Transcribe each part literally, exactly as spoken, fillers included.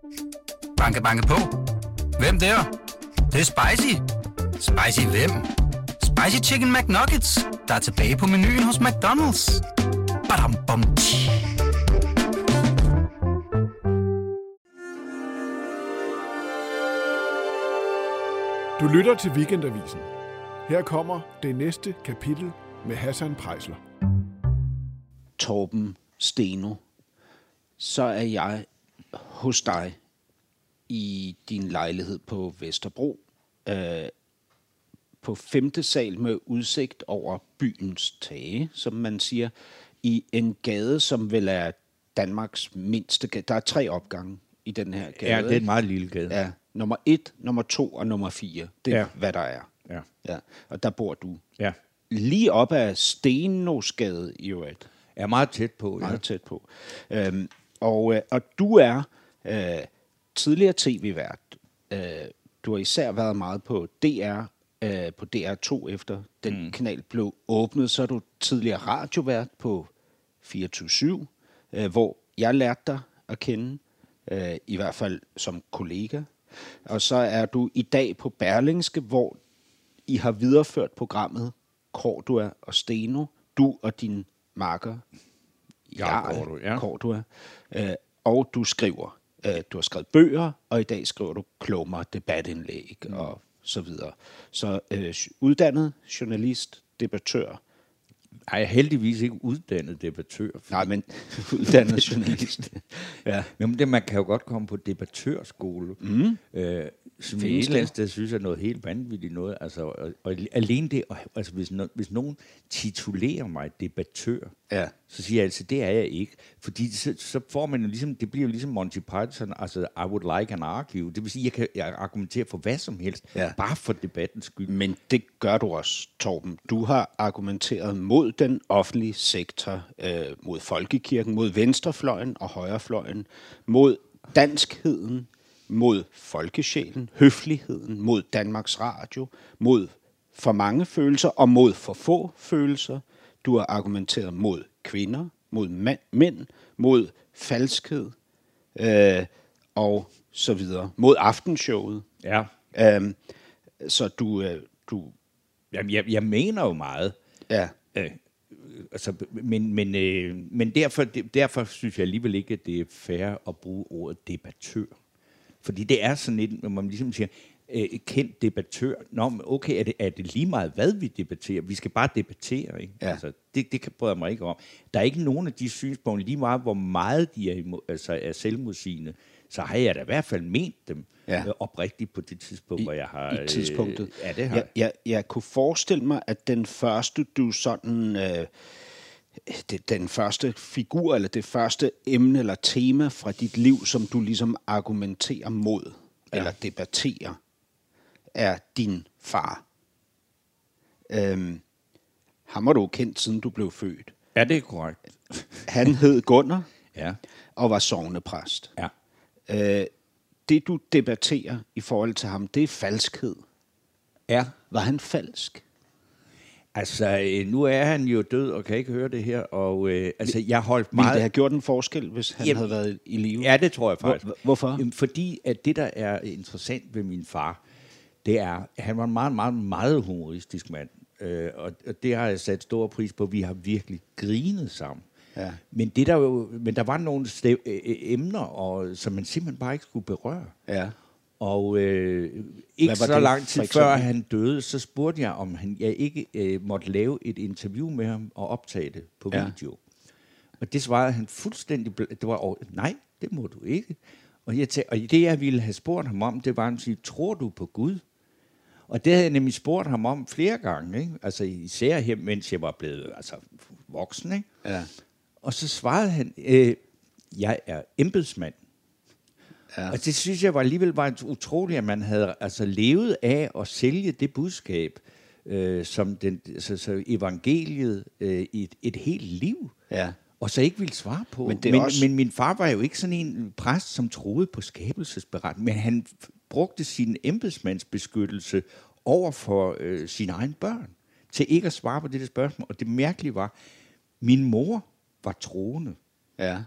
Banke, banke på. Hvem der? Det, det er spicy. Spicy hvem? Spicy Chicken McNuggets, der er tilbage på menuen hos McDonald's. Badum, bom, tji. Du lytter til Weekendavisen. Her kommer det næste kapitel med Hassan Preisler. Torben Steno, så er jeg hos dig i din lejlighed på Vesterbro, øh, på femte sal med udsigt over byens tage, som man siger, i en gade, som vel er Danmarks mindste gade. Der er tre opgange i den her gade. Ja, det er en meget lille gade. Ja, nummer et, nummer to og nummer fire. Det er, ja. hvad der er. Ja. Ja. Og der bor du. Ja. Lige op ad Stenosgade i øvrigt. Er meget tæt på. Meget ja. tæt på. Øhm, og, og du er øh, tidligere tv-vært. Øh, du har især været meget på D R, øh, på D R to efter den mm. kanal blev åbnet. Så er du tidligere radiovært på fireogtyve syv, øh, hvor jeg lærte dig at kende, øh, i hvert fald som kollega. Og så er du i dag på Berlingske, hvor I har videreført programmet Cordua og Steno. Du og din makker, Ja, Cordua, ja. Cordua. Øh, og du skriver. Øh, du har skrevet bøger, og i dag skriver du klummer, debatindlæg mm. og så videre. Så øh, uddannet journalist, debattør. Jeg er heldigvis ikke uddannet debattør. Nej, men uddannet journalist. Ja. Jamen, det, man kan jo godt komme på debattørskole. Mm. Øh, som et eller andet sted synes jeg er noget helt vanvittigt noget. Altså, og, og alene det, altså hvis, no, hvis nogen titulerer mig debattør, ja. så siger jeg altså, det er jeg ikke. Fordi så, så får man jo ligesom, det bliver jo ligesom Monty Python, altså I would like an argue. Det vil sige, jeg kan jeg argumentere for hvad som helst, ja. bare for debattens skyld. Men det gør du også, Torben. Du har argumenteret mod den offentlige sektor, øh, mod folkekirken, mod venstrefløjen og højrefløjen, mod danskheden, mod folkesjælen, høfligheden, mod Danmarks Radio, mod for mange følelser og mod for få følelser. Du har argumenteret mod kvinder, mod mand, mænd, mod falskhed øh, og så videre. Mod aftenshowet. Ja. Øhm, så du... Øh, du Jamen, jeg, jeg mener jo meget. Ja. Øh, altså, men men, øh, men derfor, derfor synes jeg alligevel ikke, at det er fair at bruge ordet debattør. Fordi det er sådan et, når man ligesom siger, øh, kendt debattør. Nå, men okay, er det, er det lige meget, hvad vi debatterer? Vi skal bare debattere, ikke? Ja. Altså, det, det kan bryder mig ikke om. Der er ikke nogen af de synspunkter, lige meget hvor meget de er, imod, altså, er selvmodsigende, så har jeg da i hvert fald ment dem ja. øh, oprigtigt på det tidspunkt, I, hvor jeg har... I tidspunktet. Øh, ja, det har jeg. Jeg, jeg kunne forestille mig, at den første, du sådan... Øh, det, den første figur, eller det første emne eller tema fra dit liv, som du ligesom argumenterer mod, ja. eller debatterer, er din far. Øhm, ham har du kendt, siden du blev født. Ja, det er korrekt. Han hed Gunnar, ja. og var sognepræst. Ja. Øh, det, du debatterer i forhold til ham, det er falskhed. Ja. Var han falsk? Altså, nu er han jo død og kan ikke høre det her, og øh, altså, jeg holdt meget... Ville det have gjort en forskel, hvis han Jamen, havde været i live? Ja, det tror jeg faktisk. Hvor, hvorfor? Jamen, fordi at det, der er interessant ved min far, det er, at han var en meget, meget, meget humoristisk mand, øh, og, og det har jeg sat stor pris på. Vi har virkelig grinet sammen. Ja. Men, det der jo, men der var nogle stev, øh, emner, og, som man simpelthen bare ikke skulle berøre. Ja. Og øh, ikke så lang tid før han døde, så spurgte jeg, om han, jeg ikke øh, måtte lave et interview med ham og optage det på ja. video. Og det svarede han fuldstændig... Det var over, nej, det må du ikke. Og, jeg tæ- og det, jeg ville have spurgt ham om, det var at sige, tror du på Gud? Og det havde jeg nemlig spurgt ham om flere gange, ikke? Altså især her, mens jeg var blevet altså, voksen, ikke? Ja. Og så svarede han, øh, jeg er embedsmand. Ja. Og det synes jeg var alligevel var utroligt, at man havde altså levet af at sælge det budskab, øh, som den, altså, så evangeliet øh, et, et helt liv, ja. og så ikke ville svare på. Men, men, også... men min far var jo ikke sådan en præst, som troede på skabelsesberetning, men han brugte sin embedsmandsbeskyttelse over for øh, sine egne børn, til ikke at svare på det der spørgsmål. Og det mærkelige var, min mor var troende. Ja.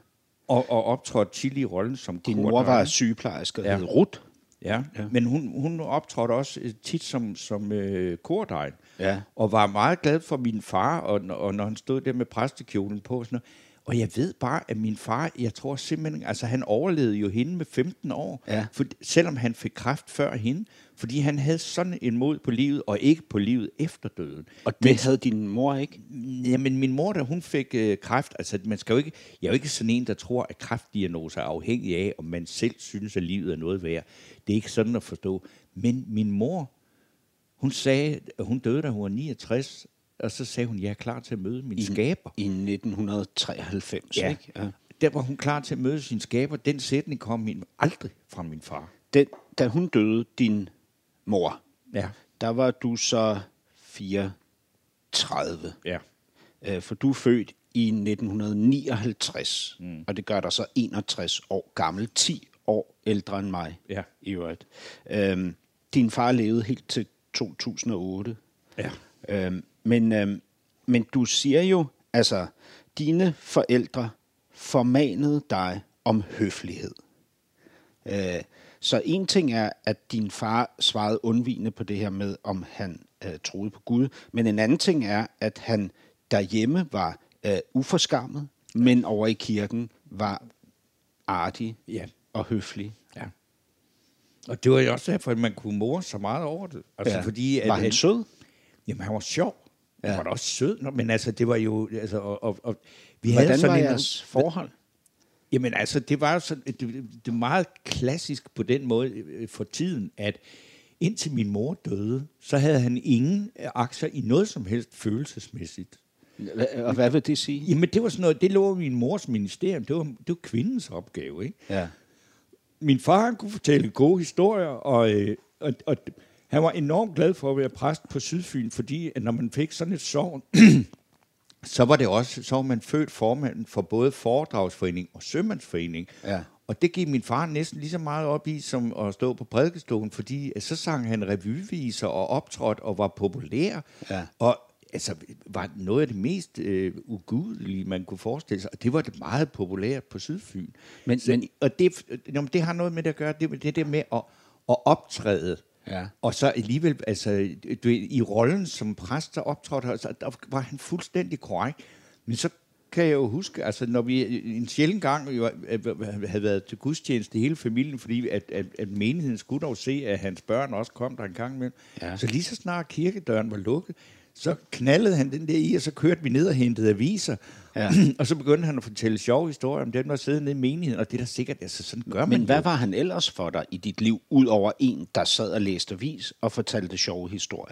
Og, og optrådte tidlig i rollen som Din mor var sygeplejerske, ja. hed Ruth. Ja, ja. Men hun, hun optrådte også tit som, som øh, kordegn, ja. og var meget glad for min far, og, og når han stod der med præstekjolen på, sådan noget. Og jeg ved bare, at min far, jeg tror simpelthen, altså han overlevede jo hende med femten år, ja. for, selvom han fik kræft før hende, fordi han havde sådan en mod på livet, og ikke på livet efter døden. Og det men, havde din mor ikke? Jamen min mor, da hun fik øh, kræft, altså man skal jo ikke, jeg er jo ikke sådan en, der tror, at kræftdiagnoser er afhængig af, om man selv synes, at livet er noget værd. Det er ikke sådan at forstå. Men min mor, hun sagde, at hun døde, da hun var niogtres, og så sagde hun, jeg er klar til at møde min I, skaber. I nitten treoghalvfems, ja. ikke? Ja. Der var hun klar til at møde sin skaber. Den sætning kom min, aldrig fra min far. Den, da hun døde, din mor, ja. der var du så fireogtredive. Ja. Øh, for du er født i nitten nioghalvtreds, mm. og det gør dig så enogtres år gammel, ti år ældre end mig. Ja. I øvrigt. Øhm, din far levede helt til to tusind og otte. Ja. Øhm, men, øhm, men du siger jo, altså, dine forældre formanede dig om høflighed. Øh, så en ting er, at din far svarede undvigende på det her med, om han øh, troede på Gud, men en anden ting er, at han derhjemme var øh, uforskammet, men over i kirken var artig ja. og høflig. Ja. Og det var jo også derfor, at man kunne more så meget over det. Altså, ja. fordi, at var han, han sød? Jamen, han var sjov. Ja. Han var da også sød, men altså, det var jo... Altså, og, og, og, vi Hvordan havde sådan var en, jeres forhold? Jamen, altså, det var jo sådan, det, det er meget klassisk på den måde for tiden, at indtil min mor døde, så havde han ingen aktier i noget som helst følelsesmæssigt. Og hvad vil det sige? Jamen, det var sådan noget, det lå i min mors ministerium. Det var, det var kvindens opgave, ikke? Ja. Min far, han kunne fortælle gode historier, og, og, og han var enormt glad for at være præst på Sydfyn, fordi at når man fik sådan et sogn, så var det også, så var man født formanden for både foredragsforening og sømandsforening. Ja. Og det gik min far næsten lige så meget op i, som at stå på prædikestolen, fordi så sang han revyviser og optrådte og var populær. Ja. Og altså, var noget af det mest øh, ugudelige, man kunne forestille sig. Og det var det meget populært på Sydfyn. Men, så, men, og det, det har noget med det at gøre, det, det der med at, at optræde. Ja. Og så alligevel, altså, du, i rollen som præst, der optrådte, så der var han fuldstændig korrekt. Men så kan jeg jo huske, altså når vi en sjælden gang jo, havde været til gudstjeneste hele familien, fordi at, at, at menigheden skulle dog se, at hans børn også kom der en gang imellem. Ja. Så lige så snart kirkedøren var lukket, så knaldede han den der i, og så kørte vi ned og hentede aviser. Ja. Og så begyndte han at fortælle sjove historier om dem, der sidder nede i menigheden, og det er da sikkert, altså sådan gør man. Men hvad var han ellers for dig i dit liv, ud over en, der sad og læste avis og fortalte sjove historier?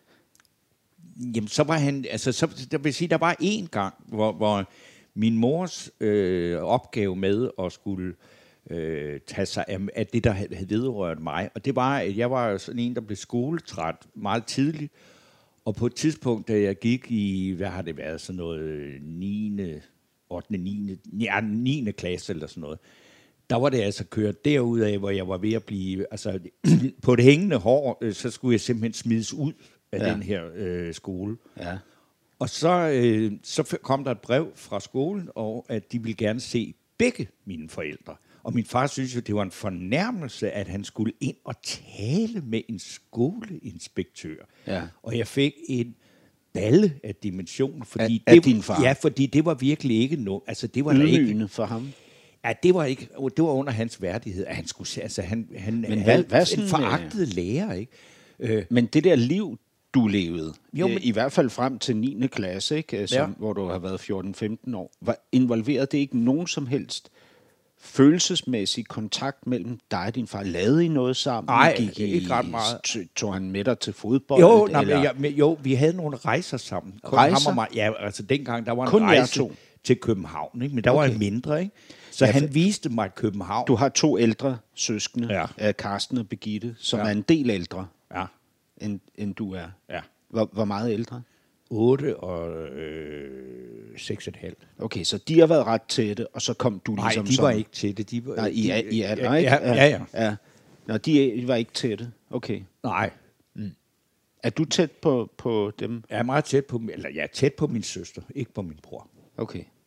Jamen, så var han, altså, så, der vil sige, der var en gang, hvor, hvor min mors øh, opgave med at skulle øh, tage sig af, af det, der havde vedrørt mig, og det var, at jeg var sådan en, der blev skoletræt meget tidligt, og på et tidspunkt, da jeg gik i, hvad har det været, sådan noget niende, ottende, niende, ja, niende klasse eller sådan noget, der var det altså kørt derudad, hvor jeg var ved at blive, altså på det hængende hår, øh, så skulle jeg simpelthen smides ud af ja. den her øh, skole. Ja. Og så, øh, så kom der et brev fra skolen, og at de ville gerne se begge mine forældre. Og min far synes jo, det var en fornærmelse, at han skulle ind og tale med en skoleinspektør. Ja. Og jeg fik en balle af dimension, fordi af, det, af din far? Ja, fordi det var virkelig ikke noget. Altså, det var ydmygende for ham? Ja, det var ikke. Det var under hans værdighed, at han skulle. Altså, han, han Men havde hvad, hvad en foragtet lærer, ikke? Øh, Men det der liv, du levede, jo, men, i hvert fald frem til niende klasse, ikke, som, ja. hvor du har været fjorten femten år, var involveret det ikke nogen som helst følelsesmæssig kontakt mellem dig og din far? Lavede I noget sammen? Nej, Gik ikke I, ret meget. Tog han med dig til fodbold? Jo, nej, eller? ja, men, jo, vi havde nogle rejser sammen. Kun Rejser? Ham og mig. Ja, altså dengang, der var en Kun rejse til København, ikke? Men der okay. var en mindre, ikke? Så ja, han viste mig København. Du har to ældre søskende, ja. Karsten og Birgitte, som ja. er en del ældre, ja. end, end du er. Ja. Hvor, hvor meget ældre? otte og øh, seks og et halvt. Okay, så de har været ret tætte, og så kom du ligesom... Nej, de var som... ikke tætte. De var, Nej, I, de, er, I er, ja, nej, ikke? Ja, ja. ja. ja. Nå, de, de var ikke tætte. Okay. Nej. Mm. Er du tæt på, på dem? Jeg er meget tæt på, eller jeg er tæt på min søster, ikke på min bror. Okay.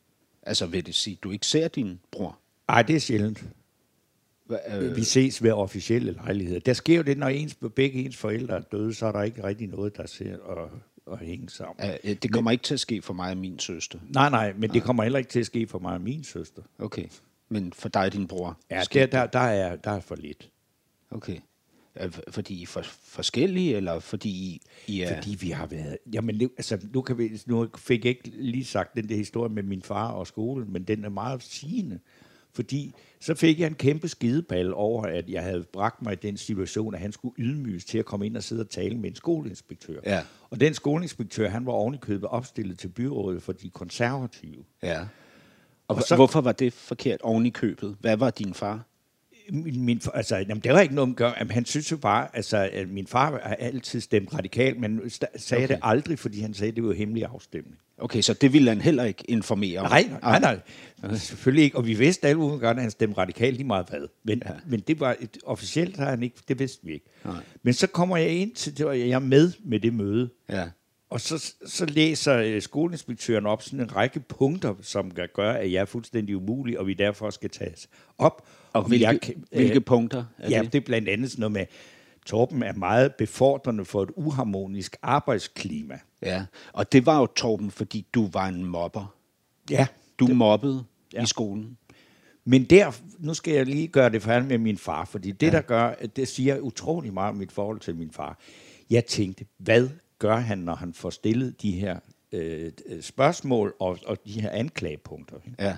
Altså vil det sige, at du ikke ser din bror? Nej, det er sjældent. Hva, øh... Vi ses ved officielle lejligheder. Der sker jo det, når ens, begge ens forældre er døde, så er der ikke rigtig noget, der ser og, og hænge sammen. Øh, det kommer men... ikke til at ske for mig og min søster? Nej, nej, men nej. det kommer heller ikke til at ske for mig og min søster. Okay, men for dig og din bror? Ja, der, der, der, er, der er for lidt. Okay. Fordi I er for, forskellige, eller fordi I, I er... Fordi vi har været... Jamen, nu, altså, nu, kan vi, nu fik jeg ikke lige sagt den der historie med min far og skolen, men den er meget sigende. Fordi så fik jeg en kæmpe skideball over, at jeg havde bragt mig i den situation, at han skulle ydmyges til at komme ind og sidde og tale med en skoleinspektør. Ja. Og den skoleinspektør, han var ovenikøbet opstillet til byrådet for de konservative. Ja. Og, og så, hvorfor var det forkert ovenikøbet? Hvad var din far? Min, min, altså, jamen, det var ikke noget at gøre. Han synes jo bare, altså, at min far har altid stemt radikalt, men sagde okay. det aldrig, fordi han sagde, at det var hemmelig afstemning. Okay, så det ville han heller ikke informere om? Nej, nej, nej. nej. Selvfølgelig ikke. Og vi vidste alle ugen godt, at han stemte radikalt lige meget hvad. Men, ja. men det var et, officielt, har han ikke, det vidste vi ikke. Nej. Men så kommer jeg ind til, det var, jeg er med med det møde. Ja. Og så, så læser skoleinspektøren op sådan en række punkter, som kan gøre, at jeg er fuldstændig umulig, og vi derfor skal tages op. Og hvilke, jeg, hvilke øh, punkter er ja, det? det er blandt andet sådan noget med, Torben er meget befordrende for et uharmonisk arbejdsklima. Ja, og det var jo, Torben, fordi du var en mobber. Ja. Du det, mobbede ja. i skolen. Men der, nu skal jeg lige gøre det færdigt med min far, fordi det, ja. der gør, det siger utrolig meget om mit forhold til min far. Jeg tænkte, hvad gør han, når han får stillet de her øh, spørgsmål og, og de her anklagepunkter? Ja.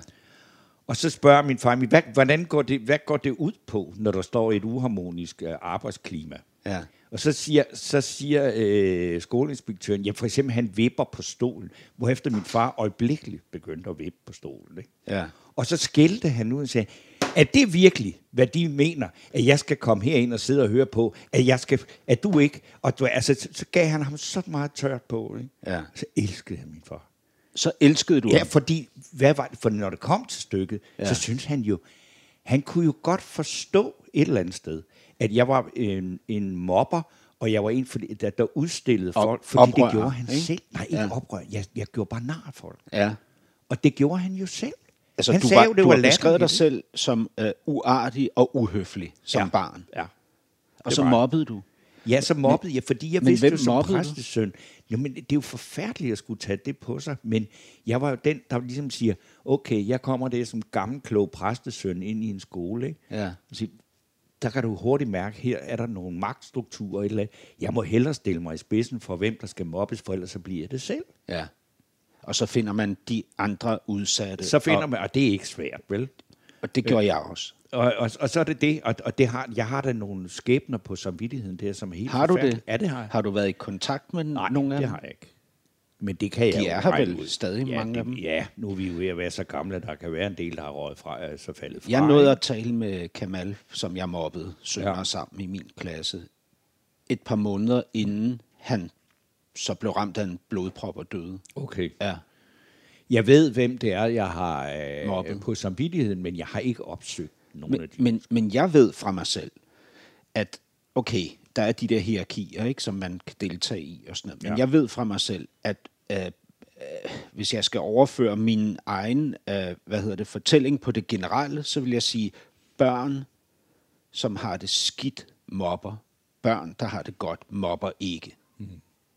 Og så spørger min far, hvad, hvordan går det, hvad går det ud på, når der står et uharmonisk øh, arbejdsklima? Ja. Og så siger, så siger øh, skoleinspektøren, ja, for eksempel, han vipper på stolen, hvorefter min far øjeblikkeligt begyndte at vippe på stolen. Ikke? Ja. Og så skældte han ud og sagde, er det virkelig, hvad de mener, at jeg skal komme herind og sidde og høre på, at jeg skal, at du ikke, og du, altså, så gav han ham så meget tørt på, ikke? Ja. Så elskede han min far. Så elskede du ja, ham? fordi, hvad var det, for når det kom til stykket, ja. så synes han jo, han kunne jo godt forstå et eller andet sted, at jeg var en, en mobber, og jeg var en, der, der udstillede folk, fordi oprør, det gjorde han ikke? selv. Nej, ikke ja. oprør. Jeg, jeg gjorde bare nar af folk. Ja. Og det gjorde han jo selv. Altså, han du sagde var, jo, det du var har beskrevet dig selv som uh, uartig og uhøflig som ja. barn. Ja. Og så mobbede du? Ja, så mobbede jeg, fordi jeg vidste jo som præstesøn, jo, men det er jo forfærdeligt at skulle tage det på sig, men jeg var jo den, der ligesom siger, okay, jeg kommer der som gammel, klog præstesøn ind i en skole, ikke? Ja. Så, der kan du hurtigt mærke, her er der nogle magtstrukturer, et eller andet. Jeg må hellere stille mig i spidsen for, hvem der skal mobbes, for ellers så bliver jeg det selv. Ja. Og så finder man de andre udsatte. Så finder og, man, og det er ikke svært, vel? Og det gjorde øh, jeg også. Og, og, og så er det det, og, og det har, jeg har da nogle skæbner på samvittigheden der, som er helt har du det? Ja, det har jeg. Har du været i kontakt med Nej, nogen af dem? det har jeg ikke. Men det kan jeg de jo er her vel ud. Stadig ja, mange det, af dem? Ja, nu er vi jo ved at være så gamle, der kan være en del, der har røget fra, altså faldet fra. Jeg nåede at tale med Kamal, som jeg mobbede, synger ja. sammen i min klasse, et par måneder inden han så blev ramt af en blodprop og døde. Okay. Ja. Jeg ved, hvem det er, jeg har øh, på samvittigheden, men jeg har ikke opsøgt nogen men, af de. Men, men jeg ved fra mig selv, at okay, der er de der hierarkier, ikke, som man kan deltage i og sådan noget. Men ja. jeg ved fra mig selv, at øh, øh, hvis jeg skal overføre min egen øh, hvad hedder det, fortælling på det generelle, så vil jeg sige, børn, som har det skidt, mobber. Børn, der har det godt, mobber ikke. Mm.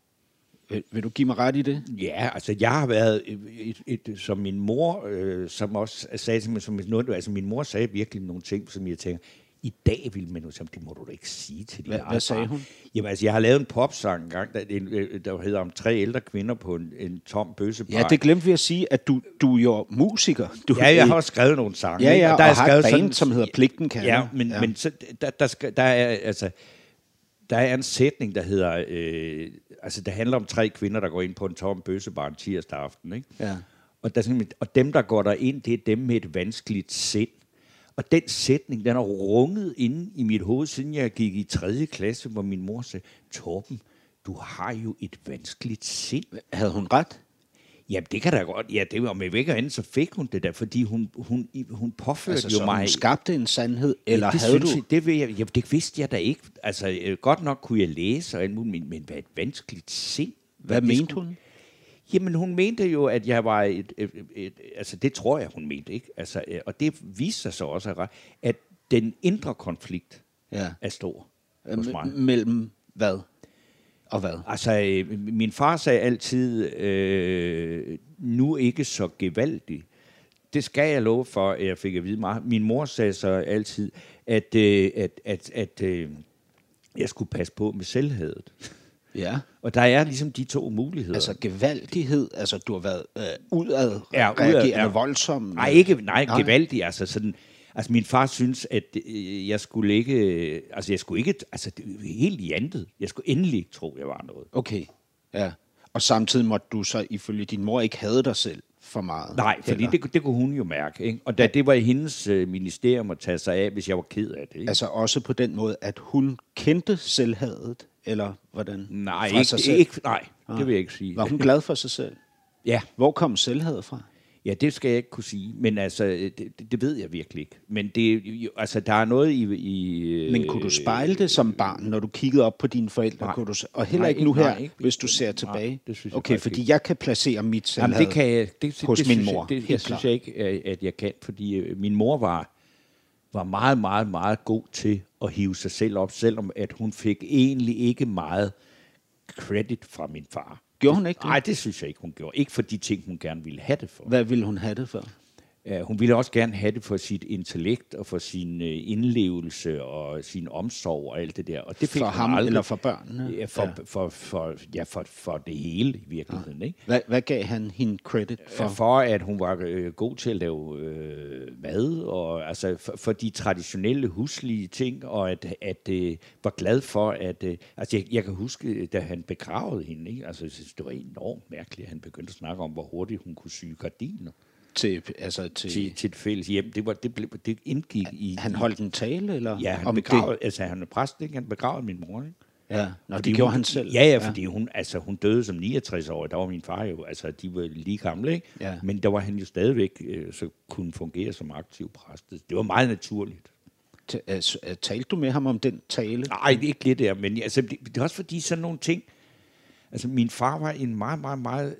Vil, vil du give mig ret i det? Ja, altså jeg har været, et, et, et, som min mor, øh, som også sagde til mig, som noget, altså min mor sagde virkelig nogle ting, som jeg tænker, i dag vil man jo sige, det må du da ikke sige til din Hva, Hvad sagde hun? Jamen altså, jeg har lavet en popsang engang, der, der hedder om tre ældre kvinder på en, en tom bøssebar. Ja, det glemte vi at sige, at du, du er jo musiker. Du, ja, jeg har også skrevet nogle sange. Ja, ja, og der og er har skrevet et band, sådan, som hedder Pligten kan. Ja, men, ja. men så, der, der, skal, der er altså... Der er en sætning, der hedder, øh, altså det handler om tre kvinder, der går ind på en tom bøssebar en tirsdag aften, ikke? Ja. Og, der, og dem, der går der ind, det er dem med et vanskeligt sind. Og den sætning, den er runget inde i mit hoved, siden jeg gik i tredje klasse, hvor min mor sagde, Torben, du har jo et vanskeligt sind. Havde hun ret? Jamen, det kan da godt. Ja, det var med væk og andet, så fik hun det der, fordi hun, hun, hun påførte altså, jo så mig... hun skabte en sandhed, eller det havde du... Jeg, det, jeg, ja, det vidste jeg da ikke. Altså, godt nok kunne jeg læse, og alt muligt, men, men hvad et vanskeligt sind. Hvad, hvad mente hun? Jamen, hun mente jo, at jeg var et, et, et, et... Altså, det tror jeg, hun mente, ikke? Altså, og det viste sig så også, at den indre konflikt ja. er stor hos mig. M- mellem hvad? Og hvad? Altså, min far sagde altid, øh, nu ikke så gevaldig. Det skal jeg love for, at jeg fik at vide meget. Min mor sagde så altid, at, øh, at, at, at øh, jeg skulle passe på med selvhadet. Ja. Og der er ligesom de to muligheder. Altså gevaldighed, altså du har været øh, udad, ja, reagerende ja. voldsom. Nej, ikke, nej, nej, gevaldig, altså sådan... Altså, min far synes, at øh, jeg skulle ikke... Altså, jeg skulle ikke... Altså, det er helt jantet. Jeg skulle endelig ikke tro, jeg var noget. Okay, ja. Og samtidig måtte du så, ifølge din mor, ikke have dig selv for meget. Nej, fordi det, det kunne hun jo mærke, ikke? Og da det var i hendes øh, ministerium at tage sig af, hvis jeg var ked af det, ikke? Altså også på den måde, at hun kendte selvhadet, eller hvordan? Nej, ikke, ikke, nej, det vil jeg ikke sige. Var hun glad for sig selv? Ja. Hvor kom selvhadet fra? Ja, det skal jeg ikke kunne sige, men altså, det, det ved jeg virkelig ikke. Men det, altså, der er noget i... i men kunne du spejle det som barn, når du kiggede op på dine forældre? Nej. Kunne du, og heller Nej, ikke nu nej, her, ikke, hvis du ser tilbage? Nej, det synes jeg okay, fordi ikke. Jeg kan placere mit selvhad Jamen, det kan jeg, det, det, hos det, min synes mor. Jeg, det det synes jeg ikke, at jeg kan, fordi min mor var, var meget, meget, meget god til at hive sig selv op, selvom at hun fik egentlig ikke meget credit fra min far. Gjorde hun ikke det? Nej, det synes jeg ikke, hun gjorde. Ikke for de ting, hun gerne ville have det for. Hvad ville hun have det for? Uh, hun ville også gerne have det for sit intellekt og for sin uh, indlevelse og sin omsorg og alt det der. Og det fik for hun ham aldrig. Eller for børnene? Ja, for, ja. For, for, ja, for, for det hele i virkeligheden. Ja. Ikke? Hvad, hvad gav han hende credit for? For at hun var øh, god til at lave øh, mad, og altså for, for de traditionelle huslige ting, og at, at øh, var glad for, at... Øh, altså jeg, jeg kan huske, da han begravede hende, ikke? Altså jeg synes, det var enormt mærkeligt, at han begyndte at snakke om, hvor hurtigt hun kunne sy gardiner. Til, altså til, til, til et fælles hjem. Det, var, det, blev, det indgik i... Han holdt en tale, eller? Ja, han om begravede, det? altså han er præst, ikke? Han begravede min mor, ikke? Ja, Nå, det hun, gjorde han selv. Ja, ja, fordi ja. Hun, altså, hun døde som niogtres år, der var min far jo, altså de var lige gamle, ikke? Ja. Men der var han jo stadigvæk, øh, så kunne fungere som aktiv præst. Det var meget naturligt. T- altså, talte du med ham om den tale? Nej, ikke lidt der, men altså, det, det er også fordi sådan nogle ting. Altså, min far var en meget, meget, meget...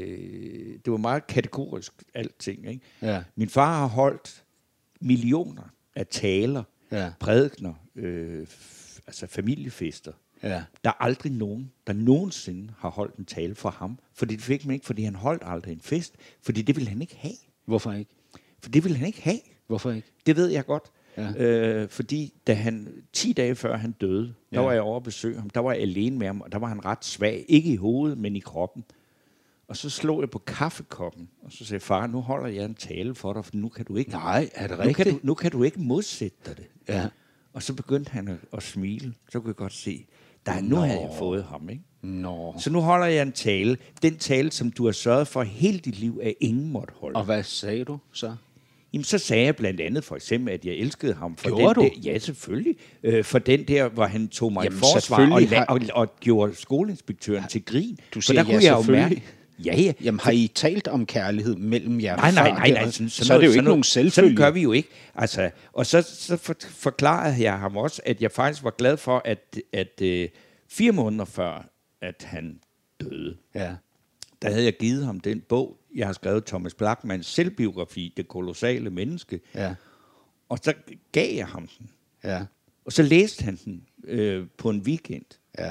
Øh, det var meget kategorisk, alting, ikke? Ja. Min far har holdt millioner af taler, ja. prædikener, øh, f- altså familiefester. Ja. Der er aldrig nogen, der nogensinde har holdt en tale for ham. Fordi det fik man ikke, fordi han holdt aldrig en fest. Fordi det ville han ikke have. Hvorfor ikke? For det ville han ikke have. Hvorfor ikke? Det ved jeg godt. Ja. Øh, fordi da han, ti dage før han døde, ja. der var jeg over at besøge ham, der var jeg alene med ham, og der var han ret svag, ikke i hovedet, men i kroppen. Og så slog jeg på kaffekoppen, og så sagde far, nu holder jeg en tale for dig, for nu kan du ikke... Nej, er det nu rigtigt? kan du, nu kan du ikke modsætte dig det. Ja. Og så begyndte han at, at smile, så kunne jeg godt se, der, nu har jeg fået ham, ikke? Nå. Så nu holder jeg en tale, den tale, som du har sørget for hele dit liv, at ingen måtte holde. Og hvad sagde du så? Jamen, så sagde jeg blandt andet for eksempel, at jeg elskede ham. For Gjorde den du? Der, ja, selvfølgelig. Øh, for den der, hvor han tog mig Jamen, i forsvar og, har... la- og, og gjorde skoleinspektøren ja. til grin. Du for siger, der kunne ja, jeg jo mærke... Ja, ja. Jamen, har I talt om kærlighed mellem jer? Nej, nej, nej. nej sådan, så, så er det jo ikke nogen selvfølge. Sådan gør vi jo ikke. Altså, og så, så for, forklarede jeg ham også, at jeg faktisk var glad for, at, at uh, fire måneder før, at han døde, ja. der havde jeg givet ham den bog, jeg har skrevet, Thomas Blachmans selvbiografi, Det kolossale menneske. Ja. Og så gav jeg ham den. Ja. Og så læste han den øh, på en weekend. Ja.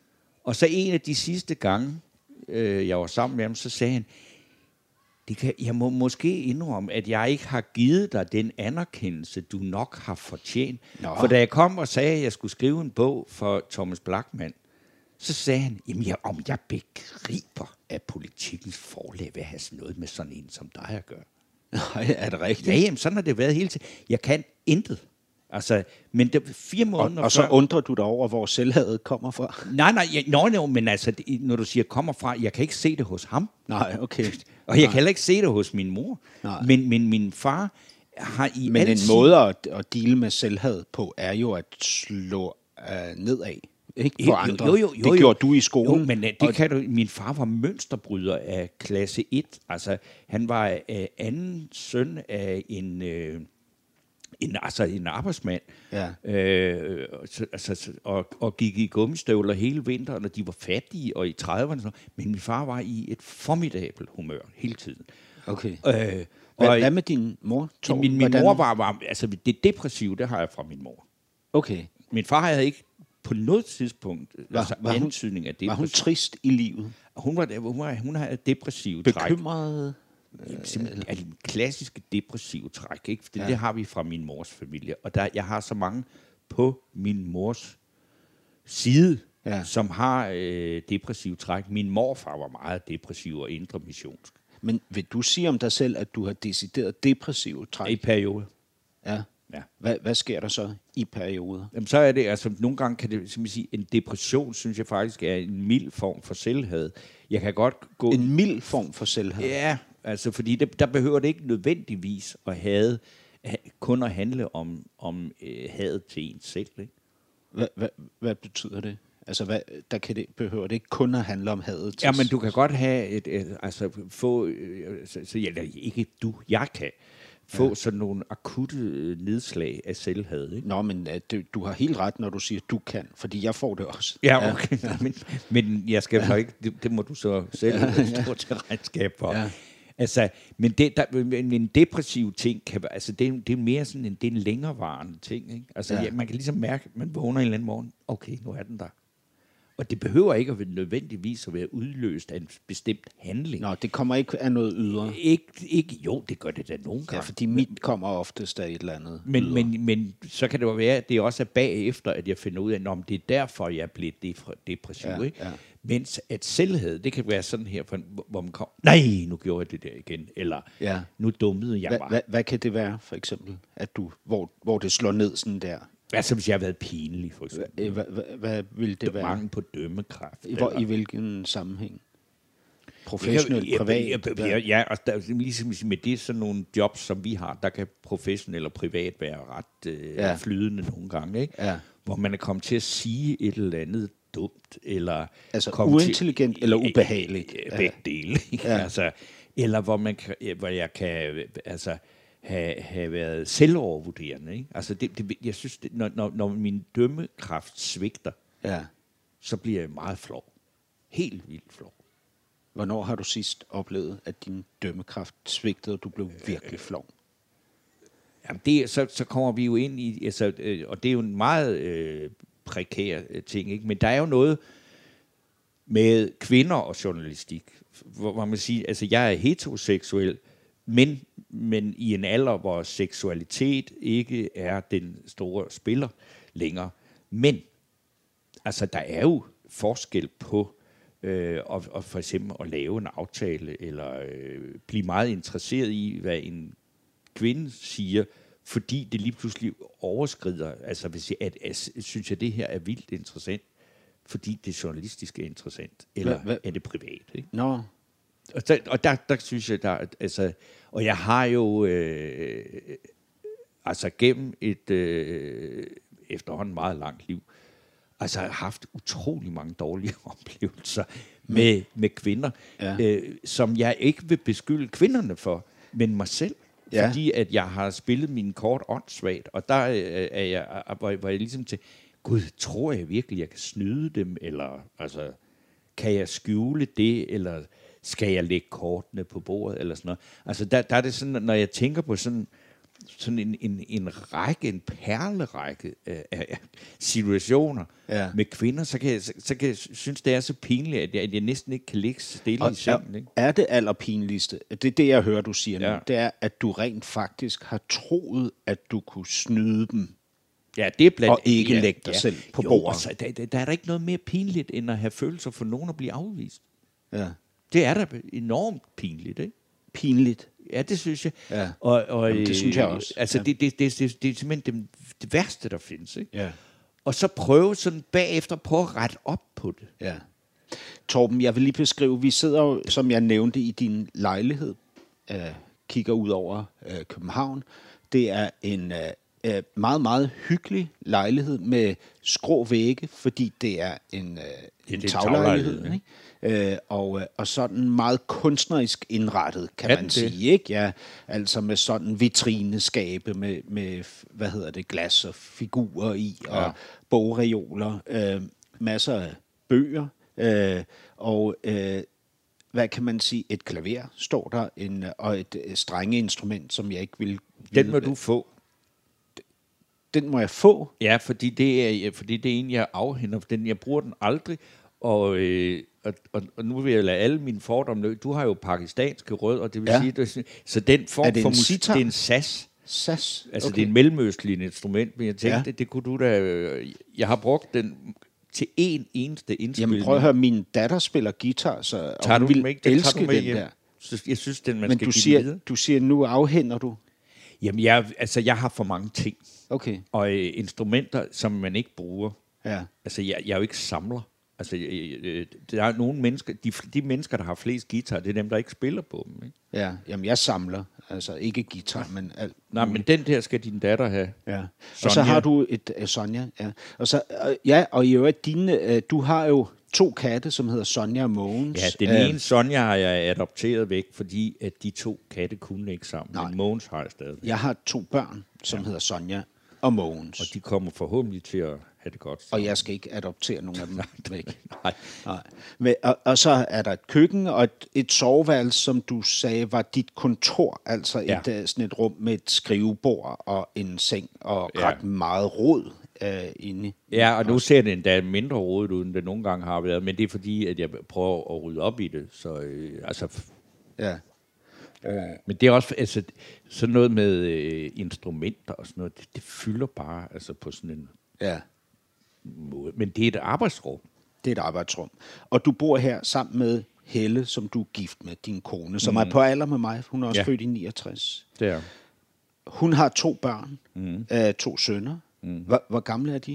Og så en af de sidste gange, øh, jeg var sammen med ham, så sagde han, det kan, jeg må måske indrømme, at jeg ikke har givet dig den anerkendelse, du nok har fortjent. Nå. For da jeg kom og sagde, at jeg skulle skrive en bog for Thomas Blachman, så sagde han, jamen jeg, om jeg begriber, at Politikens Forlag vil have sådan noget med sådan en som dig at gøre. Nej, er det rigtigt? Ja, jamen, sådan har det været hele tiden. Jeg kan intet. Altså, men det fire måneder Og, og så før, undrer du dig over, hvor selvhadet kommer fra? Nej, nej, jeg, no, no, men altså, det, når du siger kommer fra, jeg kan ikke se det hos ham. Nej, okay. Og jeg nej. kan heller ikke se det hos min mor. Nej. Men, men min far har i Men en altid... måde at, at deale med selvhad på, er jo at slå øh, nedad. Ikke på andre. Jo, jo, jo, jo, det gjorde du i skolen. Jo, men det og kan du... Min far var mønsterbryder af klasse et. Altså, han var øh, anden søn af en... Øh, en, altså en arbejdsmand, Ja. øh, så, altså, og, og gik i gummistøvler hele vinteren, og de var fattige, og i trediverne, så, men min far var i et formidabelt humør hele tiden. Okay. Øh, Hvad, og hvad med din mor, Torben? min, min Hvordan- mor var, var, altså det depressive, det har jeg fra min mor. Okay. Min far havde ikke på noget tidspunkt Var- altså var hun- antydning af Var hun depression. trist i livet? Hun var, hun var, hun havde depressive træk. Bekymret? Simpelthen er de klassiske depressive træk, ikke? Det, Ja. ja. det har vi fra min mors familie. Og der, jeg har så mange på min mors side, Ja. ja. som har øh, depressive træk. Min morfar var meget depressiv og indre missionsk. Men vil du sige om dig selv, at du har decideret depressive træk? I periode. Ja. Ja. Hvad, hvad sker der så i perioder? Jamen, så er det, altså nogle gange kan det simpelthen sige, en depression, synes jeg faktisk er en mild form for selvhad. Jeg kan godt gå... En mild form for selvhed? Ja, altså fordi det, der behøver det ikke nødvendigvis at have, kun at handle om, om øh, hadet til en selv, ikke? Hvad, hvad, hvad betyder det? Altså, hvad, der kan det, behøver det ikke kun at handle om hadet til... Ja, men du kan godt have et, et altså få, øh, så, så ja, ikke du, jeg kan få ja. sådan nogle akutte øh, nedslag af selvhad, ikke? Nå, men uh, det, du har helt ret, når du siger, du kan, fordi jeg får det også. Ja, okay. Ja. men, men jeg skal ja. ikke, det, det må du så selv ja. stå til regnskab for. Ja. Altså, men, det, der, men en depressiv ting, kan, altså det, det er mere sådan en, det er en længerevarende ting, ikke? Altså, ja. Ja, man kan ligesom mærke, at man vågner en eller anden morgen, okay, nu er den der. Og det behøver ikke at være nødvendigvis at være udløst af en bestemt handling. Nå, det kommer ikke af noget ydre. Ikke, ikke, jo, det gør det da nogle gange. Ja, fordi mit kommer oftest af et eller andet Men, ydre. men, men så kan det jo være, at det også er bagefter, at jeg finder ud af, om det er derfor, jeg blev depressiv. Ja, Ikke? ja. Mens at selvhed, det kan være sådan her, hvor man kommer, nej, nu gjorde jeg det der igen, eller Ja. nu dummede jeg Hva, mig. hva, hvad kan det være, for eksempel? At du, hvor, hvor det slår ned sådan der? Altså hvis jeg har været pinlig, for eksempel. Hvad, hvad, hvad vil det være? Mangel på dømmekraft. I, hvor, I hvilken sammenhæng? Professionelt, privat? Ja, ja, ja, ja, og der, ligesom med det sådan nogle jobs, som vi har, der kan professionelt og privat være ret øh, Ja. ja. flydende nogle gange, ikke? Ja. Hvor man er kommet til at sige et eller andet dumt, eller... Altså komme uintelligent til, eller ubehageligt? Ja, begge dele. Ja. Ja. Altså, eller hvor, man kan, hvor jeg kan altså, have, have været selvovervurderende. Ikke? Altså, det, det, jeg synes, det, når, når, når min dømmekraft svigter, Ja. så bliver jeg meget flov. Helt vildt flov. Hvornår har du sidst oplevet, at din dømmekraft svigtede, og du blev virkelig flov? Jamen det, så, så kommer vi jo ind i, altså, øh, og det er jo en meget øh, prekær øh, ting, ikke? Men der er jo noget med kvinder og journalistik, hvor, hvor man siger, altså jeg er heteroseksuel, men, men i en alder, hvor seksualitet ikke er den store spiller længere. Men, altså der er jo forskel på øh, og, og for eksempel at lave en aftale, eller øh, blive meget interesseret i, hvad en kvinde siger, fordi det lige pludselig overskrider, altså hvis jeg, at, at, synes jeg, det her er vildt interessant, fordi det journalistiske er interessant, eller Hva, hva? er det privat, ikke? Nå, Og der, og der, der synes jeg, der, altså, og jeg har jo, øh, altså gennem et øh, efterhånden meget langt liv, altså haft utrolig mange dårlige oplevelser med, med kvinder, Ja. øh, som jeg ikke vil beskylde kvinderne for, men mig selv. Ja. Fordi at jeg har spillet min kort åndssvagt, og der øh, er jeg, hvor, hvor jeg ligesom til, gud, tror jeg virkelig, jeg kan snyde dem, eller altså, kan jeg skjule det, eller skal jeg lægge kortene på bordet, eller sådan noget. Altså, der, der er det sådan, når jeg tænker på sådan, sådan en, en, en række, en perlerække af, af situationer Ja. med kvinder, så kan jeg, så, så kan jeg synes, det er så pinligt, at jeg, at jeg næsten ikke kan ligge stille og i sengen. er, Ikke? er det allerpinligste, det er det, jeg hører, du siger Ja. nu, det er, at du rent faktisk har troet, at du kunne snyde dem. Ja, det er blandt, Og ikke lægge dig selv på jo, bordet. og så, der, der, der er der ikke noget mere pinligt, end at have følelser for nogen at blive afvist. Ja. Det er da enormt pinligt, ikke? Pinligt. Ja, det synes jeg. Ja. Og, og, Jamen, det synes jeg øh, også. Altså, Ja. det, det, det, det, det er simpelthen det, det værste, der findes, ikke? Ja. Og så prøve sådan bagefter på at rette op på det. Ja. Torben, jeg vil lige beskrive, vi sidder jo, som jeg nævnte, i din lejlighed, øh, kigger ud over øh, København. Det er en øh, øh, meget, meget hyggelig lejlighed med skrå vægge, fordi det er en, øh, en taglejlighed, ikke? Øh, og, og sådan meget kunstnerisk indrettet, kan man sige, ikke? Ja, altså med sådan vitrineskabe med, med, hvad hedder det, glas og figurer i, og ja. bogreoler, øh, masser af bøger, øh, og øh, hvad kan man sige, et klaver står der, en, og et strengeinstrument, som jeg ikke vil... Den må du få. Den må jeg få? Ja, fordi det er, fordi det er en, jeg afhænder. Den, jeg bruger den aldrig, og... Øh, Og, og, og nu vil jeg lade alle mine fordomme løbe. Du har jo pakistanske rødder, det vil ja. sige, det, så den form for musik, det er en sas. Sas? Altså okay. det er en mellemøstlig instrument, men jeg tænkte, ja. det, det kunne du da... Jeg har brugt den til én eneste indspilning. Jamen prøv at høre, min datter spiller guitar, så tager hun vil ikke, elske den hjem. der. Så jeg synes, den man men skal du give siger, videre. du siger, nu afhænder du? Jamen, jeg, altså, jeg har for mange ting. Okay. Og øh, instrumenter, som man ikke bruger. Ja. Altså, jeg, jeg er jo ikke samler. Altså, øh, der er nogle mennesker, de, de mennesker, der har flest guitar, det er dem, der ikke spiller på dem, ikke? Ja, jamen jeg samler, altså ikke guitar, men alt. Nej, men den der skal din datter have. Ja. Og så har du et uh, Sonja, ja. Og så uh, ja, og i øvrigt dine, uh, du har jo to katte, som hedder Sonja og Mogens. Ja, den ene Sonja har jeg adopteret væk, fordi at de to katte kunne ikke sammen. Nej. Men Mogens har jeg stadig. Jeg har to børn, som ja. hedder Sonja og Mogens. Og de kommer forhåbentlig til at have det godt. Og jeg skal ikke adoptere nogen af dem væk. Nej. Nej. Men, og, og så er der et køkken og et, et soveværelse, som du sagde var dit kontor. Altså ja. et, sådan et rum med et skrivebord og en seng og ja. ret meget rod øh, inde. Ja, og nu ser det endda mindre rodet ud, end det nogle gange har været. Men det er fordi, at jeg prøver at rydde op i det. Så øh, altså... Ja. Men det er også altså, sådan noget med øh, instrumenter og sådan noget, det, det fylder bare altså, på sådan en ja. måde. Men det er et arbejdsrum. Det er et arbejdsrum. Og du bor her sammen med Helle, som du er gift med, din kone, som mm. er på alder med mig. Hun er også ja. født i niogtres. Det er. Hun har to børn, mm. øh, to sønner. Mm. Hvor, hvor gamle er de?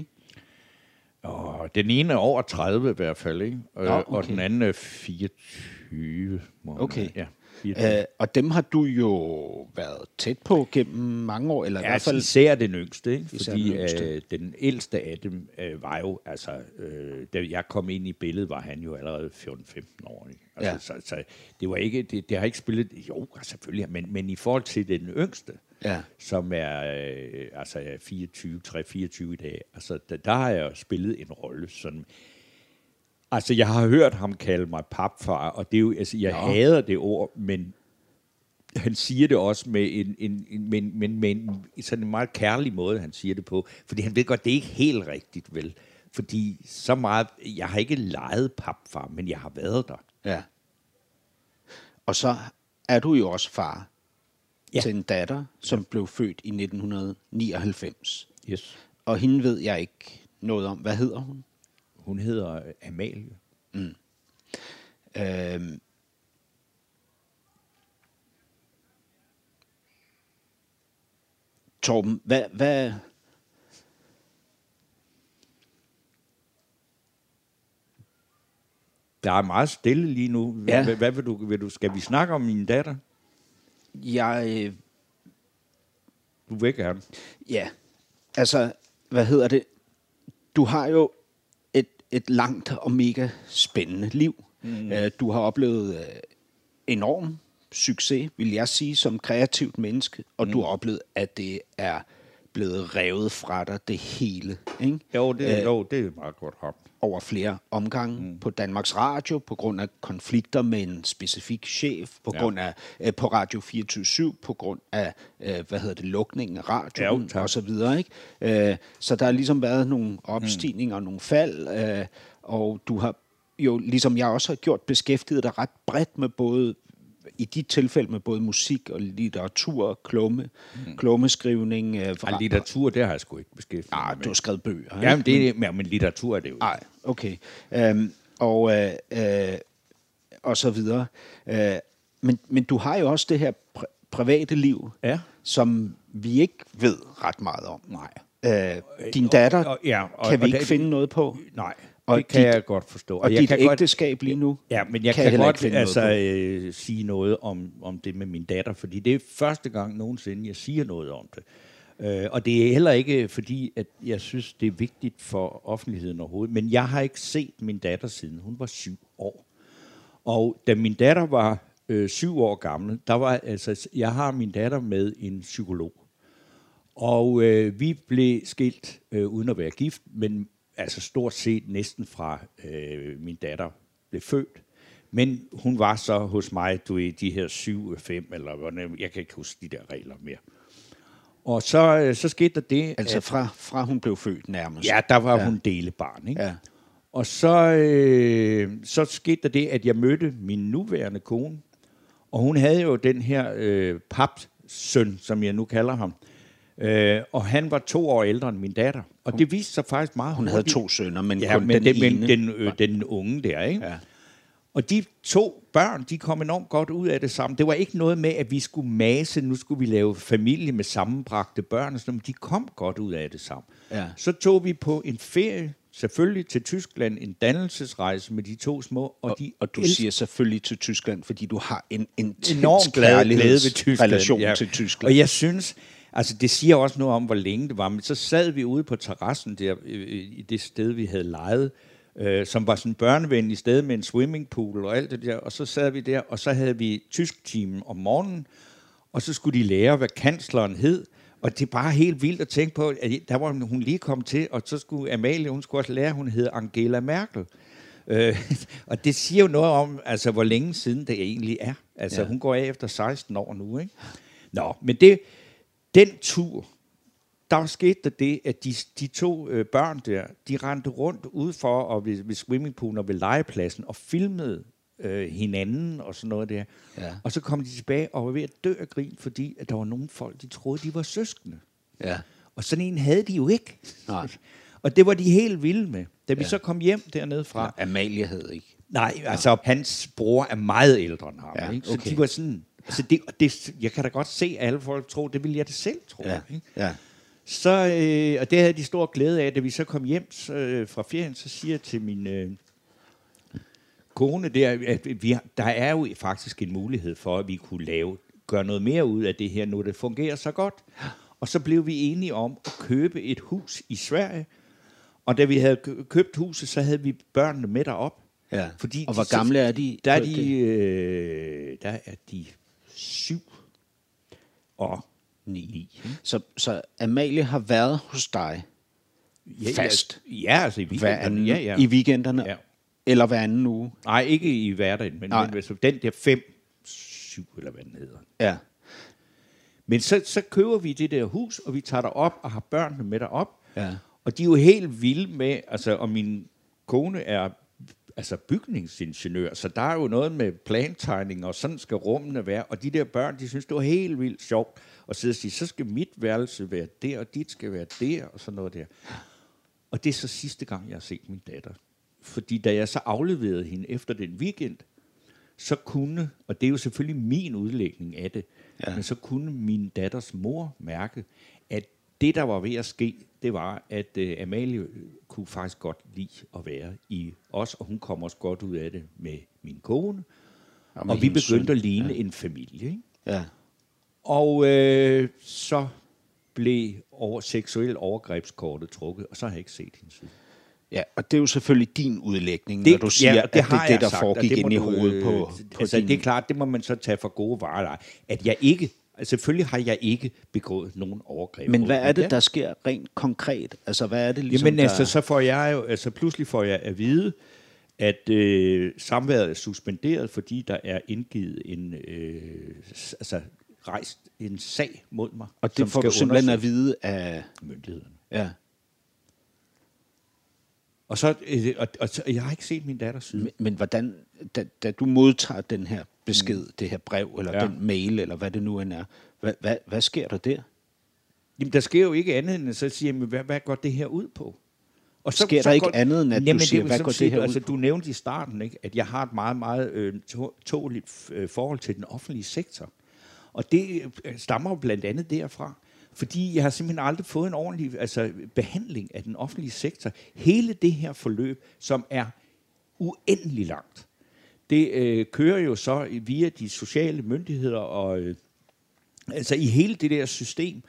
Oh, den ene er over tredive i hvert fald, ikke? Og, Nå, okay. og den anden er fireogtyve. Okay. Ja. Uh, og dem har du jo været tæt på gennem mange år, eller ja, i hvert fald... især den yngste, ikke? Fordi den, yngste. Øh, den ældste af dem øh, var jo, altså, øh, da jeg kom ind i billedet, var han jo allerede fjorten femten år, ikke? Altså, ja. så, så det var ikke, det, det har ikke spillet, jo, selvfølgelig, men, men i forhold til den yngste, ja. som er øh, altså fireogtyve, tre fireogtyve i dag, altså, der, der har jeg spillet en rolle, sådan... Altså, jeg har hørt ham kalde mig papfar, og det er jo, altså, jeg ja. hader det ord, men han siger det også med en, en, en, med, med, med en sådan en meget kærlig måde, han siger det på. Fordi han ved godt, det er ikke helt rigtigt, vel? Fordi så meget, jeg har ikke leget papfar, men jeg har været der. Ja. Og så er du jo også far ja. til en datter, som ja. blev født i nitten nioghalvfems. Yes. Og hende ved jeg ikke noget om. Hvad hedder hun? Hun hedder Amalie. Mm. Øhm. Torben, hvad, hvad... Der er meget stille lige nu. Hvad, ja. hvad, hvad vil, du, vil du? Skal vi snakke om min datter? Jeg... Du vil gerne. Ja, altså, hvad hedder det? Du har jo et, et langt og mega spændende liv. Mm. Uh, du har oplevet uh, enorm succes, vil jeg sige, som kreativt menneske, og mm. du har oplevet, at det er blevet revet fra dig, det hele. Ikke? Jo, det, uh, jo, det er meget godt ramt. Over flere omgange mm. på Danmarks Radio, på grund af konflikter med en specifik chef, på ja. grund af uh, på Radio fireogtyve syv, på grund af uh, hvad hedder det, lukningen af radioen ja, og så videre. Ikke? Uh, så der har ligesom været nogle opstigninger mm. og nogle fald, uh, og du har jo, ligesom jeg også har gjort, beskæftiget dig ret bredt med både i dit tilfælde med både musik og litteratur, klumme, mm. klummeskrivning. Øh, ja, litteratur, det har jeg sgu ikke beskæftiget mig med. Du har skrevet bøger. Ja, men, det er, men, men litteratur er det jo. Nej, okay. Øhm, og, øh, øh, og så videre. Øh, men, men du har jo også det her pr- private liv, ja. som vi ikke ved ret meget om. Nej. Øh, din datter og, og, ja, og, kan vi og, ikke og, finde noget på. Nej. Og det kan dit, jeg godt forstå. Og, og jeg dit kan ægteskab lige nu ja, men jeg kan, kan jeg godt altså, øh, sige noget om, om det med min datter, fordi det er første gang nogensinde, jeg siger noget om det. Øh, og det er heller ikke, fordi at jeg synes, det er vigtigt for offentligheden overhovedet. Men jeg har ikke set min datter siden. Hun var syv år. Og da min datter var øh, syv år gammel, der var altså, jeg har min datter med en psykolog. Og øh, vi blev skilt øh, uden at være gift, men altså stort set næsten fra øh, min datter blev født. Men hun var så hos mig, du i de her syv, fem, eller hvordan, jeg kan ikke huske de der regler mere. Og så, øh, så skete der det... Altså at, fra, fra hun blev født nærmest? Ja, der var ja. hun delebarn, ikke? Ja. Og så, øh, så skete der det, at jeg mødte min nuværende kone, og hun havde jo den her øh, papsøn, som jeg nu kalder ham, øh, og han var to år ældre end min datter. Og hun, det viste sig faktisk meget Hun hurtigt. havde to sønner, men ja, kun men den, den ene. Den, øh, den unge der, ikke? Ja. Og de to børn, de kom enormt godt ud af det sammen. Det var ikke noget med, at vi skulle mase, nu skulle vi lave familie med sammenbragte børn og sådan noget, men de kom godt ud af det sammen. Ja. Så tog vi på en ferie, selvfølgelig til Tyskland, en dannelsesrejse med de to små. Og, og, de og du elsk- siger selvfølgelig til Tyskland, fordi du har en intens enormt glæde, glæde ved Tyskland. relation ja. til Tyskland. Og jeg synes, altså det siger også noget om, hvor længe det var, men så sad vi ude på terrassen der, i det sted, vi havde lejet, øh, som var sådan en børnevenlig sted med en swimmingpool og alt det der, og så sad vi der, og så havde vi tysk time om morgenen, og så skulle de lære, hvad kansleren hed. Og det er bare helt vildt at tænke på, at der var hun lige kom til, og så skulle Amalie, hun skulle også lære, at hun hed Angela Merkel. Øh, og det siger jo noget om, altså, hvor længe siden det egentlig er. Altså, ja. Hun går af efter seksten år nu, ikke? Nå, men det, den tur, der skete der det, at de, de to øh, børn der, de rendte rundt udfor og ved, ved swimmingpoolen og ved legepladsen og filmede øh, hinanden og sådan noget der. Ja. Og så kom de tilbage og var ved at dø af grin, fordi at der var nogle folk, de troede, de var søskende. Ja. Og sådan en havde de jo ikke. Nej. Og det var de helt vilde med. Da vi ja. så kom hjem dernede fra... Ja, Amalie havde ikke. Nej, altså ja. Hans bror er meget ældre end ham. Ja, ikke? Så okay. de var sådan... Altså det, det, jeg kan da godt se, at alle folk tror, det ville jeg da selv tro. Ja. Ikke? Ja. Så, øh, og det havde de stor glæde af, da vi så kom hjem øh, fra ferien, så siger jeg til min øh, kone der, at vi, der er jo faktisk en mulighed for, at vi kunne lave, gøre noget mere ud af det her, nu det fungerer så godt. Og så blev vi enige om at købe et hus i Sverige, og da vi havde købt huset, så havde vi børnene med derop. Ja. Fordi og hvor de, gamle er de? Der er de, øh, der er de syv og ni. Så, så Amalie har været hos dig ja, fast? Ja, ja, altså i weekenderne. Anden, ja, ja. I weekenderne? Ja. Eller hver anden uge? Nej, ikke i hverdagen, men, men altså, den der fem, syv, eller hvad den hedder. Ja. Men så, så køber vi det der hus, og vi tager derop og har børnene med derop. Ja. Og de er jo helt vilde med, altså, og min kone er altså bygningsingeniør, så der er jo noget med plantegning, og sådan skal rummene være. Og de der børn, de synes, det var helt vildt sjovt at sidde og sige, så skal mit værelse være der, og dit skal være der, og sådan noget der. Og det er så sidste gang, jeg har set min datter. Fordi da jeg så afleverede hende efter den weekend, så kunne, og det er jo selvfølgelig min udlægning af det, ja. Men så kunne min datters mor mærke, at det, der var ved at ske, det var, at uh, Amalie kunne faktisk godt lide at være i os, og hun kom også godt ud af det med min kone. Og, og vi begyndte søn. at ligne ja. en familie. Ikke? Ja. Og øh, så blev over, seksuel overgrebskortet trukket, og så har jeg ikke set hende siden. Ja, og det er jo selvfølgelig din udlægning, det, når du siger, ja, det at det er det, der sagt, foregik ind i hovedet på, på altså, din... Det er klart, det må man så tage for gode varer. At jeg ikke, altså, selvfølgelig har jeg ikke begået nogen overgreb. Men hvad er det, der sker rent konkret? Altså, hvad er det ligesom, Jamen, der... altså, så får jeg jo, altså, pludselig får jeg at vide, at øh, samværet er suspenderet, fordi der er indgivet en, øh, altså, rejst en sag mod mig. Og det får du simpelthen at vide af myndighederne. Ja. Og så, øh, og, og, og jeg har ikke set min datter siden. Men, men hvordan, da, da du modtager den her besked, mm. det her brev, eller ja. den mail, eller hvad det nu end er, hvad, hvad, hvad sker der der? Jamen, der sker jo ikke andet, end at så siger, men hvad, hvad går det her ud på? Og så sker så der ikke går, andet, end at jamen, du siger, det, hvad går det her altså, ud på? Du nævnte i starten, ikke, at jeg har et meget, meget øh, tåligt øh, forhold til den offentlige sektor. Og det øh, stammer jo blandt andet derfra. Fordi jeg har simpelthen aldrig fået en ordentlig altså, behandling af den offentlige sektor. Hele det her forløb, som er uendelig langt, det øh, kører jo så via de sociale myndigheder og øh, altså i hele det der system.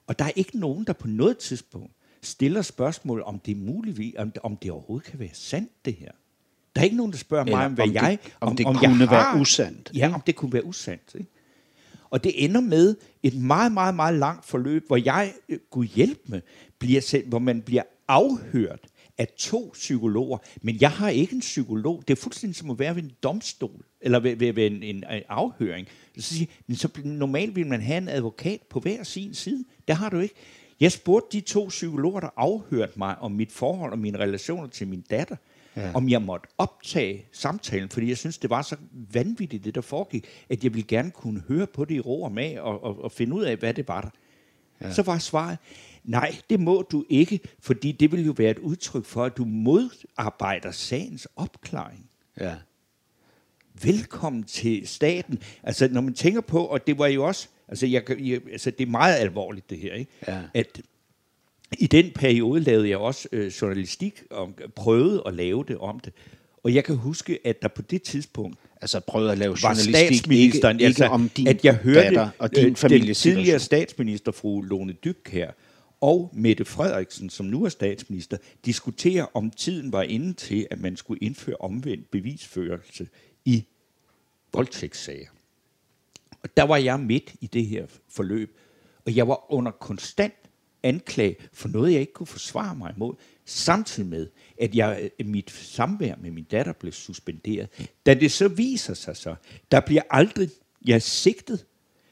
Og der er ikke nogen, der på noget tidspunkt stiller spørgsmål, om det er muligt, om, om det overhovedet kan være sandt, det her. Der er ikke nogen, der spørger Eller mig, om hvad om det, jeg... Om, om det om kunne jeg være har, usandt. Ja, om det kunne være usandt. Ikke? Og det ender med et meget, meget, meget langt forløb, hvor jeg, Gud hjælp med, bliver selv, hvor man bliver afhørt af to psykologer. Men jeg har ikke en psykolog. Det er fuldstændig som at være ved en domstol, eller ved, ved, ved en, en, en afhøring. Så, siger, så normalt vil man have en advokat på hver sin side. Det har du ikke. Jeg spurgte de to psykologer, der afhørte mig om mit forhold og mine relationer til min datter, ja. om jeg måtte optage samtalen, fordi jeg synes, det var så vanvittigt, det der foregik, at jeg ville gerne kunne høre på det i ro og mag og, og, og finde ud af, hvad det var der. Ja. Så var svaret, nej, det må du ikke, fordi det vil jo være et udtryk for, at du modarbejder sagens opklaring. Ja. Velkommen til staten. Altså, når man tænker på, og det var jo også, altså, jeg, jeg, altså det er meget alvorligt det her, ikke? Ja. At i den periode lavede jeg også øh, journalistik og prøvede at lave det om det. Og jeg kan huske, at der på det tidspunkt altså prøvede at lave var statsministeren, ikke, altså, ikke om din at jeg hørte datter og din øh, families den tidligere situation. statsminister, fru Lone Dybkjær, og Mette Frederiksen, som nu er statsminister, diskuterer, om tiden var inde til, at man skulle indføre omvendt bevisførelse i voldtægtssager. Og der var jeg midt i det her forløb, og jeg var under konstant anklage for noget, jeg ikke kunne forsvare mig imod, samtidig med, at jeg, mit samvær med min datter blev suspenderet. Da det så viser sig så, der bliver aldrig, jeg er sigtet,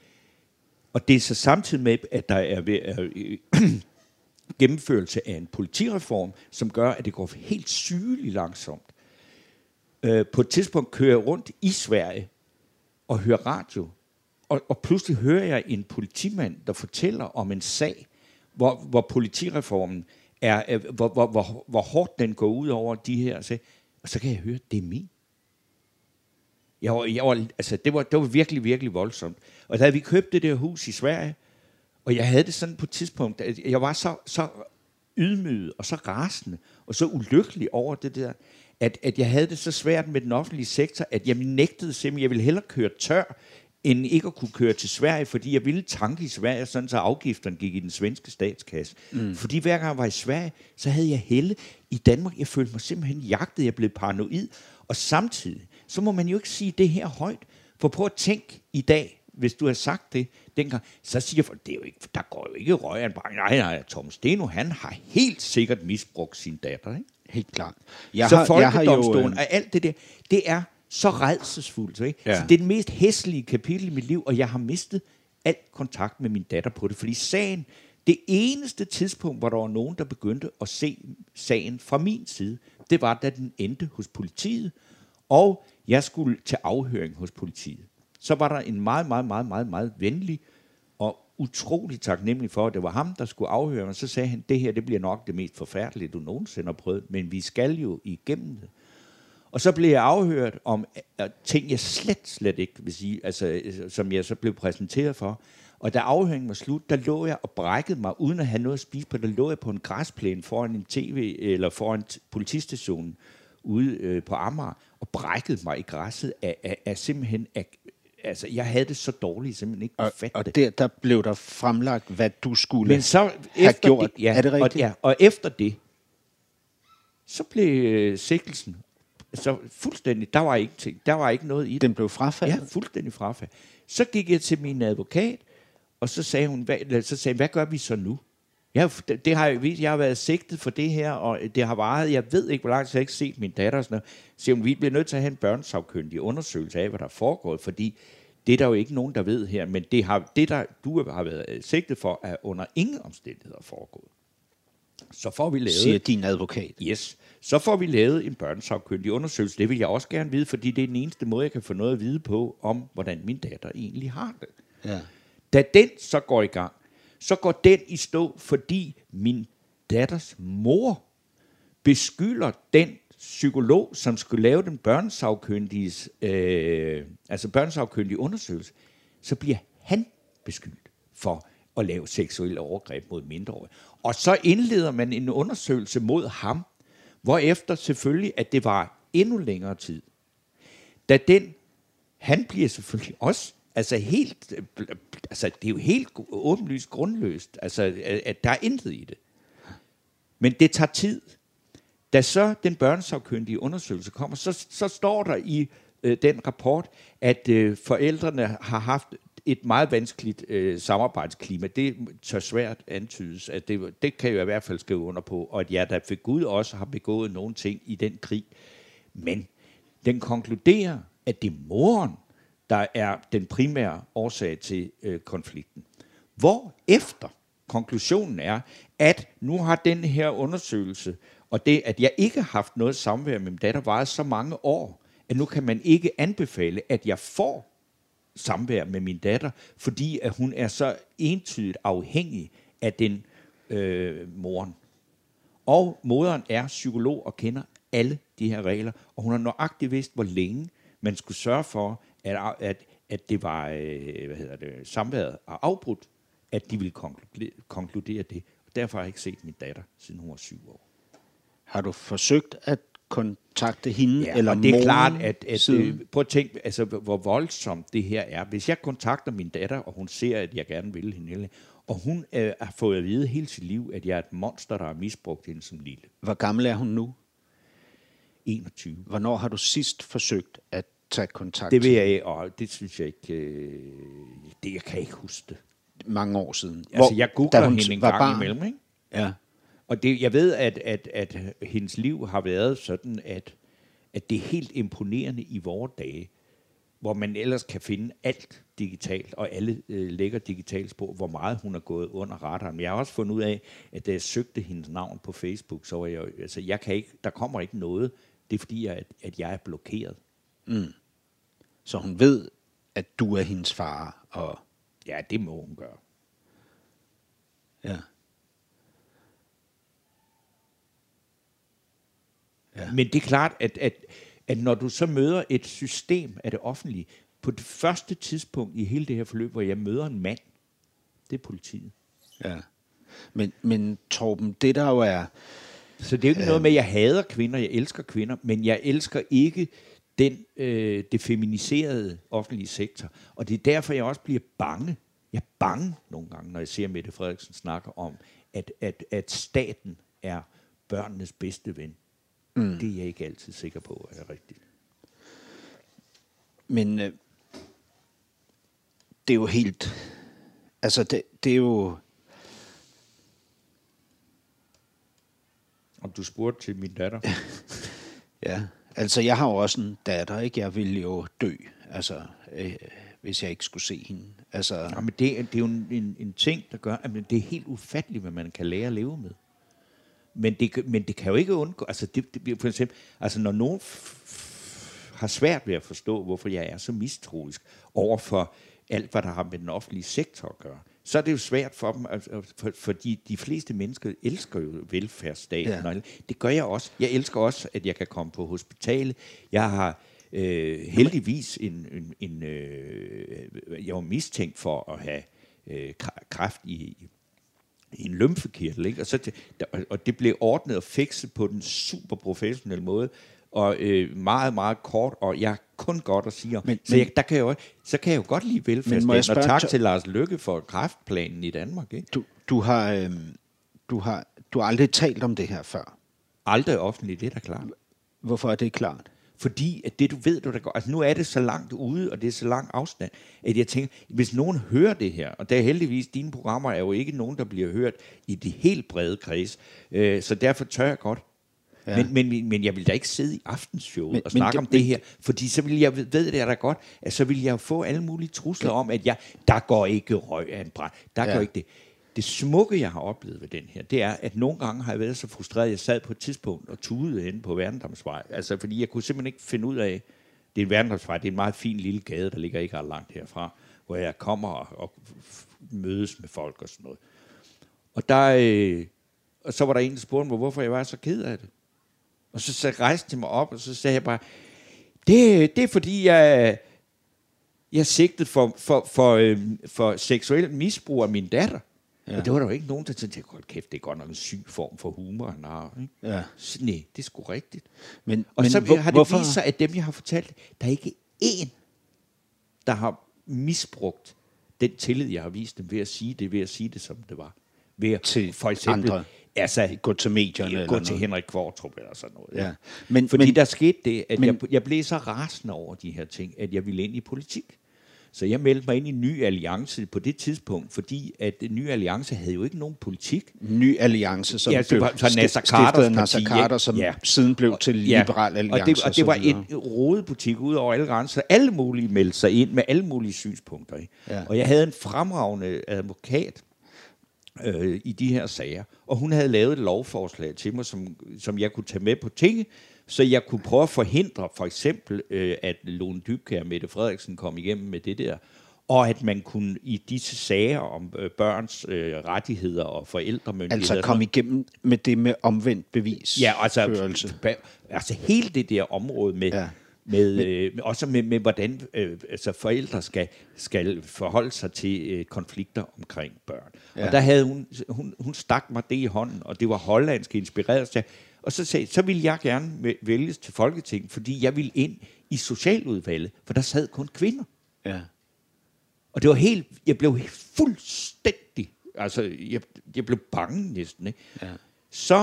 og det er så samtidig med, at der er ved, øh, gennemførelse af en politireform, som gør, at det går helt sygeligt langsomt. Øh, på et tidspunkt kører jeg rundt i Sverige og hører radio, og, og pludselig hører jeg en politimand, der fortæller om en sag, hvor, hvor politireformen er, hvor, hvor, hvor, hvor hårdt den går ud over de her sager. Og så kan jeg høre, det er min. Jeg var, jeg var, altså, det, var, det var virkelig, virkelig voldsomt. Og da havde vi købt det der hus i Sverige, og jeg havde det sådan på et tidspunkt, at jeg var så, så ydmyget og så rasende og så ulykkelig over det der, at, at jeg havde det så svært med den offentlige sektor, at jeg nægtede simpelthen, jeg ville hellere køre tør, end ikke at kunne køre til Sverige, fordi jeg ville tanke i Sverige, sådan så afgifterne gik i den svenske statskasse. Mm. Fordi hver gang jeg var i Sverige, så havde jeg helle. I Danmark, jeg følte mig simpelthen jagtet, jeg blev paranoid. Og samtidig, så må man jo ikke sige det her højt. For prøv at tænke i dag, hvis du har sagt det dengang, så siger folk, det er jo ikke, der går jo ikke røg. Nej, nej, Tom Steno, han har helt sikkert misbrugt sin datter, ikke? Helt klart. Jeg så har, folkedomstolen jeg har jo, og alt det der, det er så rædselsfuldt. Ikke? Ja. Så det er det mest hæslige kapitel i mit liv, og jeg har mistet alt kontakt med min datter på det. Fordi sagen, det eneste tidspunkt, hvor der var nogen, der begyndte at se sagen fra min side, det var, da den endte hos politiet, og jeg skulle til afhøring hos politiet. Så var der en meget, meget, meget, meget, meget venlig og utrolig taknemmelig for, at det var ham, der skulle afhøre mig. Så sagde han, det her det bliver nok det mest forfærdelige, du nogensinde har prøvet, men vi skal jo igennem det. Og så blev jeg afhørt om uh, ting, jeg slet, slet ikke vil sige, altså, som jeg så blev præsenteret for. Og da afhøringen var slut, der lå jeg og brækkede mig, uden at have noget at spise på. Der lå jeg på en græsplæne foran en tv, eller foran t- politistationen ude øh, på Amager, og brækkede mig i græsset af, af, af simpelthen... Af, altså, jeg havde det så dårligt, simpelthen ikke kunne fatte og det. der, der blev der fremlagt, hvad du skulle Men så have efter gjort. Det, ja, er det rigtigt? Og, ja, og efter det, så blev øh, sigtelsen så fuldstændig, der var ikke ting, der var ikke noget i det. Den blev frafaldet? Ja, fuldstændig frafaldet. Så gik jeg til min advokat, og så sagde hun, hvad, så sagde, hvad gør vi så nu? Jeg, det, det har jeg vist, jeg har været sigtet for det her, og det har varet, jeg ved ikke, hvor langt, jeg har ikke set min datter og sådan noget. Så siger hun, vi bliver nødt til at have en børnesagkyndig undersøgelse af, hvad der er foregået, fordi det er der jo ikke nogen, der ved her, men det, har, det der du har været sigtet for, er under ingen omstændigheder foregået. Så får vi lavet... Siger din advokat. Yes. Så får vi lavet en børnesagkyndig undersøgelse. Det vil jeg også gerne vide, fordi det er den eneste måde, jeg kan få noget at vide på, om hvordan min datter egentlig har det. Ja. Da den så går i gang, så går den i stå, fordi min datters mor beskylder den psykolog, som skulle lave den børnesagkyndige, øh, altså børnesagkyndige undersøgelse, så bliver han beskyldt for at lave seksuelle overgreb mod mindreårige. Og så indleder man en undersøgelse mod ham, hvorefter selvfølgelig, at det var endnu længere tid. Da den, han bliver selvfølgelig også Altså helt, altså det er jo helt åbenlyst grundløst, altså at, at der er intet i det. Men det tager tid. Da så den børnesagkyndige undersøgelse kommer, så, så står der i øh, den rapport, at øh, forældrene har haft et meget vanskeligt øh, samarbejdsklima. Det tør svært antydes, at det, det kan jo i hvert fald skrive under på, og at jeg da for Gud også har begået nogle ting i den krig. Men den konkluderer, at det er moren, der er den primære årsag til øh, konflikten. Hvor efter konklusionen er, at nu har den her undersøgelse, og det, at jeg ikke har haft noget samvær med min datter, varet så mange år, at nu kan man ikke anbefale, at jeg får samvær med min datter, fordi at hun er så entydigt afhængig af den øh, moren. Og moderen er psykolog og kender alle de her regler, og hun har nøjagtigt vidst, hvor længe man skulle sørge for, at, at, at det var øh, hvad hedder det, samværet og afbrudt, at de ville konkludere, konkludere det. Og derfor har jeg ikke set min datter, siden hun var syv år. Har du forsøgt at kontakte hende ja, eller og det er moren klart, at, at siden? prøv at tænke, altså, hvor voldsomt det her er. Hvis jeg kontakter min datter, og hun ser, at jeg gerne vil hende, og hun øh, har fået at vide hele sit liv, at jeg er et monster, der har misbrugt hende som lille. Hvor gammel er hun nu? enogtyve. Hvornår har du sidst forsøgt at tage kontakt? Det vil jeg ikke, og det synes jeg ikke, øh, det jeg kan ikke huske det. Mange år siden. Altså, Hvor, jeg googler hende en gang barn. imellem, ikke? Ja. Og det, jeg ved, at, at, at hendes liv har været sådan, at, at det er helt imponerende i vore dage, hvor man ellers kan finde alt digitalt, og alle øh, lægger digitalt på, hvor meget hun er gået under radaren. Men jeg har også fundet ud af, at da jeg søgte hendes navn på Facebook, så var jeg, altså jeg kan ikke, der kommer ikke noget. Det er fordi, jeg, at, at jeg er blokeret. Mm. Så hun ved, at du er hendes far, og... Ja, det må hun gøre. Ja. Ja. Men det er klart, at, at, at når du så møder et system af det offentlige, på det første tidspunkt i hele det her forløb, hvor jeg møder en mand, det er politiet. Ja. Men, men Torben, det der jo er... Så det er jo ikke øh, noget med, at jeg hader kvinder, jeg elsker kvinder, men jeg elsker ikke den, øh, det feminiserede offentlige sektor. Og det er derfor, jeg også bliver bange. Jeg er bange nogle gange, når jeg ser Mette Frederiksen snakke om, at, at, at staten er børnenes bedste ven. Mm. Det er jeg ikke altid sikker på, er rigtigt. Men øh, det er jo helt... Altså, det, det er jo... Om du spurgte til min datter? Ja, altså jeg har jo også en datter, ikke? Jeg ville jo dø, altså, øh, hvis jeg ikke skulle se hende. Altså... Ja, men det, det er jo en, en, en ting, der gør, at det er helt ufatteligt, hvad man kan lære at leve med. Men det, men det kan jo ikke undgå, altså det, det, for eksempel, altså når nogen f- f- har svært ved at forstå, hvorfor jeg er så mistroisk over for alt, hvad der har med den offentlige sektor at gøre, så er det jo svært for dem, altså, for, fordi de fleste mennesker elsker jo velfærdsstaten. Ja. Det gør jeg også. Jeg elsker også, at jeg kan komme på hospitalet. Jeg har øh, heldigvis en, en, en øh, jeg var mistænkt for at have øh, kræft i i en lymfekirtel, ikke? Og, så det, og det blev ordnet og fikset på den super professionelle måde, og øh, meget, meget kort, og jeg er kun godt at sige om. Men, så, jeg, der kan jeg jo, så kan jeg jo godt lide velfærdsstaten, og tak til Lars Løkke for kræftplanen i Danmark. Ikke? Du, du, har, øh, du, har, du har aldrig talt om det her før? Aldrig offentligt, det er da klart. Hvorfor er det klart? Fordi at det, du ved, du der går, altså nu er det så langt ude, og det er så lang afstand, at jeg tænker, hvis nogen hører det her, og der er heldigvis, dine programmer er jo ikke nogen, der bliver hørt i de helt brede kreds, øh, så derfor tør jeg godt. Ja. Men, men, men jeg vil da ikke sidde i aftenshowet men, og snakke det, om det men, her, fordi så vil jeg, ved det er da godt, at så vil jeg få alle mulige trusler ja. om, at jeg, der går ikke røg af en brand, der ja. går ikke det. Det smukke, jeg har oplevet ved den her, det er, at nogle gange har jeg været så frustreret, at jeg sad på et tidspunkt og tudede inde på Værnedamsvej. Altså, fordi jeg kunne simpelthen ikke finde ud af, det er en Værnedamsvej, det er en meget fin lille gade, der ligger ikke ret langt herfra, hvor jeg kommer og, og mødes med folk og sådan noget. Og, der, øh, og så var der en, der spurgte mig, hvorfor jeg var så ked af det. Og så, så rejste jeg mig op, og så sagde jeg bare, det, det er fordi, jeg, jeg sigtet for, for, for, øh, for seksuel misbrug af min datter. Ja. Og det var der jo ikke nogen, der tænkte, hold kæft, det er godt nok en syg form for humor, han har. Ikke? Ja. Så, nej, det er sgu rigtigt. Men, og men, så hvor, har det hvorfor? vist sig, at dem, jeg har fortalt, der er ikke én, der har misbrugt den tillid, jeg har vist dem ved at sige det, ved at sige det, som det var. Ved at, til for eksempel, andre. Altså, gå til medierne. Gå eller til noget. Henrik Kvartrup eller sådan noget. Ja. Men, Fordi men, der skete det, at men, jeg, jeg blev så rasende over de her ting, at jeg ville ind i politik. Så jeg meldte mig ind i Ny Alliance på det tidspunkt, fordi at Ny Alliance havde jo ikke nogen politik. Ny Alliance, som ja, blev så Nasser Carters Nasser Carter, som ja. siden blev til Liberal ja. Alliance. Og det, og det var en rodebutik ud over alle grænser. Alle mulige meldte sig ind med alle mulige synspunkter. Ja. Og jeg havde en fremragende advokat øh, i de her sager, og hun havde lavet et lovforslag til mig, som, som jeg kunne tage med på tinge, så jeg kunne prøve at forhindre for eksempel, øh, at Lone Dybkjær og Mette Frederiksen kom igennem med det der, og at man kunne i disse sager om øh, børns øh, rettigheder og forældremyndigheder... Altså komme igennem med det med omvendt bevis. Ja, altså, altså hele det der område med... Ja. Med, øh, også med, med hvordan øh, altså forældre skal, skal forholde sig til øh, konflikter omkring børn. Ja. Og der havde hun, hun, hun stak mig det i hånden, og det var hollandsk inspireret. Og så sagde så ville jeg gerne vælges til Folketinget, fordi jeg ville ind i socialudvalget, for der sad kun kvinder. Ja. Og det var helt, jeg blev fuldstændig, altså jeg, jeg blev bange næsten. Ikke? Ja. Så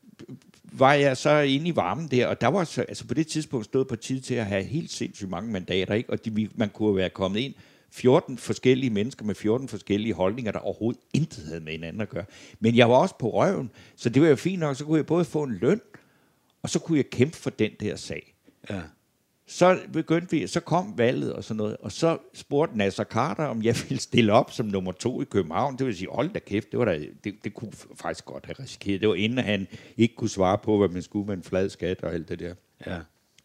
var jeg så inde i varmen der, og der var så, altså på det tidspunkt stod partiet til at have helt sindssygt mange mandater, ikke? Og de, man kunne være kommet ind fjorten forskellige mennesker med fjorten forskellige holdninger, der overhovedet intet havde med hinanden at gøre. Men jeg var også på røven, så det var jo fint nok, så kunne jeg både få en løn, og så kunne jeg kæmpe for den der sag. Ja. Så begyndte vi, så kom valget og sådan noget, og så spurgte Nasser Carter, om jeg ville stille op som nummer to i København. Det vil sige, hold da kæft, det, var da, det, det kunne faktisk godt have risikeret. Det var inden han ikke kunne svare på, hvad man skulle med en flad skat og alt det der. Ja.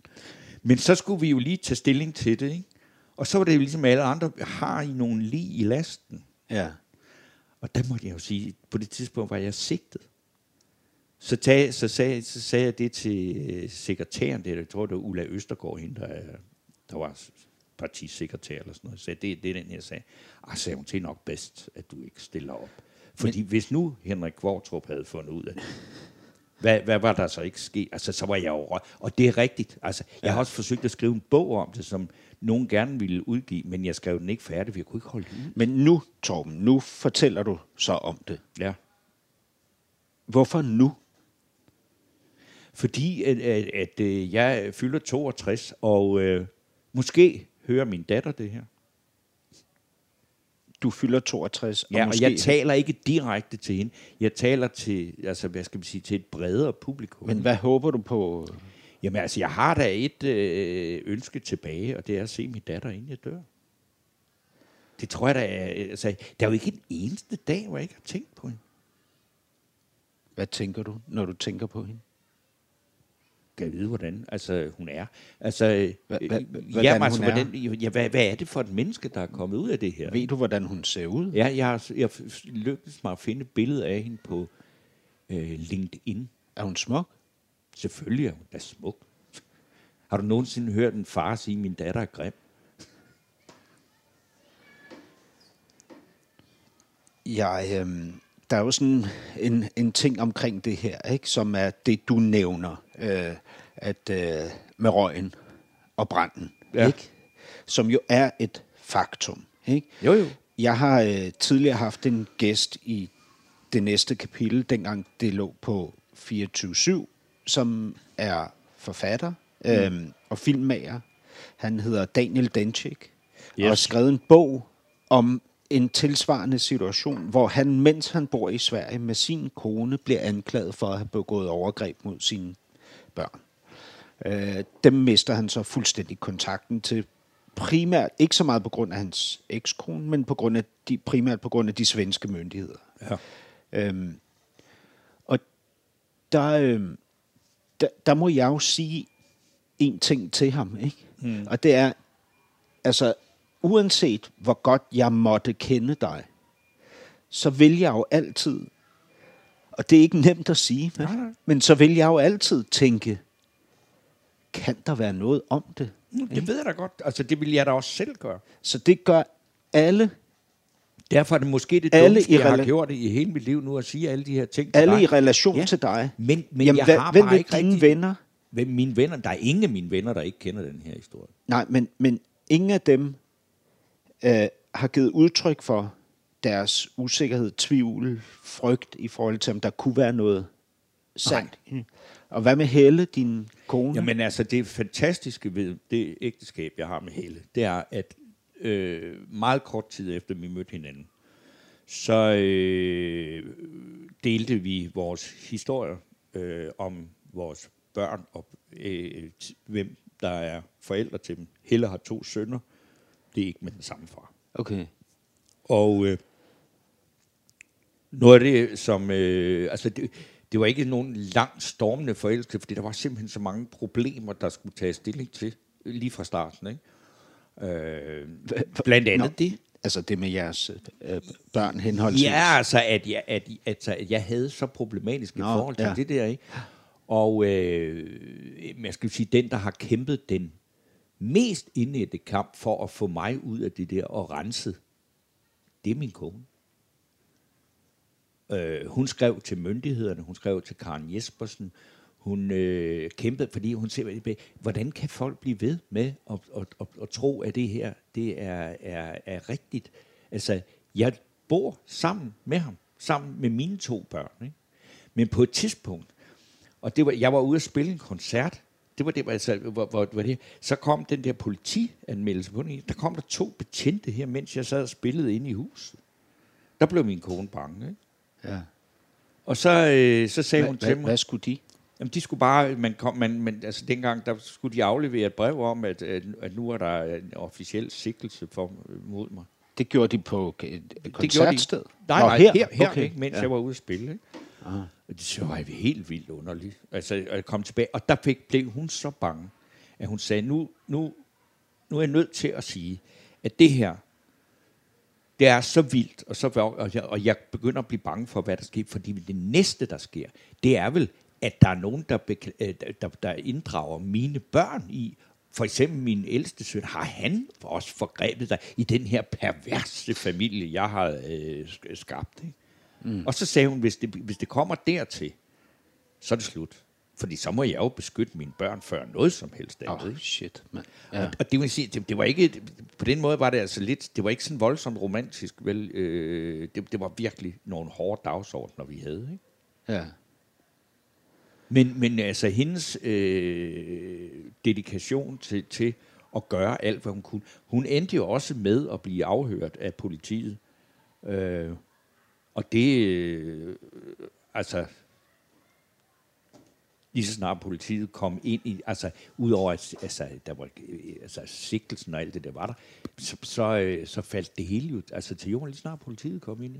Men så skulle vi jo lige tage stilling til det, ikke? Og så var det jo ligesom alle andre, har I nogen lig i lasten? Ja. Og der måtte jeg jo sige, på det tidspunkt var jeg sigtet. Så, tag, så, sagde, så sagde jeg det til øh, sekretæren, det, jeg tror det var Ulla Østergaard, hende, der, der var partisekretær eller sådan noget. Så det, det er den, jeg sagde. Ah, sagde hun, det er nok bedst, at du ikke stiller op. Fordi Men, hvis nu Henrik Kvartrup havde fundet ud af det, hvad, hvad var der så ikke sket? Altså, så var jeg jo... Og det er rigtigt. Altså, jeg ja. har også forsøgt at skrive en bog om det, som nogen gerne ville udgive, men jeg skrev den ikke færdig, for jeg kunne ikke holde det ud. Men nu, Torben, nu fortæller du så om det. Ja. Hvorfor nu? Fordi at, at, at, at jeg fylder toogtres, og øh, måske hører min datter det her. Du fylder toogtres, og ja, måske... og jeg taler ikke direkte til hende. Jeg taler til, altså, hvad skal man sige, til et bredere publikum. Men hvad håber du på? Jamen altså, jeg har da et øh, ønske tilbage, og det er at se min datter, inden jeg dør. Det tror jeg da er... Altså, der er jo ikke en eneste dag, hvor jeg ikke har tænkt på hende. Hvad tænker du, når du tænker på hende? Kan jeg vide, hvordan altså, hun er? Altså, hva, hva, hvordan ja, altså, hun hvordan, er? Ja, hvad, hvad er det for et menneske, der er kommet ud af det her? Ved du, hvordan hun ser ud? Ja, jeg har jeg lykkedes mig at finde et billede af hende på øh, LinkedIn. Er hun smuk? Selvfølgelig er hun da smuk. Har du nogensinde hørt en far sige, at min datter er grim? Jeg... Øh... Der er jo sådan en, en ting omkring det her, ikke, som er det, du nævner, øh, at øh, med røgen og branden, ja. Ikke? Som jo er et faktum. Ikke? Jo, jo. Jeg har øh, tidligere haft en gæst i det næste kapitel, dengang det lå på fireogtyve syv, som er forfatter mm. øh, og filmmager. Han hedder Daniel Dencik, yes. og har skrevet en bog om en tilsvarende situation, hvor han, mens han bor i Sverige med sin kone, bliver anklaget for at have begået overgreb mod sine børn. Øh, dem mister han så fuldstændig kontakten til, primært, ikke så meget på grund af hans ekskone, men på grund af de, primært på grund af de svenske myndigheder. Ja. Øhm, og der, øhm, der, der må jeg jo sige en ting til ham, ikke? Hmm. Og det er, altså, uanset hvor godt jeg måtte kende dig, så vil jeg jo altid, og det er ikke nemt at sige, nej, nej. men så vil jeg jo altid tænke, kan der være noget om det? Mm, det ved jeg da godt. Altså, det vil jeg da også selv gøre. Så det gør alle. Derfor er det måske det dummeste, jeg har gjort i hele mit liv nu, at sige alle de her ting til alle dig. i relation ja. til dig. Men, men Jamen, jeg hvad, har hvem bare er ikke dine rigtig... venner? Hvem mine venner? Der er ingen af mine venner, der ikke kender den her historie. Nej, men, men ingen af dem øh, har givet udtryk for deres usikkerhed, tvivl, frygt i forhold til, om der kunne være noget sandt. Nej. Og hvad med Helle, din kone? Jamen altså, det fantastiske ved det ægteskab, jeg har med Helle, det er, at øh, meget kort tid efter vi mødte hinanden, så øh, delte vi vores historier øh, om vores børn og øh, t- hvem der er forældre til dem. Helle har to sønner. Det er ikke med den samme far. Okay. Og øh, noget af det, som... Øh, altså det, det var ikke nogen lang stormende forelskelse, fordi der var simpelthen så mange problemer, der skulle tages stilling til lige fra starten. Ikke? Øh, blandt andet Nå, det. Altså det med jeres øh, børn henholdsvis? Ja, altså at jeg, at, at, at jeg havde så problematisk et forhold til ja. det der. Ikke? Og øh, jeg skal sige, den, der har kæmpet den mest indædte kamp for at få mig ud af det der og renset, det er min kone. Øh, hun skrev til myndighederne, hun skrev til Karen Jespersen, hun øh, kæmpede, fordi hun siger, hvordan kan folk blive ved med at, at, at, at tro, at det her det er, er, er rigtigt? Altså, jeg bor sammen med ham, sammen med mine to børn, ikke? Men på et tidspunkt, og det var, jeg var ude at spille en koncert, det var det, altså, hvor, hvor, hvor det, så kom den der politianmeldelse på den, der kom der to betjente her, mens jeg sad og spillede inde i huset. Der blev min kone bange, ikke? Ja. Og så, øh, så sagde hva, hun til hva, mig... Hvad skulle de? Jamen, de skulle bare... Man kom, man, man, altså, dengang, der skulle de aflevere et brev om, at, at, at nu er der en officiel sigtelse for, mod mig. Det gjorde de på et koncertsted? Nej, nej, her, her, her okay. ikke, mens ja. jeg var ude at spille. Ikke? Og det så var helt vildt underligt. Altså, jeg kom tilbage, og der fik, blev hun så bange, at hun sagde, nu, nu, nu er jeg nødt til at sige, at det her, det er så vildt, og, så, og, jeg, og jeg begynder at blive bange for, hvad der sker, fordi det næste, der sker, det er vel, at der er nogen, der, bekl- der, der inddrager mine børn i, for eksempel min ældste søn, har han også forgrebet dig i den her perverse familie, jeg har øh, skabt. Ikke? Mm. Og så sagde hun, hvis det, hvis det kommer dertil, så er det slut. Fordi så må jeg jo beskytte mine børn før noget som helst. Åh, oh, shit, man. Ja. Og, og det vil sige, det, det var ikke, på den måde var det altså lidt, det var ikke sådan voldsomt romantisk, vel, øh, det, det var virkelig nogle hårde dagsordner, vi havde, ikke? Ja. Men, men altså, hendes øh, dedikation til, til at gøre alt, hvad hun kunne, hun endte jo også med at blive afhørt af politiet. Øh, og det, øh, altså... Lige så snart politiet kom ind i, altså udover at altså, der var, altså, sigtelsen og alt det der var der, så, så, så faldt det hele jo altså, til jorden, lige snart politiet kom ind i.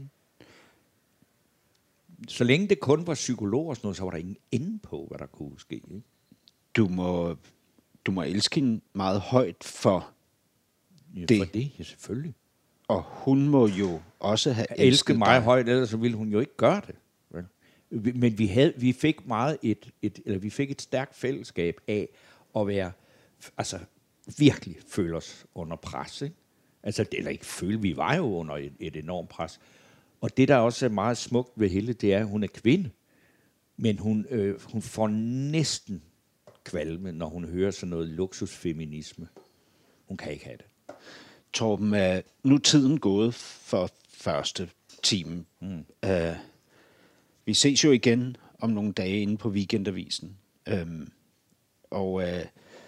Så længe det kun var psykologer og sådan noget, så var der ingen ende på, hvad der kunne ske. Ikke? Du må, du må elske hende meget højt for ja, det. For det, ja selvfølgelig. Og hun må jo også have elsket, elsket mig dig. højt, ellers så ville hun jo ikke gøre det. Men vi havde, vi fik meget et, et, eller vi fik et stærkt fællesskab af at være, altså virkelig føle os under pres, ikke? Altså, eller ikke føle, vi var jo under et, et enormt pres. Og det, der også er meget smukt ved Helle, det er, at hun er kvinde, men hun, øh, hun får næsten kvalme, når hun hører sådan noget luksusfeminisme. Hun kan ikke have det. Torben, er nu tiden gået for første time. Mm. Uh, Vi ses jo igen om nogle dage inde på Weekendavisen. Øhm, og øh,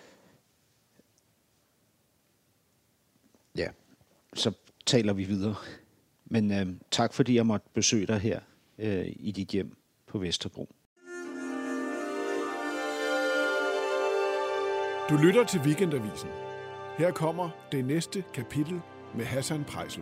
ja, så taler vi videre. Men øh, tak fordi jeg måtte besøge dig her øh, i dit hjem på Vesterbro. Du lytter til Weekendavisen. Her kommer det næste kapitel med Hassan Preisler.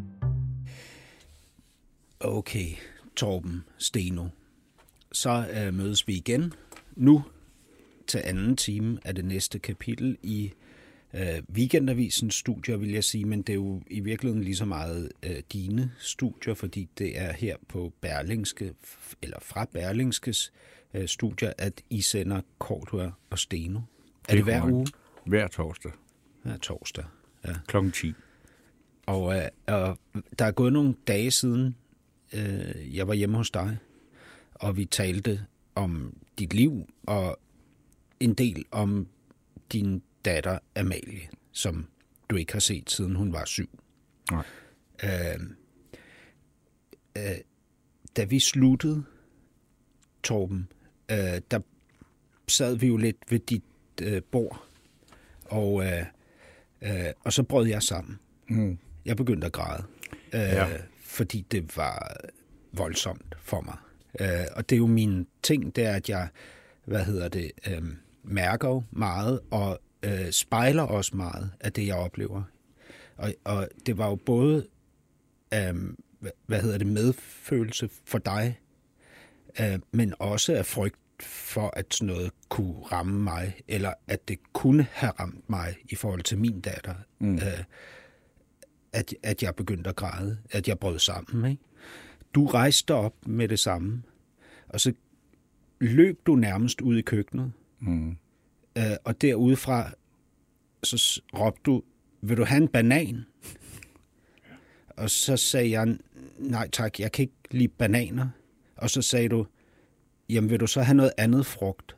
Okay, Torben Steno. Så øh, mødes vi igen nu til anden time af det næste kapitel i øh, Weekendavisens studier, vil jeg sige, men det er jo i virkeligheden lige så meget øh, dine studier, fordi det er her på Berlingske, eller fra Berlingskes øh, studier, at I sender Cordua og Steno. Er det hver uge? Hver torsdag. Hver torsdag, ja. klokken ti. Og, øh, og der er gået nogle dage siden, øh, jeg var hjemme hos dig, og vi talte om dit liv, og en del om din datter Amalie, som du ikke har set, siden hun var syv. Nej. Øh, øh, da vi sluttede, Torben, øh, der sad vi jo lidt ved dit øh, bord, og, øh, øh, og så brød jeg sammen. Mm. Jeg begyndte at græde, øh, ja. fordi det var voldsomt for mig. Øh, og det er jo min ting, det er, at jeg, hvad hedder det, øh, mærker jo meget, og øh, spejler også meget af det, jeg oplever. Og, og det var jo både, øh, hvad hedder det, medfølelse for dig, øh, men også af frygt for, at sådan noget kunne ramme mig, eller at det kunne have ramt mig i forhold til min datter. Mm. Øh, at, at jeg begyndte at græde, at jeg brød sammen. Ikke? Du rejste op med det samme, og så løb du nærmest ud i køkkenet, mm. øh, og derudefra så råbte du, vil du have en banan? Ja. Og så sagde jeg, nej tak, jeg kan ikke lide bananer. Og så sagde du, jamen vil du så have noget andet frugt?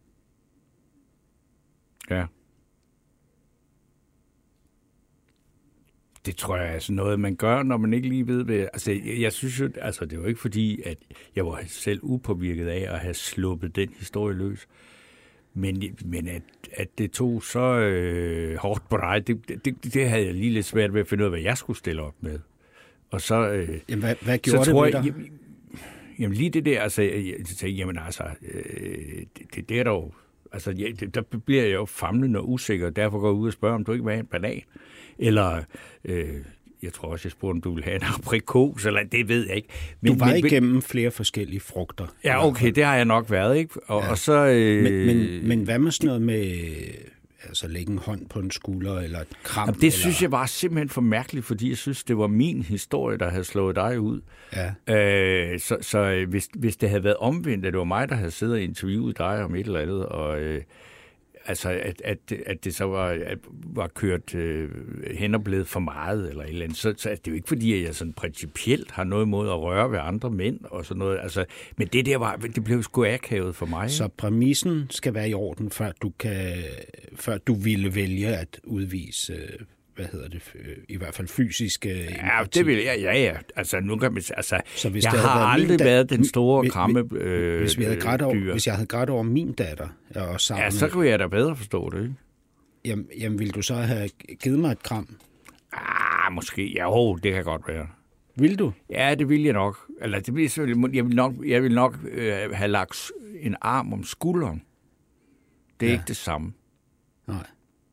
Ja. Det tror jeg er sådan noget, man gør, når man ikke lige ved det. Altså, jeg, jeg synes jo, altså, det var ikke fordi, at jeg var selv upåvirket af at have sluppet den historie løs. Men, men at, at det tog så øh, hårdt på dig, det, det, det havde jeg lige lidt svært ved at finde ud af, hvad jeg skulle stille op med. Og så... Øh, jamen, hvad, hvad gjorde det ved dig? Jamen, jamen lige det der, altså, jeg tænkte, jamen altså, øh, det, det, det er dog... Altså, jeg, der bliver jeg jo famlende og usikker, og derfor går jeg ud og spørger, om du ikke vil have en banan. Eller... Øh, jeg tror også, jeg spurgte, om du vil have en aprikos, eller det ved jeg ikke. Men, du var men, igennem flere forskellige frugter. Ja, okay, det har jeg nok været, ikke? Og, ja. og så... Øh, men, men, men hvad med sådan noget med... Altså lægge en hånd på en skulder, eller et kram? Jamen, det eller... synes jeg var simpelthen for mærkeligt, fordi jeg synes, det var min historie, der havde slået dig ud. Ja. Øh, så så hvis, hvis det havde været omvendt, at det var mig, der havde siddet og interviewet dig om et eller andet, og... Øh, Altså, at, at, at det så var, at, var kørt øh, hen og blevet for meget, eller et eller andet. Så, så det er jo ikke fordi, at jeg sådan principielt har noget imod at røre ved andre mænd, og sådan noget. Altså, men det der var, det blev sgu akavet for mig. Så præmissen skal være i orden, før du, kan, før du ville vælge at udvise... hvad hedder det, i hvert fald fysisk... Ja, empati. Det vil jeg, ja, ja. Altså, nu kan man, altså, så hvis jeg har været aldrig da, været den store kramme øh, hvis, vi havde grædt over, hvis jeg havde grædt over min datter, og sammen, ja, så kunne jeg da bedre forstå det, ikke? Jamen, jamen, ville du så have givet mig et kram? Ah, måske. Ja, oh, det kan godt være. Vil du? Ja, det vil jeg nok. Eller, det vil, jeg vil nok, jeg vil nok øh, have lagt en arm om skulderen. Det er ja. Ikke det samme. Nej.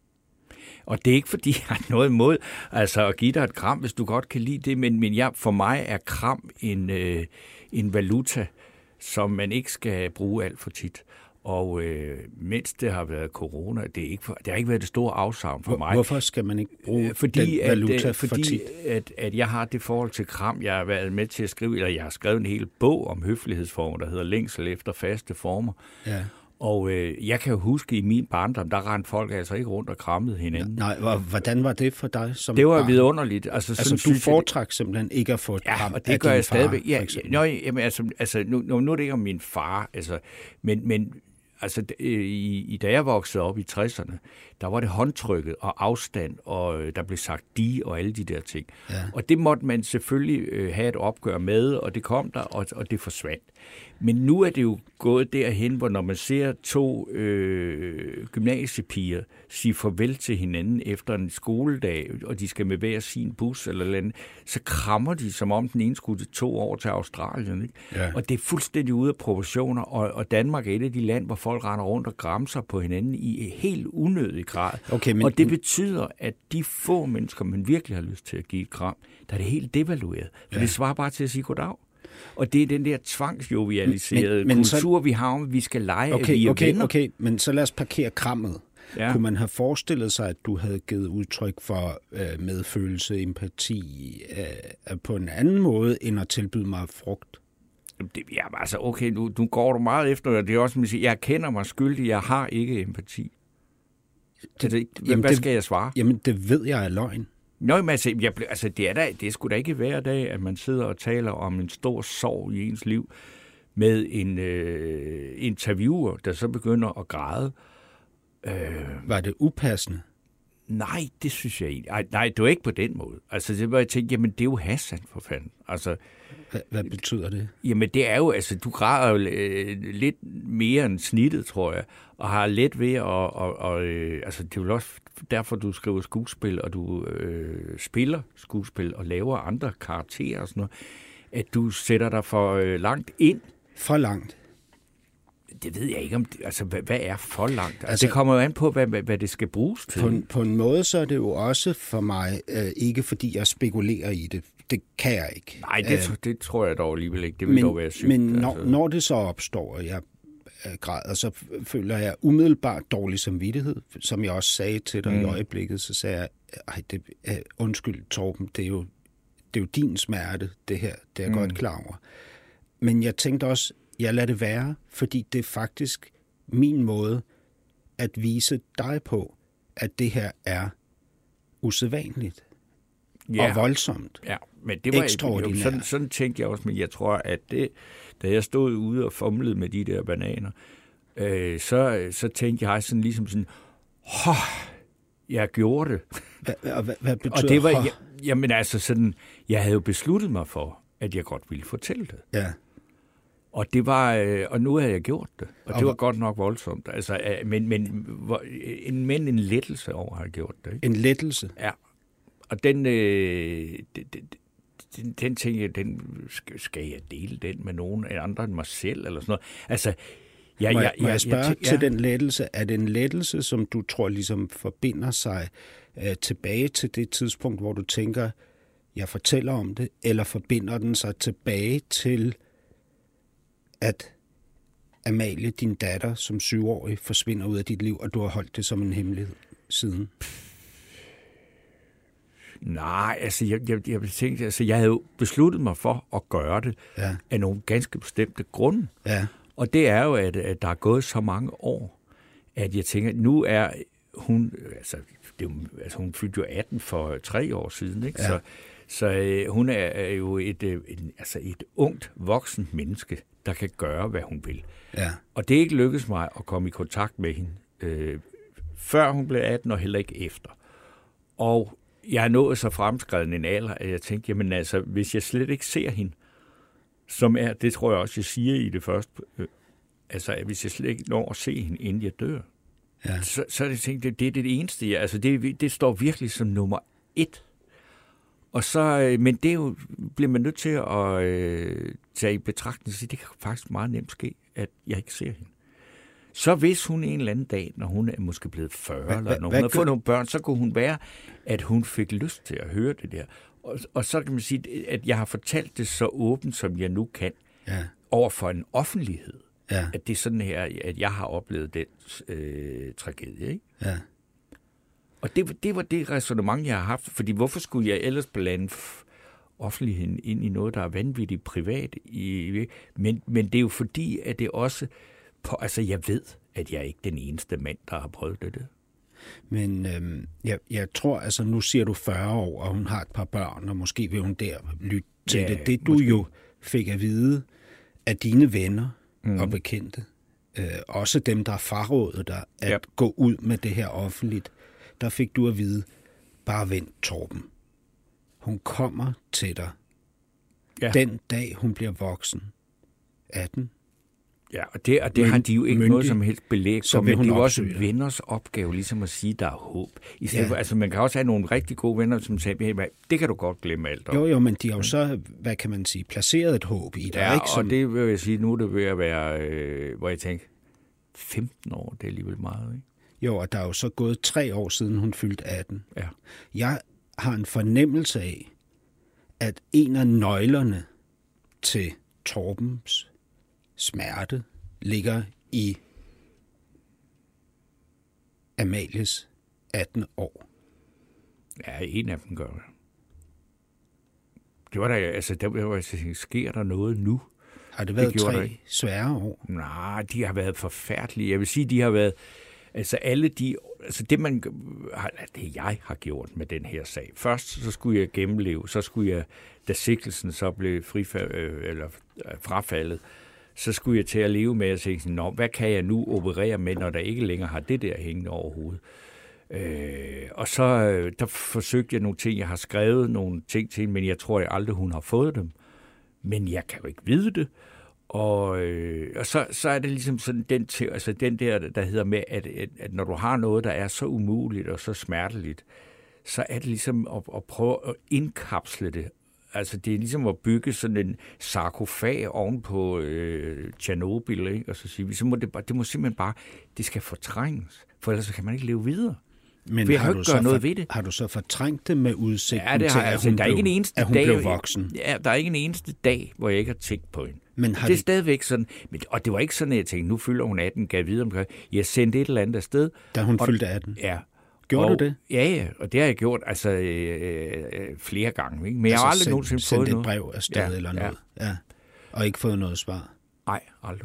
Og det er ikke, fordi jeg har noget imod altså, at give dig et kram, hvis du godt kan lide det, men, men jeg, for mig er kram en, øh, en valuta, som man ikke skal bruge alt for tit. Og øh, mens det har været corona, det, er ikke for, det har ikke været det store afsavn for mig. Hvorfor skal man ikke bruge fordi, den valuta at, for fordi, tit? At, at jeg har det forhold til kram, jeg har været med til at skrive, eller jeg har skrevet en hel bog om høflighedsformer, der hedder Længsel efter faste former. Ja. Og øh, jeg kan jo huske, i min barndom, der rendte folk altså ikke rundt og krammede hinanden. Nej, hvordan var det for dig som Det var barn? Vidunderligt. Altså, altså du foretræk jeg, simpelthen ikke at få et ja, kram og det af gør jeg far, stadigvæk. Ja, nøj, jamen, altså, altså, nu, nu er det ikke om min far, altså, men, men altså, i, i, da jeg voksede op i tresserne, der var det håndtrykket og afstand, og øh, der blev sagt de og alle de der ting. Ja. Og det måtte man selvfølgelig øh, have et opgør med, og det kom der, og, og det forsvandt. Men nu er det jo gået derhen, hvor når man ser to øh, gymnasiepiger sige farvel til hinanden efter en skoledag, og de skal med hver sin bus eller noget andet, så krammer de, som om den ene skulle to år til Australien. Ikke? Ja. Og det er fuldstændig ude af proportioner, og, og Danmark er et af de lande, hvor folk render rundt og gramser på hinanden i helt unødig grad. Okay, men, og det betyder, at de få mennesker, man virkelig har lyst til at give et kram, der er det helt devalueret. For ja. Det svarer bare til at sige goddag. Og det er den der tvangsjovialiserede men, men kultur, så... vi har om, vi skal lege, okay, vi er okay, venner. Okay, men så lad os parkere krammet. Ja. Kunne man have forestillet sig, at du havde givet udtryk for øh, medfølelse, empati øh, på en anden måde, end at tilbyde mig frugt? Det, ja, altså, okay, nu, nu går du meget efter, det er også, at jeg kender mig skyldig, jeg har ikke empati. Det, det, hvad jamen, skal det, jeg svare? Jamen, det ved jeg er løgn. Nå, men altså, jeg, altså det, er da, det er sgu da ikke hver dag, at man sidder og taler om en stor sorg i ens liv med en øh, interviewer, der så begynder at græde. Øh, Var det upassende? Nej, det synes jeg ikke. Ej, nej, det var ikke på den måde. Altså, det var, jeg tænkte, jamen, det er jo Hassan, for fanden. Altså, hvad, hvad betyder det? Jamen, det er jo, altså, du græder jo øh, lidt mere end snittet, tror jeg, og har let ved at, og, og, øh, altså, det er jo også derfor, du skriver skuespil, og du øh, spiller skuespil, og laver andre karakterer og sådan noget, at du sætter dig for øh, langt ind. For langt? Det ved jeg ikke om, altså hvad, hvad er for langt? Altså, altså, det kommer jo an på, hvad, hvad, hvad det skal bruges til. På en, på en måde så er det jo også for mig, øh, ikke fordi jeg spekulerer i det. Det kan jeg ikke. Nej, det, øh, det tror jeg dog alligevel ikke. Det vil men, dog være sygt. Men når, altså. når det så opstår, og jeg øh, græder, så føler jeg umiddelbart dårlig samvittighed. Som jeg også sagde til dig mm. i øjeblikket, så sagde jeg, ej, det, øh, undskyld Torben, det er, jo, det er jo din smerte, det her. Det er jeg mm. godt klar over. Men jeg tænkte også, jeg lader det være, fordi det er faktisk min måde at vise dig på, at det her er usædvanligt ja. og voldsomt. Ja, men det var ekstraordinært. Jo, sådan, sådan tænkte jeg også, men jeg tror, at det, da jeg stod ude og fumlede med de der bananer, øh, så, så tænkte jeg sådan ligesom sådan, Hå, jeg gjorde det. Hvad, hvad, hvad betyder og det var, jeg, jamen altså sådan, jeg havde jo besluttet mig for, at jeg godt ville fortælle det. Ja. Og det var, øh, og nu havde jeg gjort det, og det var godt nok voldsomt. Altså, øh, men, men, en, men en lettelse over at have gjort det. Ikke? En lettelse? Ja. Og den, øh, den, den, den ting, den, skal jeg dele den med nogen andre end mig selv, eller sådan noget. Altså, ja, må jeg, ja, må jeg spørge jeg, jeg, til ja. den lettelse? Er det en lettelse, som du tror ligesom forbinder sig øh, tilbage til det tidspunkt, hvor du tænker, jeg fortæller om det, eller forbinder den sig tilbage til at Amalie, din datter, som syvårig, forsvinder ud af dit liv, og du har holdt det som en hemmelighed siden? Nej, altså jeg, jeg, jeg tænkte, altså jeg havde jo besluttet mig for at gøre det ja. af nogle ganske bestemte grunde. Ja. Og det er jo, at, at der er gået så mange år, at jeg tænker, nu er hun, altså, det er jo, altså hun fyldte jo atten for tre år siden, ikke? Ja. Så, så øh, hun er, er jo et, øh, en, altså et ungt, voksent menneske, der kan gøre, hvad hun vil. Ja. Og det er ikke lykkedes mig at komme i kontakt med hende, øh, før hun blev atten, og heller ikke efter. Og jeg har nået så fremskreden en alder, at jeg tænkte, jamen altså, hvis jeg slet ikke ser hende, som er, det tror jeg også, jeg siger i det første, øh, altså, at hvis jeg slet ikke når at se hende, inden jeg dør, ja. så, så er det tænkt, det, det er det eneste, jeg, altså, det, det står virkelig som nummer et. Og så, men det er jo, bliver man nødt til at øh, tage i betragtning og sige, det kan faktisk meget nemt ske, at jeg ikke ser hende. Så hvis hun en eller anden dag, når hun er måske blevet fyrre, hva, eller når hun har fået nogle børn, så kunne hun være, at hun fik lyst til at høre det der. Og, og så kan man sige, at jeg har fortalt det så åbent, som jeg nu kan, ja. over for en offentlighed. Ja. At det er sådan her, at jeg har oplevet den øh, tragedie, ikke? Ja. Og det, det var det ræsonnement, jeg har haft. Fordi hvorfor skulle jeg ellers blande offentligheden ind i noget, der er vanvittigt privat? I, men, men det er jo fordi, at det også... På, altså, jeg ved, at jeg er ikke den eneste mand, der har prøvet det. Men øhm, jeg, jeg tror, altså nu siger du fyrre år, og hun har et par børn, og måske vil hun der lytte til ja, det. Det du måske. jo fik at vide af dine venner mm. og bekendte, øh, også dem, der frarådede dig at ja. gå ud med det her offentligt, der fik du at vide, bare vent, Torben. Hun kommer til dig. Ja. Den dag, hun bliver voksen. atten. Ja, og det, og det har de jo ikke myndig, noget som helst belæg for, men det er jo også opsøger. venners opgave, ligesom at sige, der er håb. I stedet Ja. for, altså, man kan også have nogle rigtig gode venner, som siger, det kan du godt glemme alt om. Jo, jo, men de har jo så, hvad kan man sige, placeret et håb i dig. Ja, ikke? Som... og det vil jeg sige, nu er det ved at være, øh, hvor jeg tænker, femten år, det er alligevel meget, ikke? Jo, og der er jo så gået tre år siden, hun fyldte atten. Ja. Jeg har en fornemmelse af, at en af nøglerne til Torbens smerte ligger i Amalies atten år. Ja, en af dem gør det. Det var der, altså, der var jeg tænkte, sker der noget nu? Har det været det tre svære år? Nej, de har været forfærdelige. Jeg vil sige, de har været, altså alle de, altså det man, det jeg har gjort med den her sag. Først så skulle jeg gennemleve, så skulle jeg, da sigtelsen så blev frifald, eller frafaldet, så skulle jeg til at leve med at sige, nå, hvad kan jeg nu operere med, når der ikke længere har det der hængende over hovedet? Øh, og så øh, der forsøgte jeg nogle ting, jeg har skrevet nogle ting til hende, men jeg tror jeg aldrig, hun har fået dem. Men jeg kan jo ikke vide det. Og, øh, og så, så er det ligesom sådan den, altså den der, der hedder med, at, at, at når du har noget, der er så umuligt og så smerteligt, så er det ligesom at, at prøve at indkapsle det. Altså det er ligesom at bygge sådan en sarkofag oven på øh, Tjernobyl, ikke? Og så sige, så må det, bare, det må simpelthen bare, det skal fortrænges, for ellers kan man ikke leve videre. Men for jeg har, har du ikke gøre noget for, ved det. Har du så fortrængt det med udsigten ja, det har, til, at altså, hun, der er blev, ikke en eneste at hun dag, blev voksen? Ja, der er ikke en eneste dag, hvor jeg ikke har tænkt på hende. Men har det er det... stadigvæk sådan, men, og det var ikke sådan, at jeg tænkte, nu fylder hun atten, gav videre om det. Jeg sendte et eller andet afsted. Da hun og, fyldte atten? Ja. Gjorde og, du det? Ja, ja, og det har jeg gjort altså øh, øh, flere gange. Ikke? Men altså, jeg har aldrig send, nogensinde fået noget. Sendt et brev afsted ja, eller noget? Ja. ja. Og ikke fået noget svar? Nej, aldrig.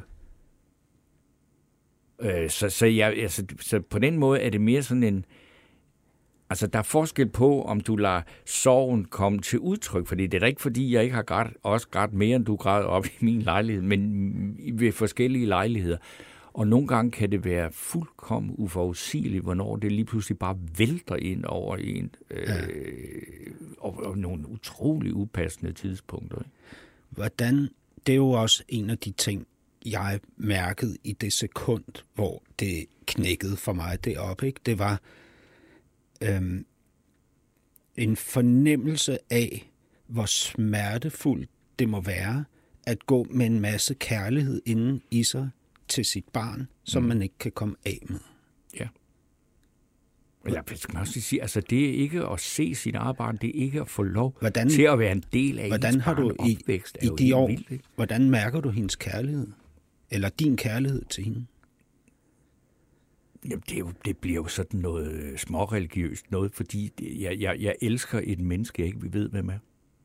Øh, så, så, jeg, altså, så på den måde er det mere sådan en... Altså, der er forskel på, om du lader sorgen komme til udtryk, fordi det er da ikke, fordi jeg ikke har grædt, også grædt mere, end du græd op i min lejlighed, men ved forskellige lejligheder. Og nogle gange kan det være fuldkommen uforudsigeligt, hvornår det lige pludselig bare vælter ind over en, øh, ja. og, og nogle utrolig upassende tidspunkter. Ikke? Hvordan, det er jo også en af de ting, jeg mærkede i det sekund, hvor det knækkede for mig deroppe, ikke? Det var øhm, en fornemmelse af, hvor smertefuldt det må være at gå med en masse kærlighed inden i sig til sit barn, som mm. man ikke kan komme af med. Ja. Og jeg skal også sige, altså det er ikke at se sit eget barn, det er ikke at få lov hvordan, til at være en del af hvordan ens har du i, opvækst. i de år, vildt, hvordan mærker du hendes kærlighed? Eller din kærlighed til hende? Jamen, det, er jo, det bliver jo sådan noget småreligiøst noget, fordi det, jeg, jeg, jeg elsker et menneske, jeg ikke ved, hvem er.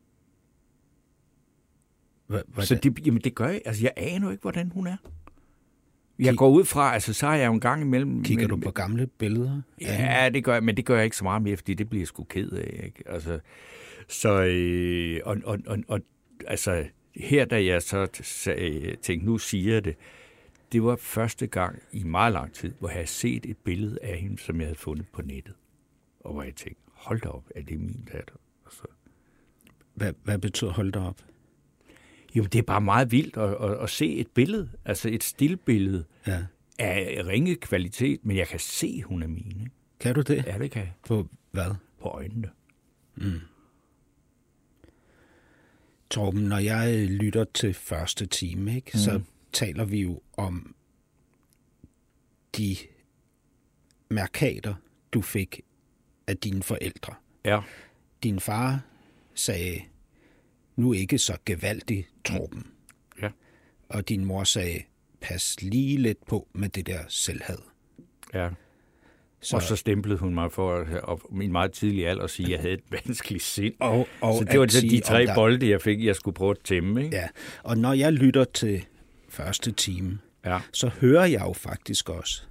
H- Så det, jamen, det gør jeg. Altså, jeg aner jo ikke, hvordan hun er. Jeg går ud fra, altså så er jeg jo en gang imellem... Kigger mellem, du på gamle billeder? Ja, det gør jeg, men det gør jeg ikke så meget mere, fordi det bliver jeg sgu ked af, ikke? Altså, så, øh, og, og, og, og, altså, her da jeg så tænkte, nu siger jeg det, det var første gang i meget lang tid, hvor jeg havde set et billede af hende, som jeg havde fundet på nettet. Og hvor jeg tænkte, hold da op, er det min datter? Altså, hvad, hvad betyder hold da op? Jo, det er bare meget vildt at, at, at se et billede, altså et stillbillede ja. af ringe kvalitet, men jeg kan se, hun er min. Ikke? Kan du det? Ja, det kan jeg. På hvad? På øjnene. Mm. Torben, når jeg lytter til første time, ikke, mm. så taler vi jo om de mærkater, du fik af dine forældre. Ja. Din far sagde, nu ikke så gevaldigt, Torben. Ja. Og din mor sagde, pas lige lidt på med det der selvhad. Ja. Så, og så stemplede hun mig for at min meget tidlige alder at sige, at jeg havde et vanskeligt sind. Og, og så det var så de tre der... bolde, jeg fik, jeg skulle prøve at tæmme. Ikke? Ja, og når jeg lytter til første time, ja. så hører jeg jo faktisk også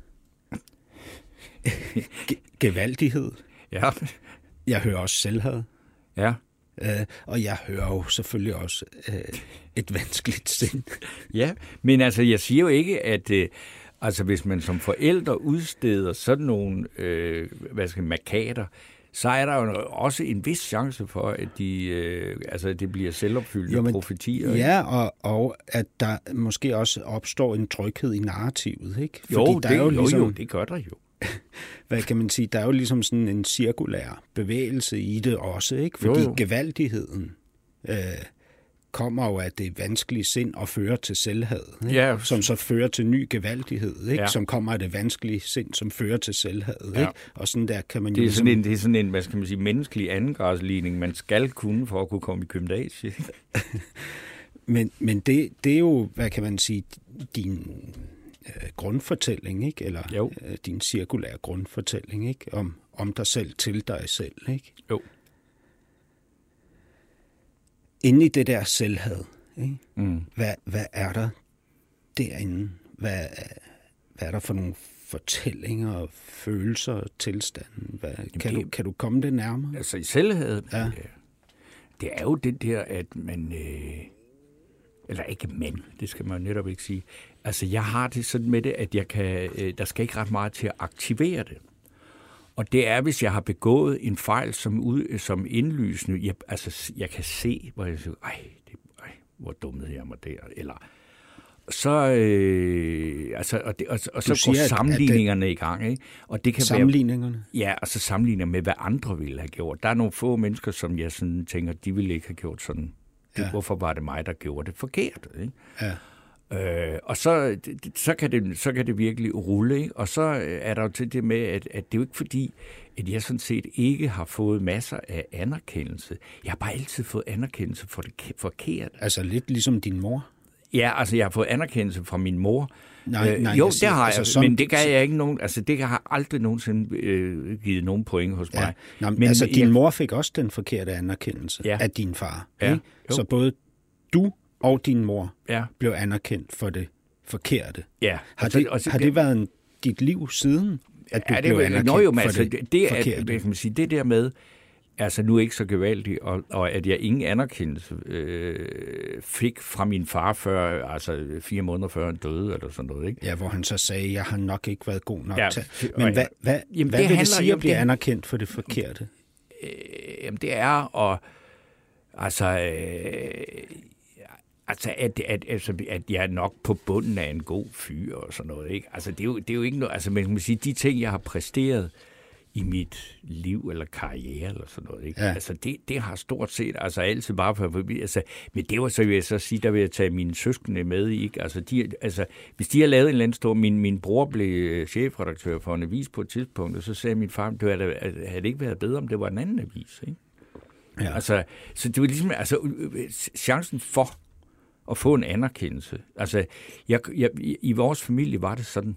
ge- gevaldighed. Ja. Jeg hører også selvhad. Ja. Uh, og jeg hører jo selvfølgelig også uh, et vanskeligt sind. Ja, men altså, jeg siger jo ikke, at uh, altså, hvis man som forældre udsteder sådan nogle øh, hvad skal man, markader, så er der jo også en vis chance for, at de, øh, altså, det bliver selvopfyldende jo, men, profetier. Ja, og, og at der måske også opstår en tryghed i narrativet, ikke? Fordi jo, der det, er jo, ligesom, jo, det gør der jo. Hvad kan man sige? Der er jo ligesom sådan en cirkulær bevægelse i det også, ikke? Fordi jo, jo. gevaldigheden øh, kommer jo af det vanskelige sind og fører til selvhad, ikke? Ja. Som så fører til ny gevaldighed, ikke? Ja. Som kommer af det vanskelige sind, som fører til selvhad. Ja. Ikke? Og sådan der kan man det er jo ligesom... sådan en, det er sådan en, hvad skal man sige, menneskelig andengradsligning, man skal kunne for at kunne komme i gymnasiet. men men det, det er jo, hvad kan man sige, din øh, grundfortælling, ikke? Eller øh, din cirkulære grundfortælling, ikke? Om, om dig selv til dig selv, ikke? Jo. Inde i det der selvhad, ikke? Mm. Hvad, hvad er der derinde? Hvad, hvad er der for nogle fortællinger og følelser og tilstanden? Hvad, kan, det, du, kan du komme det nærmere? Altså i selvhadet, ja. ja, det er jo det der, at man, øh, eller ikke men, det skal man netop ikke sige. Altså jeg har det sådan med det, at jeg kan, øh, der skal ikke ret meget til at aktivere det. Og det er, hvis jeg har begået en fejl som, ud, som indlysende. Jeg, altså, jeg kan se, hvor jeg siger, ej, det, ej hvor dummet jeg mig der. Eller, så, øh, altså, og, det, og, og så siger, går sammenligningerne det, i gang. Ikke? Og det kan sammenligningerne? Være, ja, altså sammenligninger med, hvad andre ville have gjort. Der er nogle få mennesker, som jeg sådan tænker, de ville ikke have gjort sådan. Det, ja. Hvorfor var det mig, der gjorde det forkert? Ikke? Ja. Øh, og så, så, kan det, så kan det virkelig rulle, ikke? Og så er der jo til det med, at, at det er jo ikke fordi, at jeg sådan set ikke har fået masser af anerkendelse. Jeg har bare altid fået anerkendelse for det forkert. Altså lidt ligesom din mor? Ja, altså jeg har fået anerkendelse fra min mor. Nej, nej, øh, jo, siger, det har jeg, altså, som, men det gav jeg ikke nogen, altså det har aldrig nogensinde øh, givet nogen point hos mig. Ja. Nå, men altså din jeg, mor fik også den forkerte anerkendelse ja. af din far. Ja. Ikke? Så både du og din mor ja. blev anerkendt for det forkerte. Ja. Har det, og så, har det været en, dit liv siden, at du ja, blev det, anerkendt nå, jo, for altså, det, det, det forkerte? At, kan man sige, det der med, altså nu ikke så gevaldigt, og, og at jeg ingen anerkendelse øh, fik fra min far før, altså fire måneder før han døde, eller sådan noget, ikke? Ja, hvor han så sagde, jeg har nok ikke været god nok ja, til. Men hvad, hvad, jamen, hvad det vil det sige at blive anerkendt for det forkerte? Øh, jamen det er at, altså... Øh, Altså, at, at, altså, at jeg er nok på bunden af en god fyr og sådan noget, ikke? Altså, det er jo, det er jo ikke noget... Altså, man kan sige, de ting, jeg har præsteret i mit liv eller karriere eller sådan noget, ikke? Ja. Altså, det, det har stort set, altså altid bare for... Altså, men det var så, vil jeg så sige, der vil jeg tage mine søskende med, ikke? Altså, de, altså hvis de har lavet en eller anden stor... Min, min bror blev chefredaktør for en avis på et tidspunkt, og så sagde min far, det havde, havde det ikke været bedre, om det var en anden avis, ikke? Ja. Altså, så det var ligesom... Altså, chancen for... at få en anerkendelse. Altså, jeg, jeg, i vores familie var det sådan,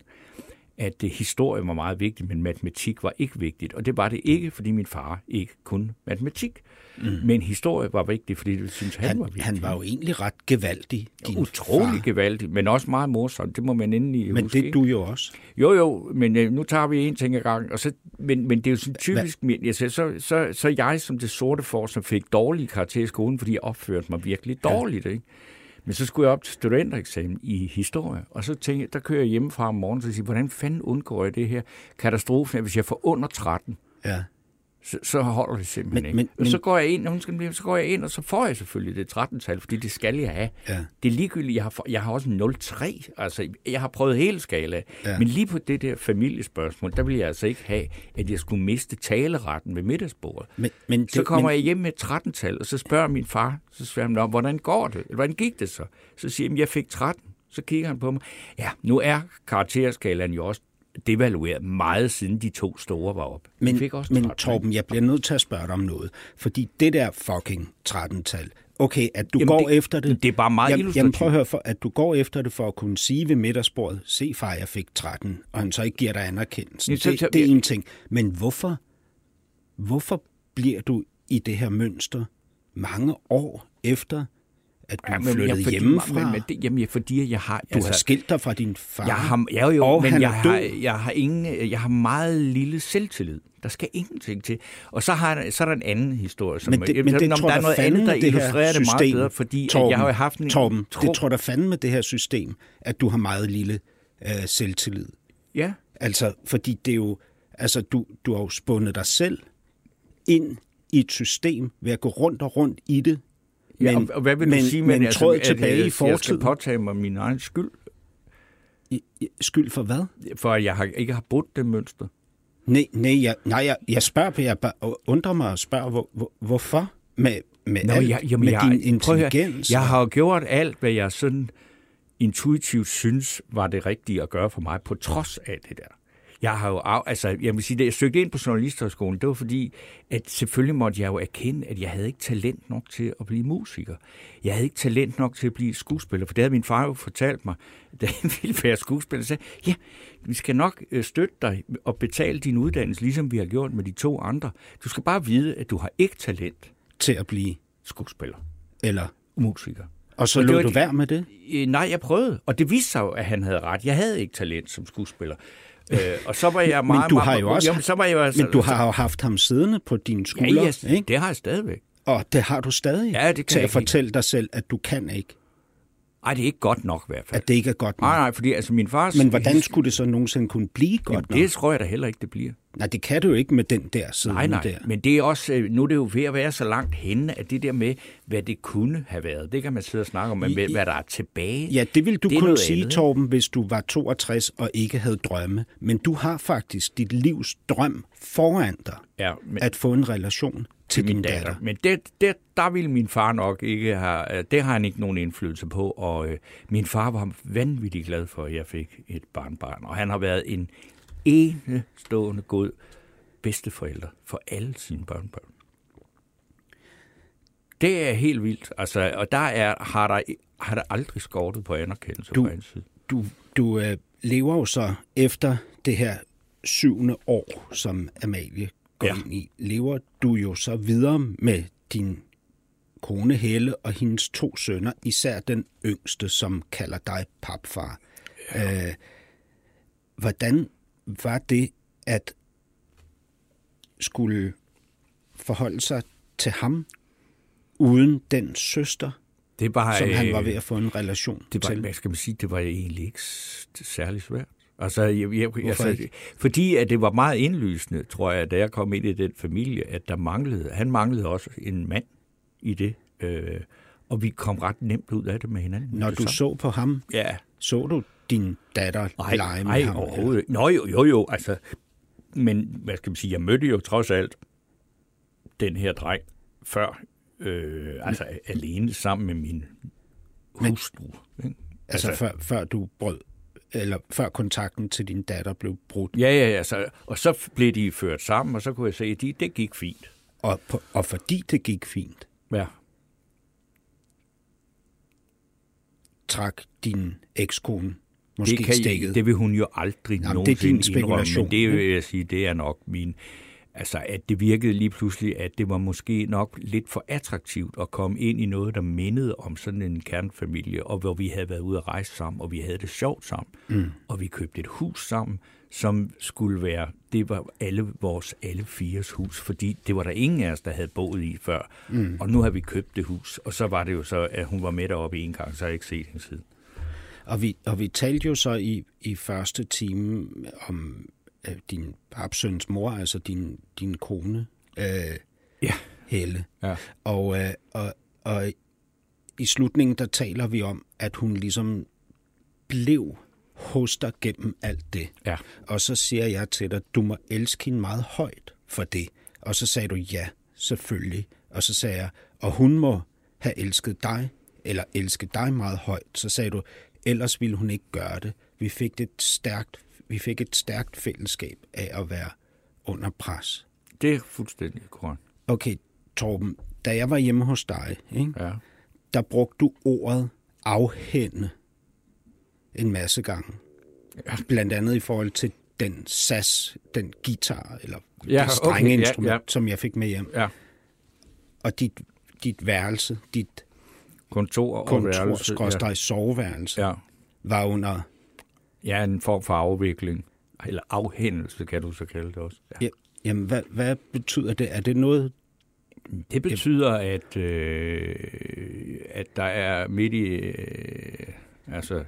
at det, historie var meget vigtigt, men matematik var ikke vigtigt. Og det var det ikke, fordi min far ikke kunne matematik. Mm. Men historie var vigtigt, fordi det synes han, han var vigtigt. Han var jo egentlig ret gevaldig, din Utrolig far. gevaldig, men også meget morsom. Det må man endelig men huske. Men det er du jo også. Jo, jo, men øh, nu tager vi en ting ad gang. Og så, men, men det er jo sådan typisk, jeg siger, så, så, så jeg som det sorte får, som fik dårlige karakterer i skolen, fordi jeg opførte mig virkelig dårligt, ja. Ikke? Men så skulle jeg op til studentereksamen i historie, og så tænkte jeg, der kører jeg hjemmefra om morgenen, og siger, hvordan fanden undgår jeg det her katastrofen, hvis jeg får under tretten? Ja. Så, så holder det simpelthen men, ikke. Men, og så går jeg ind, så går jeg ind, og så får jeg selvfølgelig det tretten-tal, fordi det skal jeg have. Ja. Det er ligegyldigt, jeg har, jeg har også en nul komma tre, altså jeg har prøvet hele skala, ja. Men lige på det der familiespørgsmål, der vil jeg altså ikke have, at jeg skulle miste taleretten ved middagsbordet. Men, men det, så kommer men... jeg hjem med et tretten-tal, og så spørger min far, så spørger han, hvordan går det? Eller hvordan gik det så? Så siger han, jeg fik tretten. Så kigger han på mig. Ja, nu er karakterskalaen jo også devalueret meget, siden de to store var op. Men, men Torben, jeg bliver nødt til at spørge dig om noget. Fordi det der fucking tretten-tal, okay, at du jamen går det, efter det... Det er bare meget jamen, illustrativt. Jamen prøv at høre, for, at du går efter det for at kunne sige ved middagsbordet, se far, jeg fik tretten, og han så ikke giver dig anerkendelsen. Det, det, det er en ting. Men hvorfor, hvorfor bliver du i det her mønster mange år efter, at du ja, flyttede ja, hjemmefra? Men, men det, jamen, fordi jeg har... Du altså, har skilt dig fra din far, jeg har, ja, jo, og men han jeg er har, død. Jeg har, ingen, jeg har meget lille selvtillid. Der skal ingenting til. Og så, har, så er der en anden historie. Som, men det, jamen, men det der, tror der er noget andet, der illustrerer det meget bedre, fordi Torben, jeg har jo haft en... Torben, tro... det tror der fandme med det her system, at du har meget lille øh, selvtillid. Ja. Altså, fordi det er jo... Altså, du, du har jo spundet dig selv ind i et system ved at gå rundt og rundt i det. Men, ja, og, og hvad vil men, du sige med, men altså, tråd at, tilbage at, i fortiden? Jeg skal påtage mig min egen skyld. I, i, skyld for hvad? For at jeg har, ikke har brudt det mønster. Nej, nej, jeg, nej jeg, jeg spørger på, jeg undrer mig og spørger, hvor, hvor, hvorfor med, med, Nå, alt, jeg, jamen, med jeg, din intelligens? Jeg, jeg har gjort alt, hvad jeg sådan intuitivt synes var det rigtige at gøre for mig, på trods af det der. Jeg har jo, altså, jeg vil sige, da jeg søgte ind på journalisterskolen, det var fordi, at selvfølgelig måtte jeg jo erkende, at jeg havde ikke talent nok til at blive musiker. Jeg havde ikke talent nok til at blive skuespiller, for det havde min far jo fortalt mig, da jeg ville være skuespiller, sagde, ja, vi skal nok støtte dig og betale din uddannelse, ligesom vi har gjort med de to andre. Du skal bare vide, at du har ikke talent til at blive skuespiller. Eller musiker. Og så lå du værd med det? Nej, jeg prøvede, og det viste sig jo, at han havde ret. Jeg havde ikke talent som skuespiller. Øh, og så var jeg meget... Men du har jo meget, også... Jamen, så var jeg altså, men du har jo haft ham siddende på dine skuldre, ja, yes, ikke? Det har jeg stadigvæk. Og det har du stadig ja, det til at fortælle dig selv, at du kan ikke. Ej, det er ikke godt nok i hvert fald. At det ikke er godt nok? Nej, nej, fordi altså min fars... Men hvordan skulle det så nogensinde kunne blive godt Jamen, nok? det tror jeg da heller ikke, det bliver. Nej, det kan du jo ikke med den der side Nej, nej, der. men det er også, nu er det jo ved at være så langt henne, at det der med, hvad det kunne have været, det kan man sidde og snakke om, men I, hvad der er tilbage. Ja, det vil du det kunne sige, andet, Torben, hvis du var toogtres og ikke havde drømme. Men du har faktisk dit livs drøm foran dig, ja, men, at få en relation til din datter. datter. Men det, det, der ville min far nok ikke have, det har han ikke nogen indflydelse på, og øh, min far var vanvittigt glad for, at jeg fik et barnbarn, og han har været en enestående god bedsteforældre for alle sine børnebørn. Det er helt vildt, altså, og der er, har, der, har der aldrig skortet på anerkendelse du, på en side. Du, du øh, lever jo så efter det her syvende år, som Amalie går ja. ind i, lever du jo så videre med din kone Helle og hendes to sønner, især den yngste, som kalder dig papfar. Ja. Øh, hvordan var det at skulle forholde sig til ham uden den søster, det var, som han var ved at få en relation det var, til? Hvad skal man sige? Det var egentlig ikke særlig svært. Altså, jeg, jeg, altså, fordi at det var meget indlysende, tror jeg, da jeg kom ind i den familie, at der manglede, han manglede også en mand i det, øh, og vi kom ret nemt ud af det med hinanden. Når du så på ham, ja. så du din datter ej, lege med ej, ham? Overhovedet. Nå jo, jo, jo, altså, men hvad skal man sige, jeg mødte jo trods alt den her dreng før, øh, altså men, alene sammen med min hustru. Men, altså, altså før, før du brød, eller før kontakten til din datter blev brudt? Ja, ja, altså, og så blev de ført sammen, og så kunne jeg se, at de, det gik fint. Og, på, og fordi det gik fint, ja. trak din ekskone måske det kan, stikket? Det vil hun jo aldrig Jamen, nogensinde det er din indrømme, men det vil jeg sige, det er nok min... Altså, at det virkede lige pludselig, at det var måske nok lidt for attraktivt at komme ind i noget, der mindede om sådan en kernfamilie, og hvor vi havde været ude at rejse sammen, og vi havde det sjovt sammen, mm. og vi købte et hus sammen, som skulle være, det var alle vores, alle fires hus, fordi det var der ingen af os, der havde boet i før, mm. og nu har vi købt det hus, og så var det jo så, at hun var med deroppe en gang, så har jeg ikke set hende siden. Og vi, og vi talte jo så i, i første time om din papsøns mor, altså din, din kone, øh, ja. Helle. Ja. Og, øh, og, og i slutningen, der taler vi om, at hun ligesom blev hos dig gennem alt det. Ja. Og så siger jeg til dig, du må elske hende meget højt for det. Og så sagde du, ja, selvfølgelig. Og så sagde jeg, og hun må have elsket dig, eller elsket dig meget højt. Så sagde du, ellers ville hun ikke gøre det. Vi fik et stærkt Vi fik et stærkt fællesskab af at være under pres. Det er fuldstændig korrekt. Okay, Torben, da jeg var hjemme hos dig, ikke, ja. der brugte du ordet afhænde en masse gange. Ja. Blandt andet i forhold til den sas, den guitar, eller ja, det strenge okay, instrument, ja, ja. som jeg fik med hjem. Ja. Og dit, dit værelse, dit kontor og kontor, værelse, skråstreg ja. soveværelse, ja. var under... Ja, en form for afvikling. Eller afhændelse, kan du så kalde det også. Ja. Ja, jamen, hvad, hvad betyder det? Er det noget... Det betyder, at, øh, at der er midt i... Øh, altså,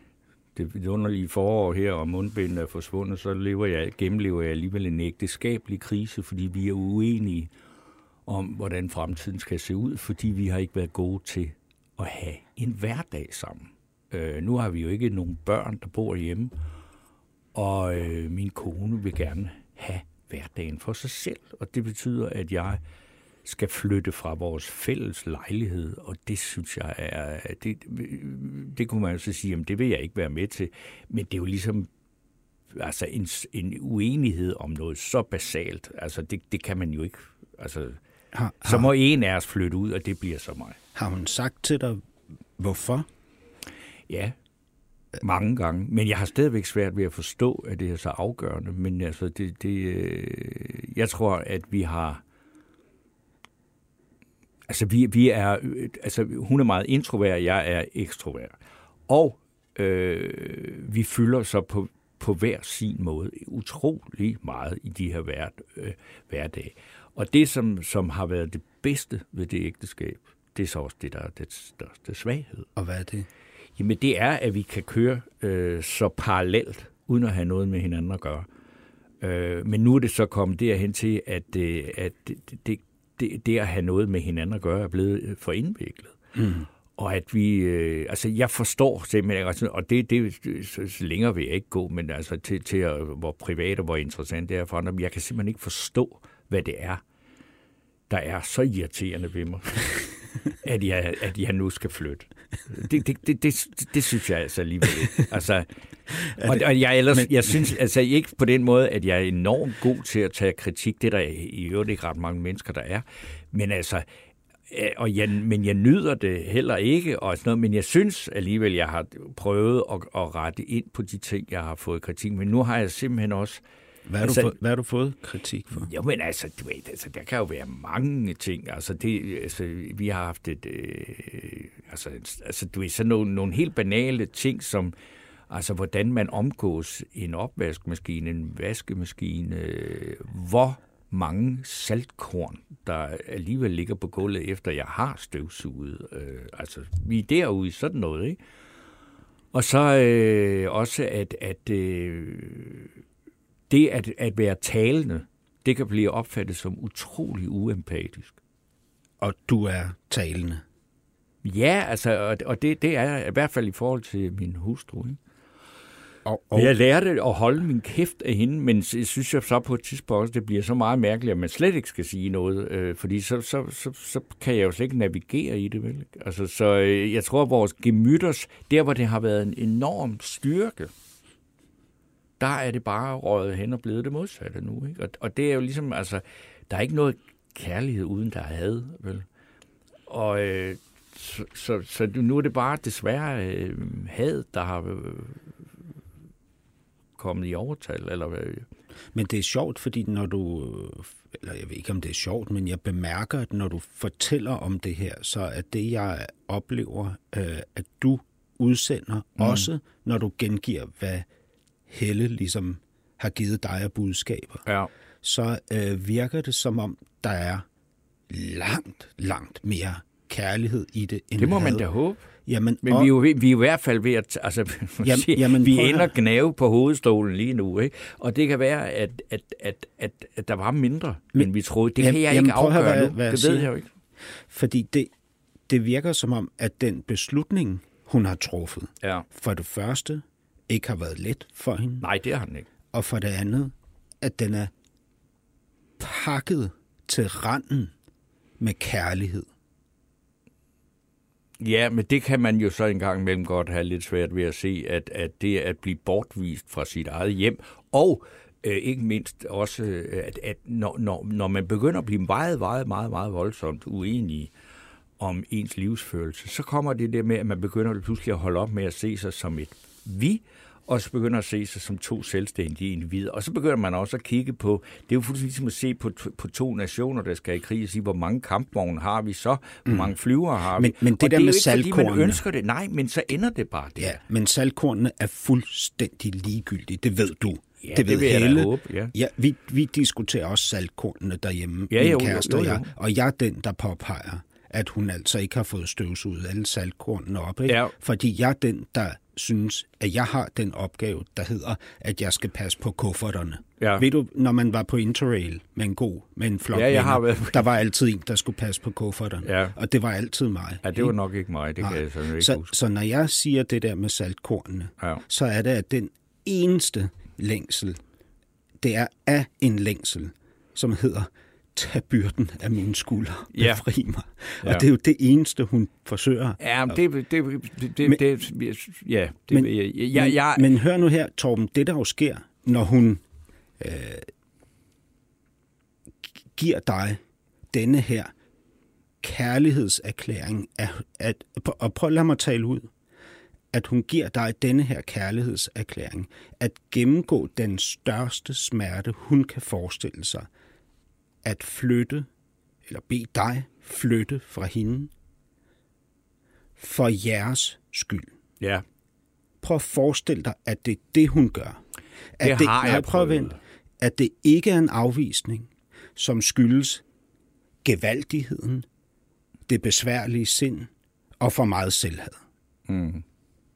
det underlige forår her, og mundbindene er forsvundet, så lever jeg, gennemlever jeg alligevel en ægteskabelig krise, fordi vi er uenige om, hvordan fremtiden skal se ud, fordi vi har ikke været gode til at have en hverdag sammen. Øh, nu har vi jo ikke nogen børn, der bor hjemme, og øh, min kone vil gerne have hverdagen for sig selv, og det betyder, at jeg skal flytte fra vores fælles lejlighed, og det synes jeg er, det, det kunne man jo så sige, jamen det vil jeg ikke være med til, men det er jo ligesom altså en, en uenighed om noget så basalt, altså det, det kan man jo ikke, altså har, har, så må en af os flytte ud, og det bliver så mig. Har hun sagt til dig, hvorfor? Ja, mange gange. Men jeg har stadigvæk svært ved at forstå, at det er så afgørende. Men altså, det, det, øh, jeg tror, at vi har... Altså, vi, vi er... Altså, hun er meget introvert, jeg er ekstrovert. Og øh, vi fylder så på, på hver sin måde utrolig meget i de her hver, øh, hverdage. Og det, som, som har været det bedste ved det ægteskab, det er så også det, der er det største svaghed. Og hvad er det? Jamen det er, at vi kan køre øh, så parallelt, uden at have noget med hinanden at gøre. Øh, men nu er det så kommet derhen til, at, øh, at det, det, det, det at have noget med hinanden at gøre er blevet for indviklet. Mm. Og at vi, øh, altså jeg forstår simpelthen, og det, det så længere vil jeg ikke gå, men altså til, til at, hvor privat og hvor interessant det er for andre, jeg kan simpelthen ikke forstå, hvad det er, der er så irriterende ved mig, at, jeg, at jeg nu skal flytte. Det, det, det, det, det synes jeg altså alligevel ikke. Altså, og, og jeg, ellers, jeg synes altså ikke på den måde, at jeg er enormt god til at tage kritik. Det er der i øvrigt ikke ret mange mennesker, der er. Men altså, og jeg, men jeg nyder det heller ikke, og sådan noget, men jeg synes alligevel, jeg har prøvet at, at rette ind på de ting, jeg har fået kritik. Men nu har jeg simpelthen også... Hvad har, altså, du, fået, hvad har du fået kritik for? Jo, men altså, du ved, altså, der kan jo være mange ting. Altså, det, altså vi har haft et... Øh, altså, altså, du ved, sådan nogle, nogle helt banale ting, som... Altså, hvordan man omgås en opvaskemaskine, en vaskemaskine, øh, hvor mange saltkorn, der alligevel ligger på gulvet, efter jeg har støvsuget. Øh, altså, vi er derude i sådan noget, ikke? Og så øh, også, at... at øh, det at, at være talende, det kan blive opfattet som utrolig uempatisk. Og du er talende? Ja, altså, og, og det, det er i hvert fald i forhold til min hustru. Ikke? Og, og... Jeg lærte at holde min kæft af hende, men jeg synes jeg så på et tidspunkt også, det bliver så meget mærkeligt, at man slet ikke skal sige noget, øh, fordi så, så, så, så kan jeg jo slet ikke navigere i det, vel? Altså, så øh, jeg tror, at vores gemytters, der hvor det har været en enorm styrke, der er det bare røget hen og blevet det modsatte nu. Ikke? Og, og det er jo ligesom, altså, der er ikke noget kærlighed uden der er had, vel? Og øh, så, så, så nu er det bare desværre øh, had, der har øh, kommet i overtal, eller hvad? Men det er sjovt, fordi når du, eller jeg ved ikke, om det er sjovt, men jeg bemærker, at når du fortæller om det her, så er det, jeg oplever, øh, at du udsender, mm. også når du gengiver, hvad Helle ligesom har givet dig af budskaber, ja. så øh, virker det som om, der er langt, langt mere kærlighed i det, end det må had. man da håbe. Jamen, Men og... vi, er jo, vi er jo i hvert fald ved at... Altså, jamen, sige, jamen, vi ender gnave på hovedstolen lige nu, ikke? Og det kan være, at, at, at, at, at der var mindre, men, end vi troede. Det kan jamen, jeg ikke afgøre hvad, nu. Hvad det ved jeg jo ikke. Fordi det, det virker som om, at den beslutning, hun har truffet, ja. for det første ikke har været let for hende. Nej, det har den ikke. Og for det andet, at den er pakket til randen med kærlighed. Ja, men det kan man jo så engang imellem godt have lidt svært ved at se, at, at det at blive bortvist fra sit eget hjem, og øh, ikke mindst også, at, at når, når, når man begynder at blive meget, meget, meget, meget voldsomt uenige om ens livsfølelse, så kommer det der med, at man begynder pludselig at holde op med at se sig som et vi, og så begynder at se sig som to selvstændige individer. Og så begynder man også at kigge på, det er jo fuldstændig ligesom at se på, på to nationer, der skal i krig, og sige, hvor mange kampvogne har vi så, hvor mm. mange flyver har men, vi. Men det og der det er med jo ikke, saltkornene, fordi man ønsker det. Nej, men så ender det bare det. Ja, men saltkornene er fuldstændig ligegyldige, det ved du. Ja, det ved det vil jeg Helle. da håbe, ja. ja vi, vi diskuterer også saltkornene derhjemme, ja, min jo, kæreste jo, jo, jo. og jeg. Og jeg er den, der påpeger, at hun altså ikke har fået støvsuget alle saltkornene op. Ikke? Ja. Fordi jeg er den, der synes, at jeg har den opgave, der hedder, at jeg skal passe på kufferterne. Ja. Ved du, når man var på Interrail med en god, med en flok ja, jeg har venner, været... der var altid en, der skulle passe på kufferterne. Ja. Og det var altid mig. Ja, det var nok ikke mig, det Nej. kan jeg sådan ikke så, huske. Så når jeg siger det der med saltkornene, ja. så er det, at den eneste længsel, det er af en længsel, som hedder, tag byrden af mine skuldre, ja. befri mig. Og ja. det er jo det eneste, hun forsøger. Ja, det, det, det, det, men, det ja, det men, jeg, jeg, jeg, jeg, men hør nu her, Torben, det der jo sker, når hun øh, giver dig denne her kærlighedserklæring, at, at, og prøv at lade mig tale ud, at hun giver dig denne her kærlighedserklæring, at gennemgå den største smerte, hun kan forestille sig, at flytte, eller bede dig flytte fra hende, for jeres skyld. Ja. Prøv at forestille dig, at det er det, hun gør. At det, det har jeg prøv at vente, at det ikke er en afvisning, som skyldes gevaldigheden, det besværlige sind og for meget selvhed. Mm.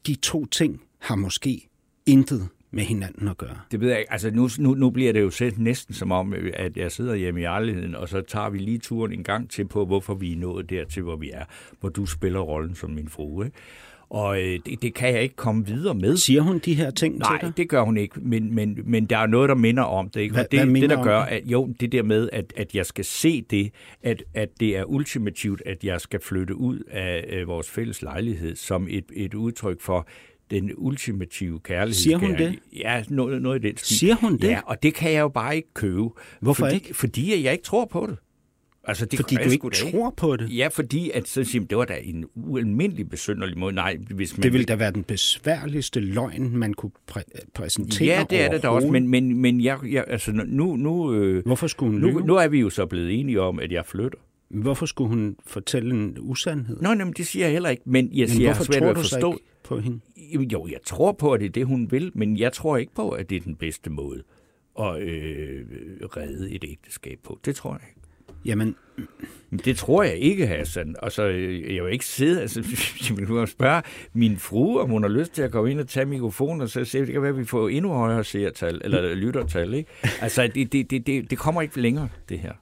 de to ting har måske intet med hinanden at gøre. Det ved jeg ikke. Altså nu, nu, nu bliver det jo set næsten som om, at jeg sidder hjemme i ærligheden, og så tager vi lige turen en gang til på, hvorfor vi er nået dertil, hvor vi er, hvor du spiller rollen som min frue. Ikke? Og øh, det, det kan jeg ikke komme videre med. Siger hun de her ting Nej, til dig? Nej, det gør hun ikke, men, men, men der er noget, der minder om det. Ikke? Hva, det, hvad det, der gør, det? at jo, det der med, at, at jeg skal se det, at, at det er ultimativt, at jeg skal flytte ud af øh, vores fælles lejlighed, som et, et udtryk for den ultimative kærlighed. Siger hun det? Ja, noget, noget i den stil. Siger hun det? Ja, og det kan jeg jo bare ikke købe. Hvorfor fordi, ikke? Fordi jeg ikke tror på det. Altså, det fordi du ikke tror på det? Ja, fordi at, så siger, det var da en ualmindelig besynderlig måde. Nej, hvis man det ville da være den besværligste løgn, man kunne præ- præsentere. Ja, det er det da også, men, men, men jeg, jeg, altså, nu, nu, øh, Hvorfor skulle hun nu, lyve? Nu er vi jo så blevet enige om, at jeg flytter. Hvorfor skulle hun fortælle en usandhed? Nå, jamen, det siger jeg heller ikke, men jeg men siger, jeg har svært ved at forstå. forstå. Ikke på hende? Jo, jeg tror på, at det er det, hun vil, men jeg tror ikke på, at det er den bedste måde at øh, redde et ægteskab på. Det tror jeg ikke. Jamen... Det tror jeg ikke, Hassan. Altså, jeg vil ikke sidde... Altså, jeg vil spørge min frue, om hun har lyst til at komme ind og tage mikrofonen og så se, det kan være, at vi får endnu højere seertal, eller lyttertal, ikke? Altså, det, det, det, det, det kommer ikke længere, det her.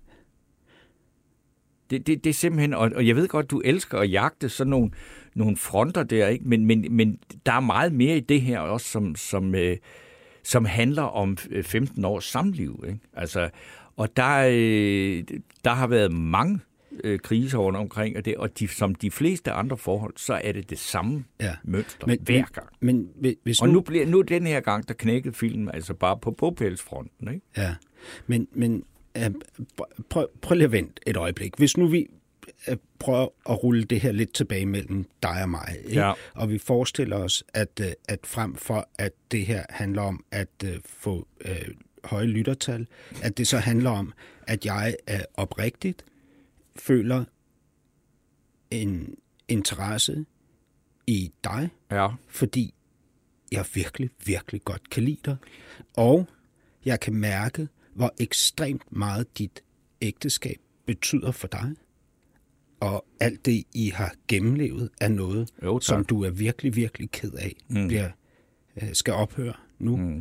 Det, det, det er simpelthen... Og, og jeg ved godt, du elsker at jagte sådan nogle, nogle fronter der, ikke? Men, men, men der er meget mere i det her også, som, som, øh, som handler om femten års samliv, ikke? Altså... Og der, øh, der har været mange øh, kriser rundt omkring, og, det, og de, som de fleste andre forhold, så er det det samme ja. mønster men, hver gang. Men, hvis og nu, nu bliver nu den her gang, der knækkede filmen altså bare på bopælsfronten, ikke? Ja, men, men øh, prøv, prøv lige at vente et øjeblik. Hvis nu vi øh, prøver at rulle det her lidt tilbage mellem dig og mig, ikke? Ja. Og vi forestiller os, at, øh, at frem for, at det her handler om at øh, få... Øh, høje lyttertal, at det så handler om, at jeg er oprigtigt føler en interesse i dig, ja. fordi jeg virkelig, virkelig godt kan lide dig, og jeg kan mærke, hvor ekstremt meget dit ægteskab betyder for dig, og alt det, I har gennemlevet, er noget, jo, som du er virkelig, virkelig ked af, mm. bliver, skal ophøre nu. Mm.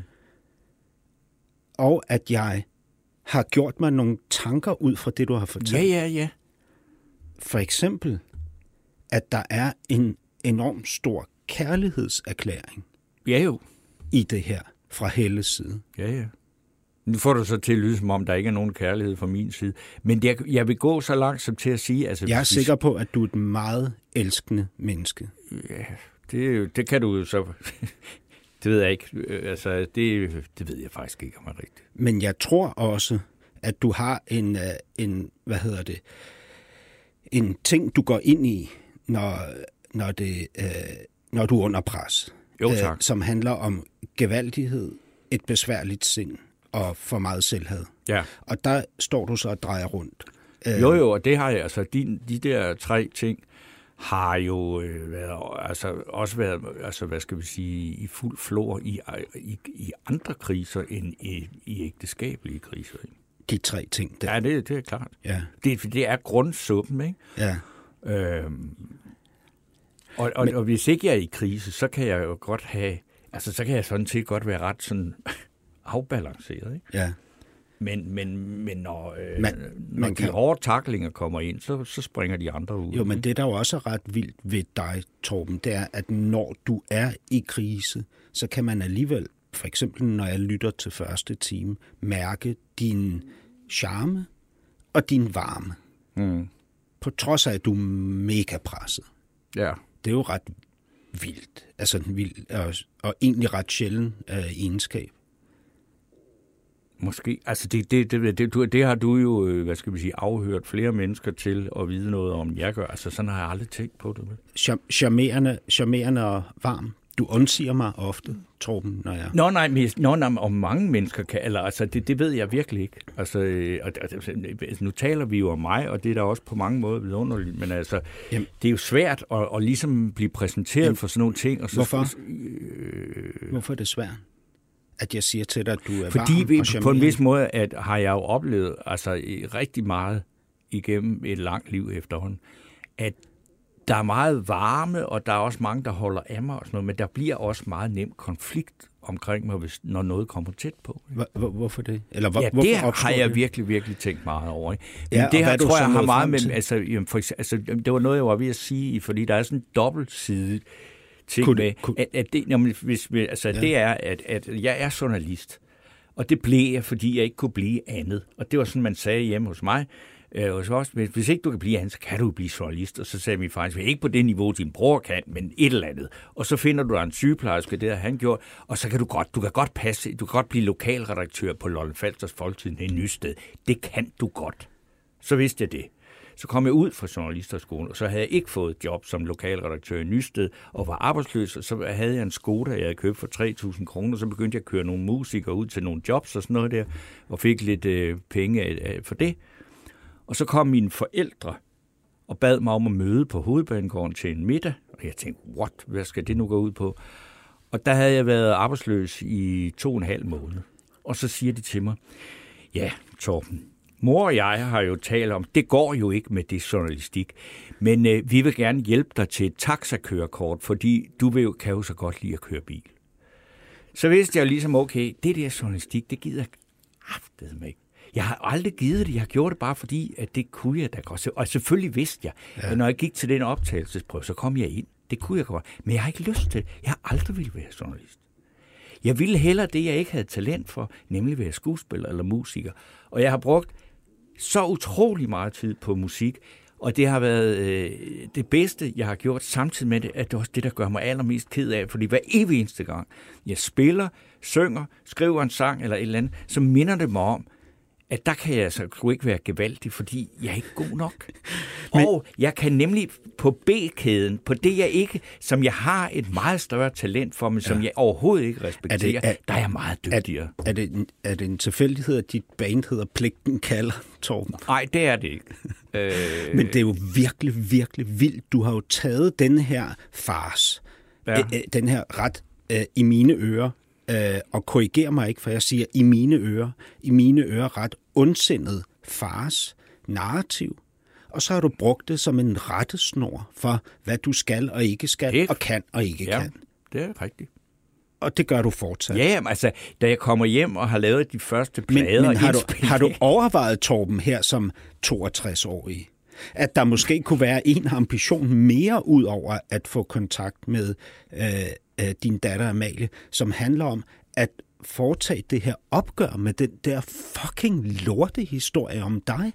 Og at jeg har gjort mig nogle tanker ud fra det, du har fortalt. Ja, ja, ja. For eksempel, at der er en enorm stor kærlighedserklæring. Ja jo. I det her, fra Helles side. Ja, ja. Nu får du så til at lyde, som om der ikke er nogen kærlighed fra min side. Men jeg, jeg vil gå så langt som til at sige... Altså, jeg er sikker på, at du er et meget elskende menneske. Ja, det, det kan du jo så... Det ved jeg ikke. Altså, det, det ved jeg faktisk ikke, om er rigtigt. Men jeg tror også, at du har en, en hvad hedder det, en ting, du går ind i, når, når, det, når du er under pres. Jo, tak. Som handler om gevaldighed, et besværligt sind og for meget selvhad. Ja. Og der står du så og drejer rundt. Jo, jo, og det har jeg. Altså, de, de der tre ting har jo øh, været, altså, også været, altså, hvad skal vi sige, i fuld flor i, i, i andre kriser end i, i ægteskabelige kriser. Ikke? De tre ting der. Ja, det, det er klart. Ja. Det, det er grundsuppen, ikke? Ja. Øhm, og, og, Men, og hvis ikke jeg er i krise, så kan jeg jo godt have, altså så kan jeg sådan set godt være ret sådan afbalanceret, ikke? Ja. Men, men, men når, øh, man, når man de kan... hårde tacklinger kommer ind, så, så springer de andre ud. Jo, men det, der jo også er ret vildt ved dig, Torben, det er, at når du er i krise, så kan man alligevel, for eksempel når jeg lytter til første time, mærke din charme og din varme. Mm. På trods af, at du er mega presset. Ja. Det er jo ret vildt. Altså en vild og, og egentlig ret sjælden øh, egenskab. Måske. Altså, det, det, det, det, det, det har du jo, hvad skal vi sige, afhørt flere mennesker til at vide noget om, jeg gør. Altså, sådan har jeg aldrig tænkt på det. Charmerende, charmerende og varm. Du undsiger mig ofte, Torben, når jeg... Nå, nej, men, nå, nej, om mange mennesker kan... Eller, altså, det, det ved jeg virkelig ikke. Altså, og, altså, nu taler vi jo om mig, og det er da også på mange måder vidunderligt, men altså, jamen, det er jo svært at, at ligesom blive præsenteret jamen, for sådan nogle ting. Og så, hvorfor? Øh, hvorfor er det svært? At jeg siger til dig, at du er fordi varm vi, og charmerende? På en vis måde at, har jeg jo oplevet altså, rigtig meget igennem et langt liv efterhånden, at der er meget varme, og der er også mange, der holder af mig og sådan noget, men der bliver også meget nem konflikt omkring mig, hvis, når noget kommer tæt på. Hvor, hvorfor det? Eller hvor, ja, hvorfor det har jeg det? virkelig, virkelig tænkt meget over. Ikke? Men Ja, det her, tror jeg, har meget med... Til? Altså, jamen, for eksempel, altså, det var noget, jeg var ved at sige, fordi der er sådan en dobbeltsidig ting kunne, med, kunne, at, at, det, jamen, hvis, altså, ja. det er, at, at jeg er journalist, og det blev jeg, fordi jeg ikke kunne blive andet. Og det var sådan, man sagde hjemme hos mig, øh, hos os, hvis ikke du kan blive andet, så kan du blive journalist. Og så sagde min far, ikke på det niveau, din bror kan, men et eller andet. Og så finder du dig en sygeplejerske, det har han gjort, og så kan du godt, du kan godt passe, du kan godt blive lokalredaktør på Lolland-Falsters Folketidende i Nysted. Det kan du godt. Så vidste jeg det. Så kom jeg ud fra journalisterskolen, og så havde jeg ikke fået job som lokalredaktør i Nysted, og var arbejdsløs, og så havde jeg en Skoda, jeg havde købt for tre tusind kroner, så begyndte jeg at køre nogle musikere ud til nogle jobs og sådan noget der, og fik lidt øh, penge øh, for det. Og så kom mine forældre og bad mig om at møde på Hovedbanegården til en middag, og jeg tænkte, what, hvad skal det nu gå ud på? Og der havde jeg været arbejdsløs i to og en halv måned. Og så siger de til mig, ja, Torben, mor og jeg har jo talt om, det går jo ikke med det journalistik, men øh, vi vil gerne hjælpe dig til et taxakørekort, fordi du vil jo, kan jo så godt lide at køre bil. Så vidste jeg jo ligesom, okay, det der journalistik, det gider jeg kraftedeme ikke. Jeg har aldrig givet det, jeg har gjort det bare fordi, at det kunne jeg da godt. Og selvfølgelig vidste jeg, ja. at når jeg gik til den optagelsesprøve, så kom jeg ind. Det kunne jeg godt, men jeg har ikke lyst til det. Jeg har aldrig ville være journalist. Jeg ville hellere det, jeg ikke havde talent for, nemlig være skuespiller eller musiker. Og jeg har brugt så utrolig meget tid på musik, og det har været øh, det bedste, jeg har gjort, samtidig med det, at det er også det, der gør mig allermest ked af, fordi hver evig eneste gang, jeg spiller, synger, skriver en sang eller et eller andet, så minder det mig om, at der kan jeg altså ikke være gevaldig, fordi jeg er ikke god nok. Men, og jeg kan nemlig på B-kæden, på det jeg ikke, som jeg har et meget større talent for, men som ja. jeg overhovedet ikke respekterer, er det, er, der er jeg meget dygtigere. Er, er, det, er det en tilfældighed, at dit band hedder Pligten kalder, Torben? Nej, det er det ikke. øh... Men det er jo virkelig, virkelig vildt. Du har jo taget den her fars, ja. øh, den her ret øh, i mine ører, Øh, og korriger mig ikke, for jeg siger i mine ører, i mine ører ret ondsindet fars narrativ, og så har du brugt det som en rettesnor for, hvad du skal og ikke skal, det, og kan og ikke ja, kan. Det er rigtigt. Og det gør du fortsat. Ja, altså, da jeg kommer hjem og har lavet de første plader... Men, men har, du, har du overvejet, Torben, her som toogtres-årig, at der måske kunne være en ambition mere ud over at få kontakt med øh, øh, din datter Amalie, som handler om at foretage det her opgør med den der fucking lortehistorie om dig?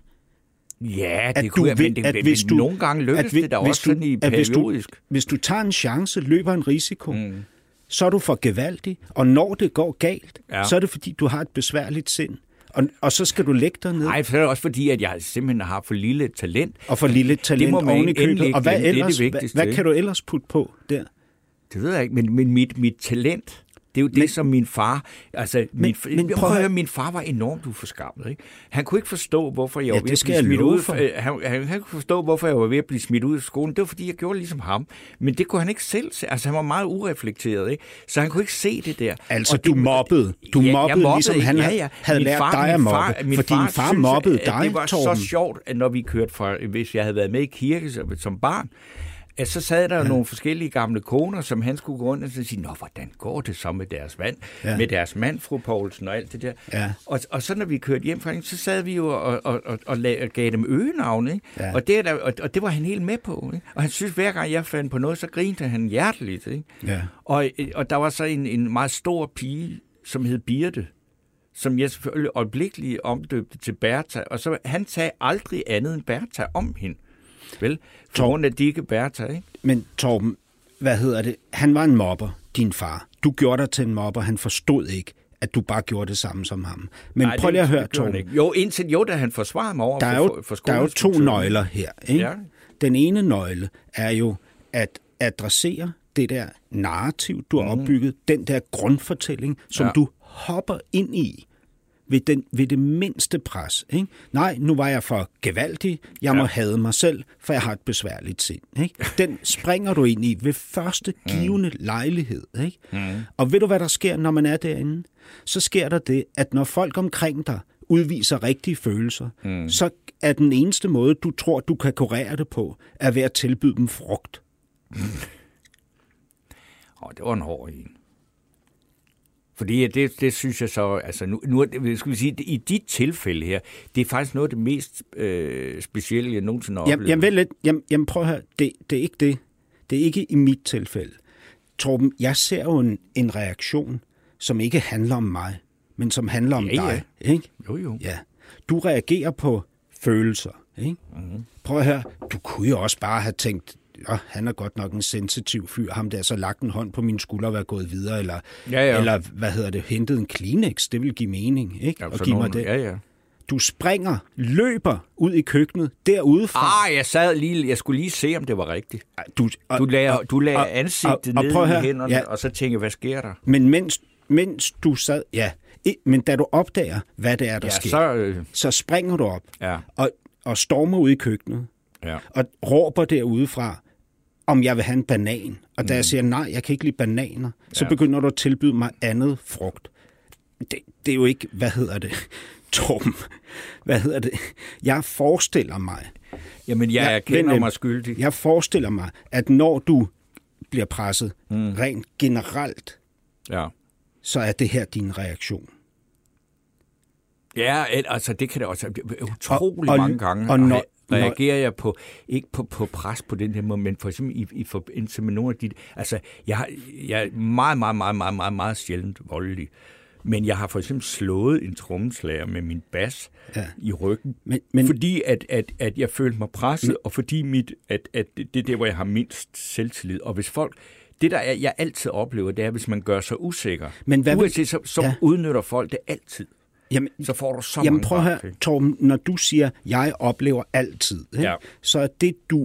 Ja, det kunne jeg, men, det, men du, nogle gange lykkes det da også sådan i periodisk. Hvis du, hvis du tager en chance, løber en risiko, mm. så er du for gevaldig, og når det går galt, ja. så er det fordi, du har et besværligt sind. Og, og så skal du lægge dig ned. Nej, for det er også fordi, at jeg simpelthen har for lille talent. Og for lille talent oven i købet. Og hvad, ellers, det det hvad, hvad kan du ellers putte på der? Det ved jeg ikke, men, men mit, mit talent, det er jo det, men, som min far... Altså, men, min, men, prøv at høre, min far var enormt uforskammet, ikke? Han kunne ikke forstå, hvorfor jeg ja, var ved at blive smidt ud. For. Han, han, han kunne forstå, hvorfor jeg var ved at blive smidt ud af skolen. Det var, fordi jeg gjorde ligesom ham. Men det kunne han ikke selv se. Altså, han var meget ureflekteret, ikke? Så han kunne ikke se det der. Altså, og du det, mobbede. Du ja, mobbede, mobbede, ligesom han ja, ja. havde lært far, dig at mobbe. Far, for din far, far mobbede dig, Torben. Det var Torben. Så sjovt, at når vi kørte fra... Hvis jeg havde været med i kirke som, som barn, at så sad der ja. nogle forskellige gamle koner, som han skulle gå rundt og sige, nå, hvordan går det så med deres mand, ja. med deres mand, fru Poulsen og alt det der. Ja. Og, og så når vi kørte hjem fra hende, så sad vi jo og, og, og, og, lag, og gav dem øgenavne, ikke? Ja. Og, det der, og, og det var han helt med på. Ikke? Og han synes, hver gang jeg fandt på noget, så grinte han hjerteligt. Ikke? Ja. Og, og der var så en, en meget stor pige, som hed Birte, som jeg selvfølgelig øjeblikkeligt omdøbte til Bertha, og så han sagde aldrig andet end Bertha om hende. Vel, for grund af Dikke Bertha, ikke? Men Torben, hvad hedder det? Han var en mobber, din far. Du gjorde dig til en mobber, han forstod ikke, at du bare gjorde det samme som ham. Men nej, prøv lige at høre, Torben. Jo, indtil jo, da han forsvarede mig over der er for, jo, for, for der er jo to nøgler her, ikke? Ja. Den ene nøgle er jo at adressere det der narrativ, du har mm. opbygget, den der grundfortælling, som ja. du hopper ind i. Ved, den, ved det mindste pres. Ikke? Nej, nu var jeg for gevaldig. Jeg må ja. hade mig selv, for jeg har et besværligt sind. Ikke? Den springer du ind i ved første givende mm. lejlighed. Ikke? Mm. Og ved du, hvad der sker, når man er derinde? Så sker der det, at når folk omkring dig udviser rigtige følelser, mm. så er den eneste måde, du tror, du kan kurere det på, er ved at tilbyde dem frugt. Mm. Åh, det var en hård en. Fordi det, det synes jeg så, altså nu, nu skal vi sige, i dit tilfælde her, det er faktisk noget af det mest øh, specielle, jeg nogensinde har oplevet. Jamen, jamen, jamen, jamen prøv at høre, det, det er ikke det. Det er ikke i mit tilfælde. Torben, jeg ser jo en, en reaktion, som ikke handler om mig, men som handler om ja, ja. dig. Ikke? Jo, jo. Ja. Du reagerer på følelser. Ikke? Mm-hmm. Prøv at høre, du kunne jo også bare have tænkt, ja, han er godt nok en sensitiv fyr, ham der så lagt en hånd på min skulder og været gået videre, eller, ja, ja. eller hvad hedder det, hentet en Kleenex, det vil give mening, ikke? Ja, og give nogen, mig det. Ja, ja. Du springer, løber ud i køkkenet, derudefra. Ah, jeg sad lige, jeg skulle lige se, om det var rigtigt. Du, og, du lagde, og, du lagde og, ansigtet og, ned og i hænderne, ja. og så tænkte jeg, hvad sker der? Men mens, mens du sad, ja, men da du opdager, hvad det er, der ja, sker, så, øh... så springer du op ja. og, og stormer ud i køkkenet, ja. og råber derudefra, om jeg vil have en banan. Og da mm. jeg siger, nej, jeg kan ikke lide bananer, så ja. begynder du at tilbyde mig andet frugt. Det, det er jo ikke, hvad hedder det, Torben, hvad hedder det? Jeg forestiller mig... Jamen, jeg, jeg erkender mig skyldig. Jeg forestiller mig, at når du bliver presset mm. rent generelt, ja. så er det her din reaktion. Ja, altså det kan det også... Utrolig og, mange gange... Og når, reagerer jeg på, ikke på, på pres på den her måde, men for eksempel i, i forbindelse med nogle af de... Altså, jeg, har, jeg er meget, meget, meget, meget, meget, meget sjældent voldelig. Men jeg har for eksempel slået en trommeslager med min bas ja. i ryggen, men, men, fordi at, at, at jeg følte mig presset, men, og fordi mit, at, at det er der, hvor jeg har mindst selvtillid. Og hvis folk... Det, der er, jeg altid oplever, det er, hvis man gør sig usikker. Men hvad Uanset, så, så ja. udnytter folk det altid. Jamen, så får du så jamen, mange prøv at høre, Torben, når du siger, jeg oplever altid, ja. så er det, du,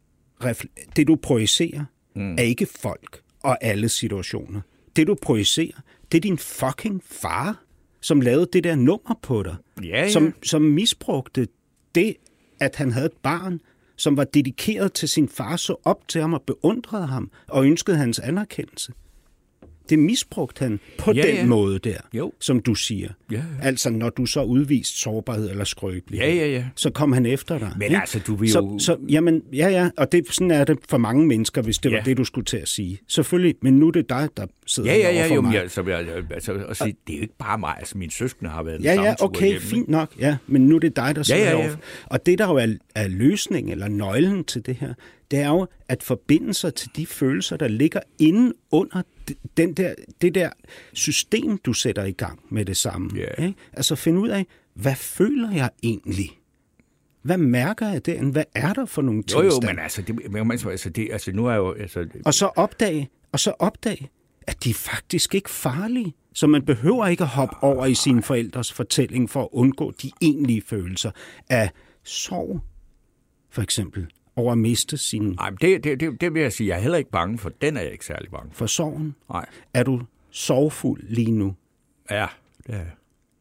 det, du projicerer, mm. er ikke folk og alle situationer. Det, du projicerer, det er din fucking far, som lavede det der nummer på dig. Ja, ja. Som, som misbrugte det, at han havde et barn, som var dedikeret til sin far, så op til ham og beundrede ham og ønskede hans anerkendelse. Det misbrugte han på ja, den ja. måde der, jo. som du siger. Ja, ja. Altså, når du så udviste sårbarhed eller skrøbelighed, ja, ja, ja. så kom han efter dig. Men ikke? altså, du vil så, jo... Så, jamen, ja, ja, og det, sådan er det for mange mennesker, hvis det ja. var det, du skulle til at sige. Selvfølgelig, men nu er det dig, der sidder ja, ja, ja, over for jo, mig. Ja, så, jeg, altså, at sige, det er jo ikke bare mig, altså mine søskende har været en ja, samme ja, okay, hjemme, fint nok, ja, men nu er det dig, der sidder ja, ja, ja. over. Og det, der jo er, er løsning eller nøglen til det her, det er jo at forbinde sig til de følelser, der ligger inde under den der, det der system, du sætter i gang med det samme. Yeah. Ikke? Altså finde ud af, hvad føler jeg egentlig? Hvad mærker jeg der? Hvad er der for nogle tilstande? Jo, jo, men altså, det, men, altså, det, altså nu er jo... Altså, det... Og så opdage, og så opdage, at de er faktisk ikke farlige. Så man behøver ikke at hoppe over i sine forældres fortælling for at undgå de egentlige følelser af sorg, for eksempel. Over at miste sin... Nej, det, det, det, det vil jeg sige, jeg er heller ikke bange for. Den er jeg ikke særlig bange for. For sorgen? Nej. Er du sorgfuld lige nu? Ja, det er jeg.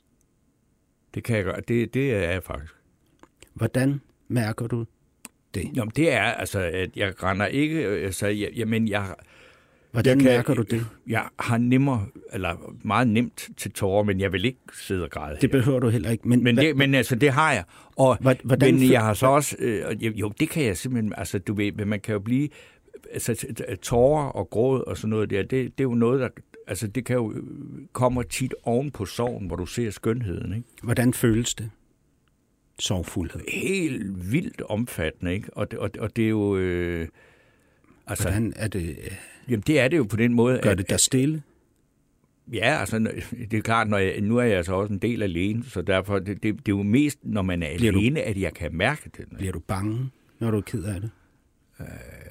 Det kan jeg gøre. Det, det er jeg faktisk. Hvordan mærker du det? Jamen, det er, altså, at jeg render ikke... Altså, jeg, jamen, jeg... Hvordan jeg kan, mærker du det? Jeg har nemmere, eller meget nemt til tårer, men jeg vil ikke sidde og græde. Det behøver du heller ikke. Men, men, det, men altså, det har jeg. Og, hvordan, men jeg har så også... Øh, jo, det kan jeg simpelthen... Altså, du ved, men man kan jo blive... Altså, tårer og gråd og sådan noget der, det, det er jo noget, der... Altså, det kan jo komme tit oven på sorgen, hvor du ser skønheden, ikke? Hvordan føles det? Sorgfuldhed. Helt vildt omfattende, ikke? Og det, og, og det er jo... Øh, altså, hvordan er det... Øh... Jamen, det er det jo på den måde... Gør det dig stille? Ja, altså, det er klart, når jeg, nu er jeg altså også en del alene, så derfor, det, det, det er jo mest, når man er bliver alene, du, at jeg kan mærke det. Bliver du bange, når du er ked af det? Øh,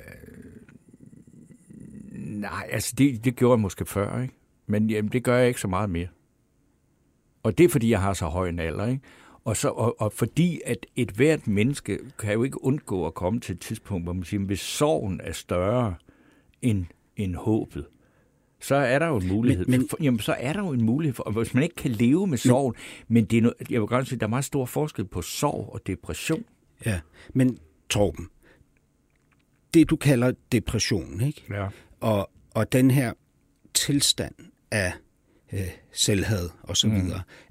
nej, altså, det, det gjorde jeg måske før, ikke? Men jamen, det gør jeg ikke så meget mere. Og det er, fordi jeg har så høj en alder, ikke? Og, så, og, og fordi, at et hvert menneske kan jo ikke undgå at komme til et tidspunkt, hvor man siger, hvis sorgen er større end, end håbet, så er der jo en mulighed. Men, men, for, jamen, så er der jo en mulighed for, hvis man ikke kan leve med sorgen, men, men det er no, jeg vil gerne sige, der er meget stor forskel på sorg og depression. Ja, men Torben, det du kalder depression, ikke? Ja. Og, og den her tilstand af øh, selvhad og så videre,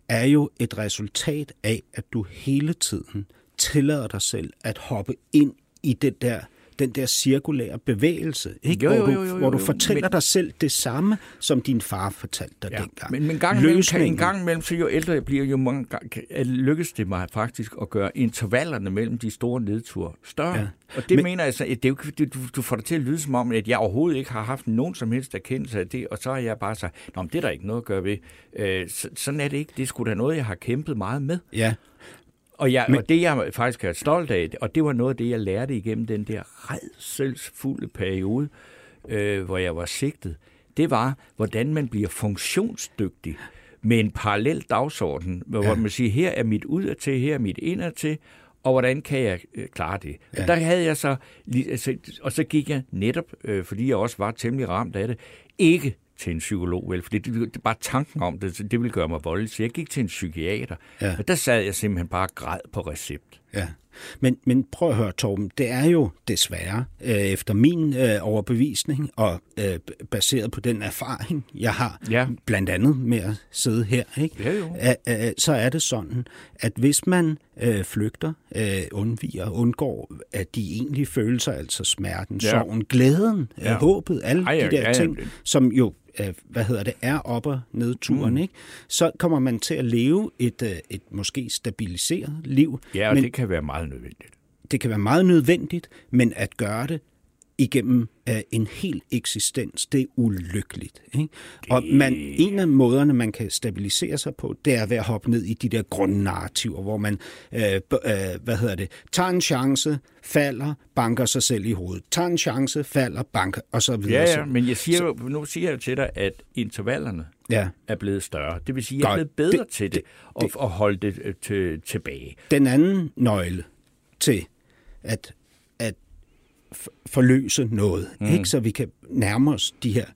er jo et resultat af, at du hele tiden tillader dig selv at hoppe ind i det der, den der cirkulære bevægelse, ikke? Jo, jo, hvor, jo, du, jo, jo, hvor du jo, fortæller men, dig selv det samme, som din far fortalte dig ja, dengang. Men, men gang imellem, Løsningen, en gang imellem, så jo ældre jeg bliver, jo mange gange lykkes det mig faktisk at gøre intervallerne mellem de store nedture større. Ja. Og det men, mener jeg så, at det er jo, du, du får det til at lyde som om, at jeg overhovedet ikke har haft nogen som helst erkendelse af det, og så har jeg bare sagt, nå, men det er der ikke noget at gøre ved. Øh, så, sådan er det ikke. Det er sgu da noget, jeg har kæmpet meget med. Ja. Og, jeg, Men, og det, jeg faktisk er stolt af, og det var noget af det, jeg lærte igennem den der rædselsfulde periode, øh, hvor jeg var sigtet, det var, hvordan man bliver funktionsdygtig med en parallel dagsorden, hvor ja. man siger, her er mit udadtil, her er mit indadtil, og hvordan kan jeg øh, klare det? Ja. Og der havde jeg så, altså, og så gik jeg netop, øh, fordi jeg også var temmelig ramt af det, ikke til en psykolog, vel? For det, det, det bare tanken om det, det ville gøre mig voldelig. Så jeg gik til en psykiater, ja. og der sad jeg simpelthen bare græd på recept. Ja. Men, men prøv at høre, Torben, det er jo desværre, øh, efter min øh, overbevisning, og øh, baseret på den erfaring, jeg har, ja. blandt andet med at sidde her, ikke? Ja, jo. Æ, øh, så er det sådan, at hvis man øh, flygter, øh, undviger, undgår at de egentlige følelser, altså smerten, ja. sorgen, glæden, ja. øh, håbet, alle Ej, de der ja, ting, ja. som jo hvad hedder det, er op- og nedturen, mm. ikke? Så kommer man til at leve et, et måske stabiliseret liv. Ja, og men det kan være meget nødvendigt. Det kan være meget nødvendigt, men at gøre det igennem uh, en hel eksistens, det er ulykkeligt. Ikke? Det... Og man, en af måderne, man kan stabilisere sig på, det er ved at hoppe ned i de der grundnarrativer, hvor man uh, uh, hvad hedder det, tager en chance, falder, banker sig selv i hovedet. Tager en chance, falder, banker, og så videre. Ja, ja, men jeg siger, så... nu siger jeg til dig, at intervallerne ja. er blevet større. Det vil sige, at jeg er blevet bedre det, til det, det, det og holde det til, tilbage. Den anden nøgle til at forløse noget, mm. ikke? Så vi kan nærme os de her,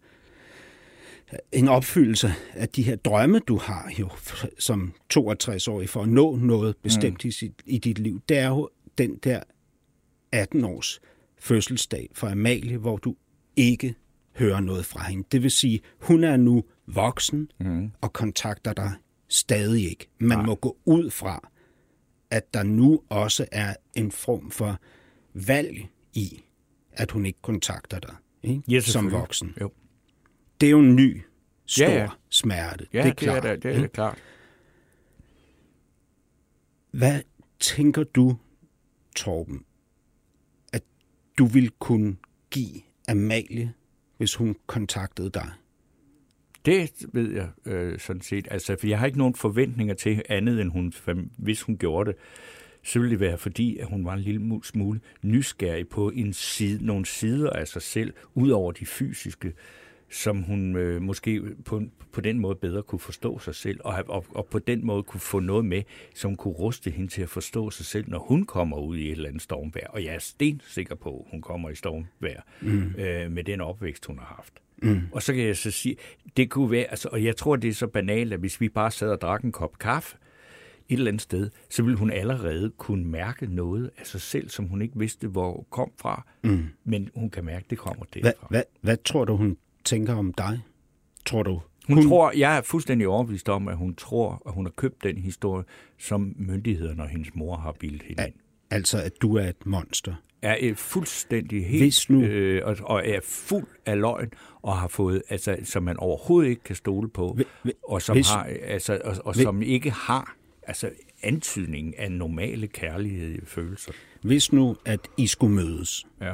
en opfyldelse af de her drømme, du har jo som toogtres-årig for at nå noget bestemt mm. i, sit, i dit liv. Det er jo den der atten-års fødselsdag for Amalie, hvor du ikke hører noget fra hende. Det vil sige, hun er nu voksen mm. og kontakter dig stadig ikke. Man Nej. må gå ud fra, at der nu også er en form for valg i, at hun ikke kontakter dig, ikke? Ja, som voksen. Jo. Det er jo en ny, stor ja, ja. smerte. Ja, det er klart. Det er, det er, det er klart. Hvad tænker du, Torben, at du ville kunne give Amalie, hvis hun kontaktede dig? Det ved jeg øh, sådan set. Altså, for jeg har ikke nogen forventninger til andet, end hun, hvis hun gjorde det, så ville det være, fordi at hun var en lille smule nysgerrig på en side, nogle sider af sig selv, ud over de fysiske, som hun øh, måske på, på den måde bedre kunne forstå sig selv, og, og, og på den måde kunne få noget med, som kunne ruste hende til at forstå sig selv, når hun kommer ud i et eller andet stormvejr. Og jeg er stensikker på, at hun kommer i stormvejr mm. øh, med den opvækst, hun har haft. Mm. Og så kan jeg så sige, det kunne være, altså, og jeg tror, det er så banalt, at hvis vi bare sad og drak en kop kaffe, et eller andet sted, så ville hun allerede kunne mærke noget af sig selv, som hun ikke vidste, hvor kom fra. Mm. Men hun kan mærke, det kommer derfra. Hvad, hvad, hvad tror du, hun tænker om dig? Tror du? Hun, hun tror, jeg er fuldstændig overbevist om, at hun tror, at hun har købt den historie, som myndighederne og hendes mor har bildet hende ind. Altså, at du er et monster? Er et fuldstændig helt, nu... øh, og, og er fuld af løgn, og har fået, altså, som man overhovedet ikke kan stole på, hvis, og som, hvis, har, altså, og, og hvis, som ikke har altså antydningen af normale kærlighed følelser. Hvis nu, at I skulle mødes, ja.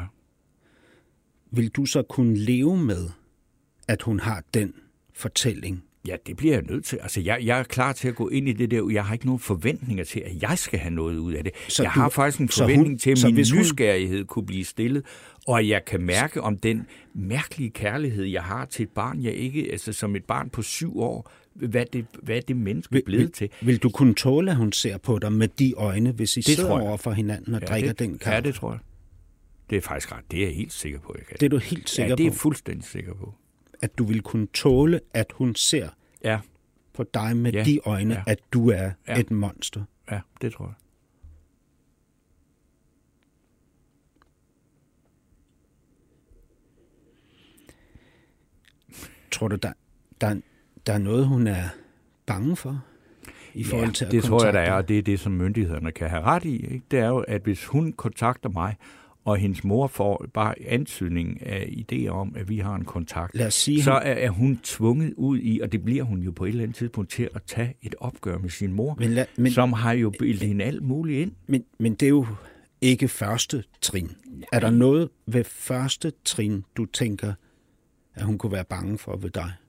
vil du så kunne leve med, at hun har den fortælling? Ja, det bliver jeg nødt til. Altså, jeg, jeg er klar til at gå ind i det der. Jeg har ikke nogen forventninger til, at jeg skal have noget ud af det. Så jeg du, har faktisk en forventning hun, til, at min nysgerrighed hun... kunne blive stillet, og at jeg kan mærke om den mærkelige kærlighed, jeg har til et barn, jeg ikke, altså som et barn på syv år, hvad det, hvad er det menneske vil, blevet vil, til. Vil du kunne tåle, at hun ser på dig med de øjne, hvis I det sidder over for hinanden og ja, drikker det, den kaffe? Ja, det tror jeg. Det er faktisk ret. Det er jeg helt sikker på, jeg kan. Det er du helt sikker på? Ja, det er jeg fuldstændig sikker på. At du vil kunne tåle, at hun ser ja. på dig med ja. de øjne, ja. at du er ja. et monster? Ja, det tror jeg. Tror du, der, der, der er noget, hun er bange for i forhold til at det tror jeg, der er, kontakte? og det er det, som myndighederne kan have ret i. Ikke? Det er jo, at hvis hun kontakter mig, og hendes mor får bare antydning af idéer om, at vi har en kontakt, Lad os sige, så hun- er, er hun tvunget ud i, og det bliver hun jo på et eller andet tidspunkt, til at tage et opgør med sin mor, Men lad- men- som har jo bildet hende alt muligt ind. Men, men det er jo ikke første trin. Er der noget ved første trin, du tænker, at hun kunne være bange for ved dig?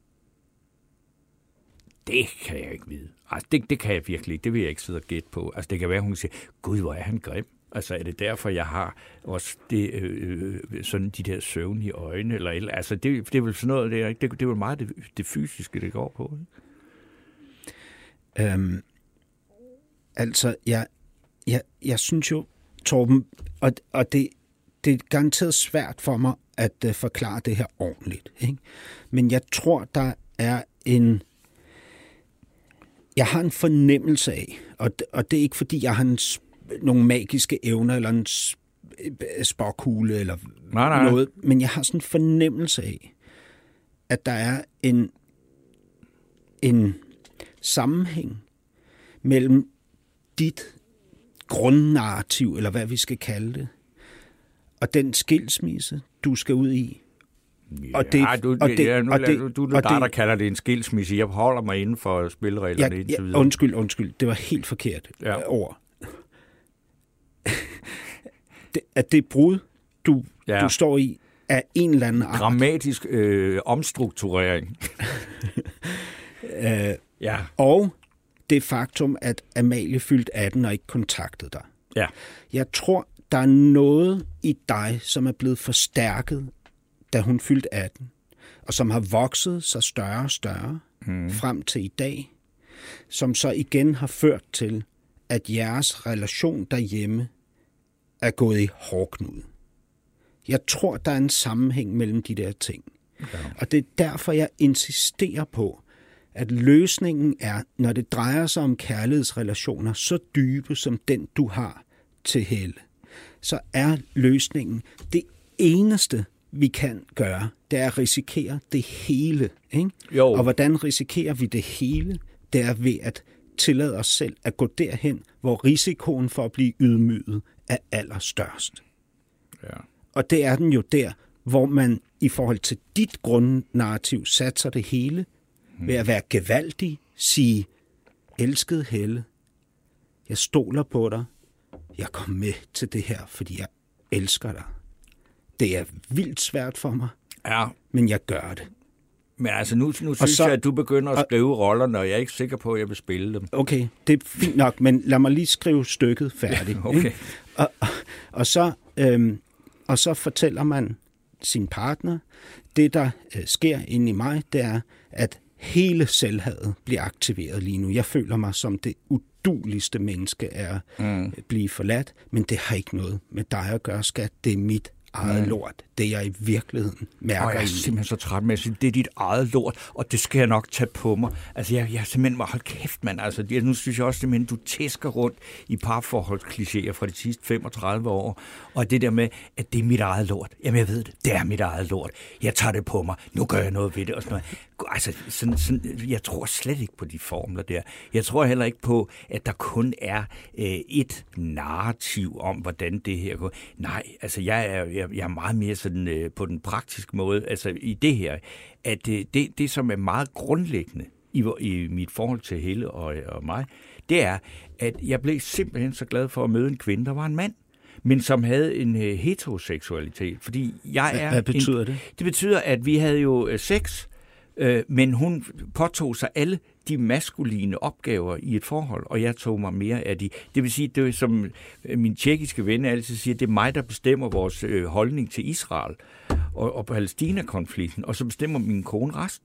Det kan jeg ikke vide. Altså, det, det kan jeg virkelig ikke. Det vil jeg ikke sidde og gætte på. Altså, det kan være, hun siger, gud, hvor er han grim. Altså, er det derfor, jeg har også det, øh, sådan de der søvnige øjne? Eller, eller, altså, det, det er vel sådan noget, det er, det, det er vel meget det, det fysiske, det går på. Ikke? Øhm, altså, jeg, jeg, jeg synes jo, Torben, og, og det, det er garanteret svært for mig at uh, forklare det her ordentligt. Ikke? Men jeg tror, der er en... Jeg har en fornemmelse af, og, og det er ikke fordi, jeg har en, nogle magiske evner, eller en spåkugle, eller nej, nej. noget, men jeg har sådan en fornemmelse af, at der er en, en sammenhæng mellem dit grundnarrativ, eller hvad vi skal kalde det, og den skilsmisse, du skal ud i. Ja, og det, du, og det, ja, nu, og det, du, du og der, det, der kalder det en skilsmisse. Jeg holder mig inden for spillereglerne ja, indtil ja, videre. Undskyld, undskyld. Det var helt forkert ja. ord. det, at det brud, du, ja. du står i, er en eller anden art. Dramatisk øh, omstrukturering. øh, ja. Og det faktum, at Amalie fyldte atten og ikke kontaktede dig. Ja. Jeg tror, der er noget i dig, som er blevet forstærket, da hun fyldte atten, og som har vokset sig større og større hmm. frem til i dag, som så igen har ført til, at jeres relation derhjemme er gået i hårdknude. Jeg tror, der er en sammenhæng mellem de der ting. Ja. Og det er derfor, jeg insisterer på, at løsningen er, når det drejer sig om kærlighedsrelationer så dybe som den, du har til Helle, så er løsningen det eneste, vi kan gøre, det er at risikere det hele. Ikke? Jo. Og hvordan risikerer vi det hele? Det er ved at tillade os selv at gå derhen, hvor risikoen for at blive ydmyget er allerstørst. Ja. Og det er den jo der, hvor man i forhold til dit grundnarrativ satser det hele, hmm. ved at være gevaldig, sige, elskede Helle, jeg stoler på dig, jeg kom med til det her, fordi jeg elsker dig. Det er vildt svært for mig, ja. men jeg gør det. Men altså, nu, nu synes så, jeg, at du begynder at skrive rollerne, og jeg er ikke sikker på, at jeg vil spille dem. Okay, det er fint nok, men lad mig lige skrive stykket færdigt. Ja, okay. Og, og, og, så, øhm, og så fortæller man sin partner, det der øh, sker inde i mig, det er, at hele selvhadet bliver aktiveret lige nu. Jeg føler mig som det uduligste menneske er mm. at blive forladt, men det har ikke noget med dig at gøre, skat. Det er mit eget mm. lort. Det jeg i virkeligheden mærker. Og jeg er simpelthen så træt med at sige, det er dit eget lort, og det skal jeg nok tage på mig. Altså, jeg, jeg er simpelthen, hold kæft, mand. Altså, jeg, nu synes jeg også simpelthen, du tæsker rundt i parforholdsklichéer fra de sidste femogtredive år. Og det der med, at det er mit eget lort. Jamen, jeg ved det. Det er mit eget lort. Jeg tager det på mig. Nu gør jeg noget ved det. Og sådan noget. Altså, sådan, sådan, jeg tror slet ikke på de formler der. Jeg tror heller ikke på, at der kun er øh, et narrativ om, hvordan det her går. Nej, altså, jeg er, jeg, jeg er meget mere sådan øh, på den praktiske måde, altså i det her, at øh, det, det, som er meget grundlæggende i, i mit forhold til Helle og, og mig, det er, at jeg blev simpelthen så glad for at møde en kvinde, der var en mand, men som havde en øh, heteroseksualitet, fordi jeg er... Hvad betyder en, det? Det betyder, at vi havde jo øh, sex, øh, men hun påtog sig alle de maskuline opgaver i et forhold, og jeg tog mig mere af de. Det vil sige, det er som min tjekkiske ven altid siger, det er mig, der bestemmer vores øh, holdning til Israel og, og Palæstina-konflikten, og så bestemmer min kone resten.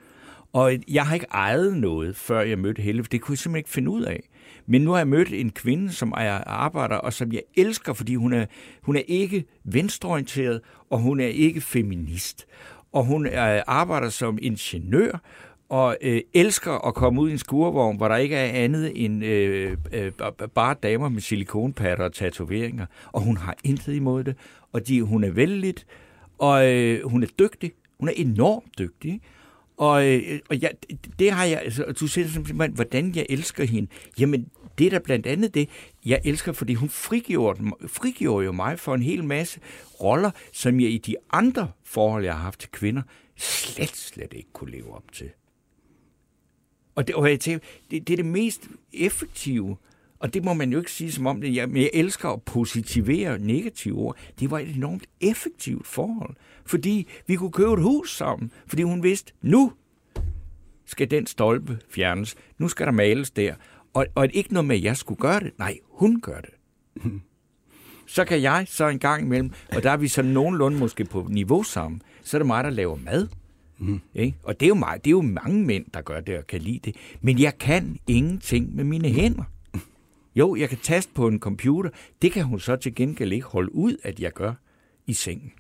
Og jeg har ikke ejet noget, før jeg mødte Helle, for det kunne jeg simpelthen ikke finde ud af. Men nu har jeg mødt en kvinde, som er arbejder, og som jeg elsker, fordi hun er, hun er ikke venstreorienteret, og hun er ikke feminist. Og hun er, arbejder som ingeniør, og øh, elsker at komme ud i en skurvogn, hvor der ikke er andet end øh, øh, bare damer med silikonpatter og tatoveringer. Og hun har intet imod det, og de, hun er vældigt, og øh, hun er dygtig. Hun er enormt dygtig, Og, øh, og ja, det har jeg, altså, du siger simpelthen, hvordan jeg elsker hende. Jamen, det er da blandt andet det, jeg elsker, fordi hun frigjorde, frigjorde jo mig for en hel masse roller, som jeg i de andre forhold, jeg har haft til kvinder, slet, slet ikke kunne leve op til. Og det, og jeg tænker, det, det er det mest effektive, og det må man jo ikke sige som om det. Jeg, men jeg elsker at positivere negative ord. Det var et enormt effektivt forhold, fordi vi kunne købe et hus sammen, fordi hun vidste, nu skal den stolpe fjernes, nu skal der males der. Og, og ikke noget med, at jeg skulle gøre det. Nej, hun gør det. Så kan jeg så en gang imellem, og der er vi så nogenlunde måske på niveau sammen, så er det mig, der laver mad. Mm. Ikke? Og det er, jo mig, det er jo mange mænd, der gør det og kan lide det. Men jeg kan ingenting med mine hænder. Jo, jeg kan taste på en computer. Det kan hun så til gengæld ikke holde ud, at jeg gør i sengen.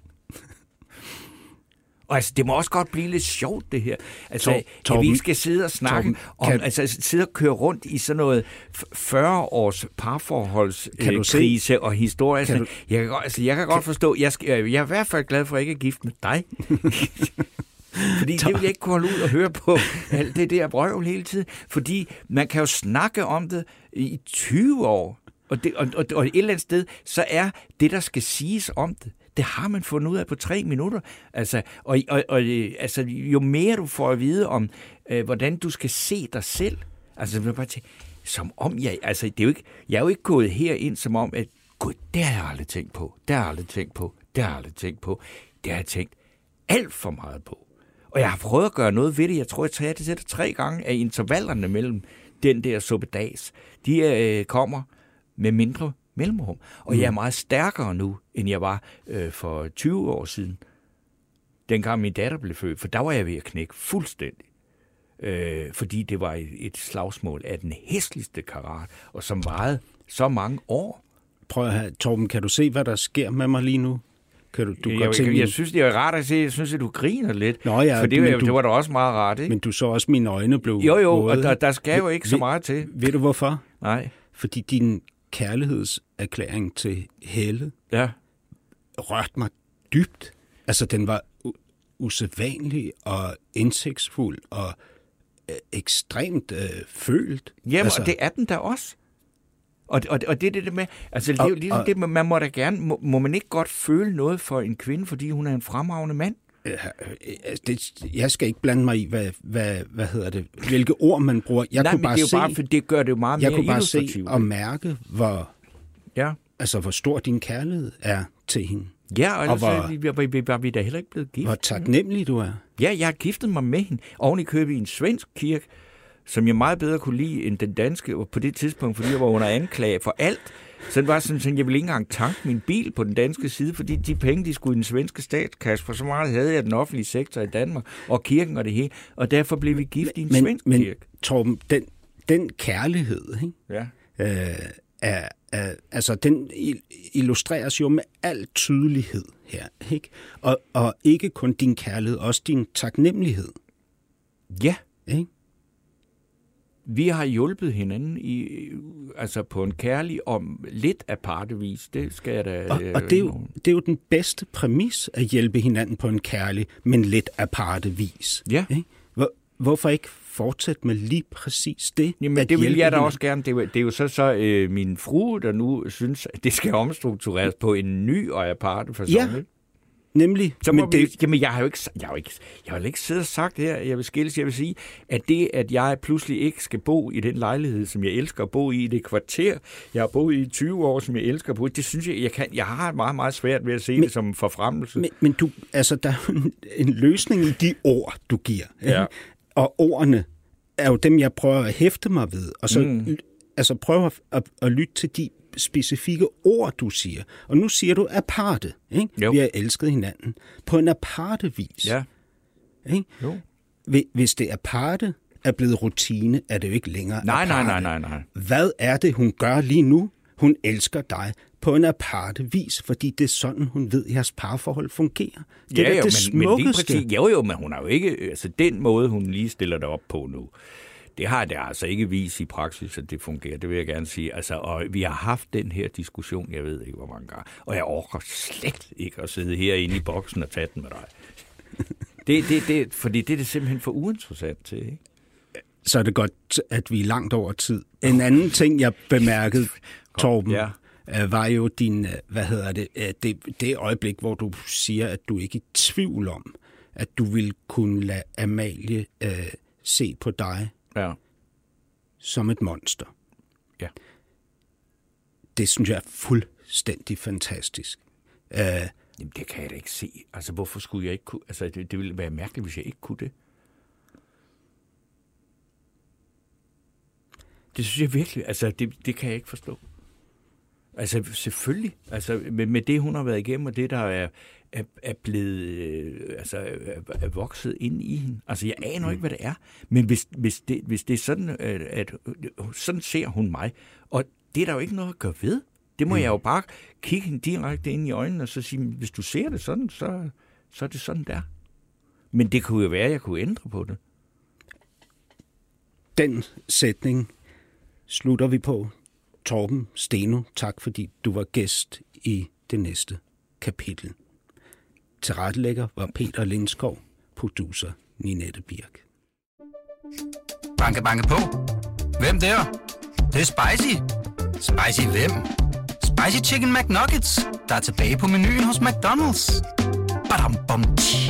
Og altså, det må også godt blive lidt sjovt, det her. Altså, Torben, at vi ikke skal sidde og snakke Torben, om, kan, altså sidde og køre rundt i sådan noget fyrre års parforholdskrise øh, og historie. Kan du, jeg, kan, altså, jeg kan godt kan, forstå, jeg, skal, jeg er i hvert fald glad for, at jeg ikke er gift med dig. Fordi det vil jeg ikke kunne holde ud og høre på alt det der brøvl hele tiden. Fordi man kan jo snakke om det i tyve år. Og, det, og, og, og et eller andet sted, så er det, der skal siges om det, det har man fundet ud af på tre minutter. Altså, og, og, og altså, jo mere du får at vide om, øh, hvordan du skal se dig selv, altså, jeg bare tænke, som om jeg, altså, det er jo ikke, jeg er jo ikke gået herind som om, at gud, det har jeg aldrig tænkt på, det har jeg aldrig tænkt på, det har jeg aldrig tænkt på, det har jeg tænkt alt for meget på. Og jeg har prøvet at gøre noget ved det. Jeg tror, jeg tager det til tre gange af intervallerne mellem den der suppedags. De øh, kommer med mindre mellemrum. Og mm. jeg er meget stærkere nu, end jeg var øh, for tyve år siden. Dengang min datter blev født. For der var jeg ved at knække fuldstændig. Øh, fordi det var et, et slagsmål af den hæsligste karat, og som varede så mange år. Prøv at have, Torben, kan du se, hvad der sker med mig lige nu? Kan du, du jeg, jeg, jeg, jeg synes, det er rart at se. Jeg synes, at du griner lidt. Nå ja, for det, du, det var da også meget rart, ikke? Men du så også, mine øjne blev Jo, jo, våde. og der, der skal jo ikke ved, så meget til. Ved du hvorfor? Nej. Fordi din kærlighedserklæring til Helle ja. rørte mig dybt. Altså, den var u- usædvanlig og indsigtsfuld og øh, ekstremt øh, følt. Jamen, altså, og det er den da også. Og, og, og det er det med, altså det er jo ligesom og, det, man må da gerne, må, må man ikke godt føle noget for en kvinde, fordi hun er en fremragende mand? Øh, det, jeg skal ikke blande mig i, hvad, hvad, hvad hedder det, hvilke ord man bruger. Jeg Nej, kunne bare det er jo se, bare, for det gør det jo meget jeg mere kunne bare se illustrativt. og mærke, hvor, ja. altså, hvor stor din kærlighed er til hende. Ja, og, og hvor, så vi, vi, vi, vi er da heller ikke blevet gift. Hvor taknemmelig du er. Ja, jeg har giftet mig med hende, oven i købet i en svensk kirke, som jeg meget bedre kunne lide end den danske, og på det tidspunkt, fordi jeg var under anklage for alt. Så det var sådan, at jeg ville ikke engang tanke min bil på den danske side, fordi de penge, de skulle i den svenske statskasse, for så meget havde jeg den offentlige sektor i Danmark, og kirken og det hele, og derfor blev vi gift i en men, svensk men, kirke. Men Torben, den, den kærlighed, ikke? Ja. Øh, er, er, altså den illustreres jo med al tydelighed her, ikke? Og, og ikke kun din kærlighed, også din taknemmelighed. Ja. Ikke? Vi har hjulpet hinanden i, altså på en kærlig og lidt aparte vis. Det skal jeg da... Og, og det, er jo, det er jo den bedste præmis at hjælpe hinanden på en kærlig, men lidt aparte vis. Ja. Ikke? Hvor, hvorfor ikke fortsætte med lige præcis det? Jamen, det vil jeg da hinanden? Også gerne. Det er, det er jo så, så øh, min frue, der nu synes, at det skal omstruktureres på en ny og aparte person. Ja. Ikke? Nemlig. Så men det, vi, jamen, jeg har jo ikke, jeg har jo ikke, jeg har jo ikke siddet og sagt her, jeg vil skilles, jeg vil sige, at det, at jeg pludselig ikke skal bo i den lejlighed, som jeg elsker at bo i, det kvarter, jeg har boet i tyve år, som jeg elsker at bo i, det synes jeg, jeg kan, jeg har meget, meget svært ved at se men, det som en forfremmelse. Men, men du, altså, der er jo en, en løsning i de ord, du giver. Ja. Og ordene er jo dem, jeg prøver at hæfte mig ved, og så mm. altså, prøver at, at, at lytte til de specifikke ord, du siger. Og nu siger du aparte. Ikke? Vi har elsket hinanden på en aparte vis. Ja. Ikke? Jo. Hvis det aparte er blevet rutine, er det jo ikke længere nej, aparte. Nej, nej, nej, nej. Hvad er det, hun gør lige nu? Hun elsker dig på en aparte vis, fordi det er sådan, hun ved, at jeres parforhold fungerer. Det ja, er jo, det men, smukkeste. Men jo, jo, men hun har jo ikke... Altså, den måde, hun lige stiller det op på nu, det har det altså ikke vist i praksis, at det fungerer. Det vil jeg gerne sige. Altså, og vi har haft den her diskussion, jeg ved ikke, hvor mange gange. Og jeg orker slet ikke at sidde herinde i boksen og tage den med dig. Det, det, det, fordi det er det simpelthen for uinteressant til, ikke? Så er det godt, at vi er langt over tid. En anden ting, jeg bemærkede, Torben, ja. var jo din, hvad hedder det, det, det øjeblik, hvor du siger, at du ikke er i tvivl om, at du vil kunne lade Amalie øh, se på dig ja. som et monster. Ja. Det synes jeg er fuldstændig fantastisk. Uh, Jamen, det kan jeg da ikke se. Altså, hvorfor skulle jeg ikke kunne... Altså, det, det ville være mærkeligt, hvis jeg ikke kunne det. Det synes jeg virkelig... Altså, det, det kan jeg ikke forstå. Altså, selvfølgelig. Altså, med, med det, hun har været igennem, og det, der er, er, er blevet... Øh, altså, er, er vokset ind i hende. Altså, jeg aner ikke, hvad det er. Men hvis, hvis, det, hvis det er sådan, at, at... Sådan ser hun mig. Og det er der jo ikke noget at gøre ved. Det må mm. jeg jo bare kigge hende direkte ind i øjnene og så sige, hvis du ser det sådan, så, så er det sådan der. Men det kunne jo være, at jeg kunne ændre på det. Den sætning slutter vi på. Torben Steno, tak fordi du var gæst i det næste kapitel. Tilrettelægger var Peter Lindskov, producer Ninette Birk. Banke, banke på. Hvem der? Det er spicy. Spicy hvem? Spicy Chicken McNuggets, der er tilbage på menuen hos McDonald's. Badum, bom, tji.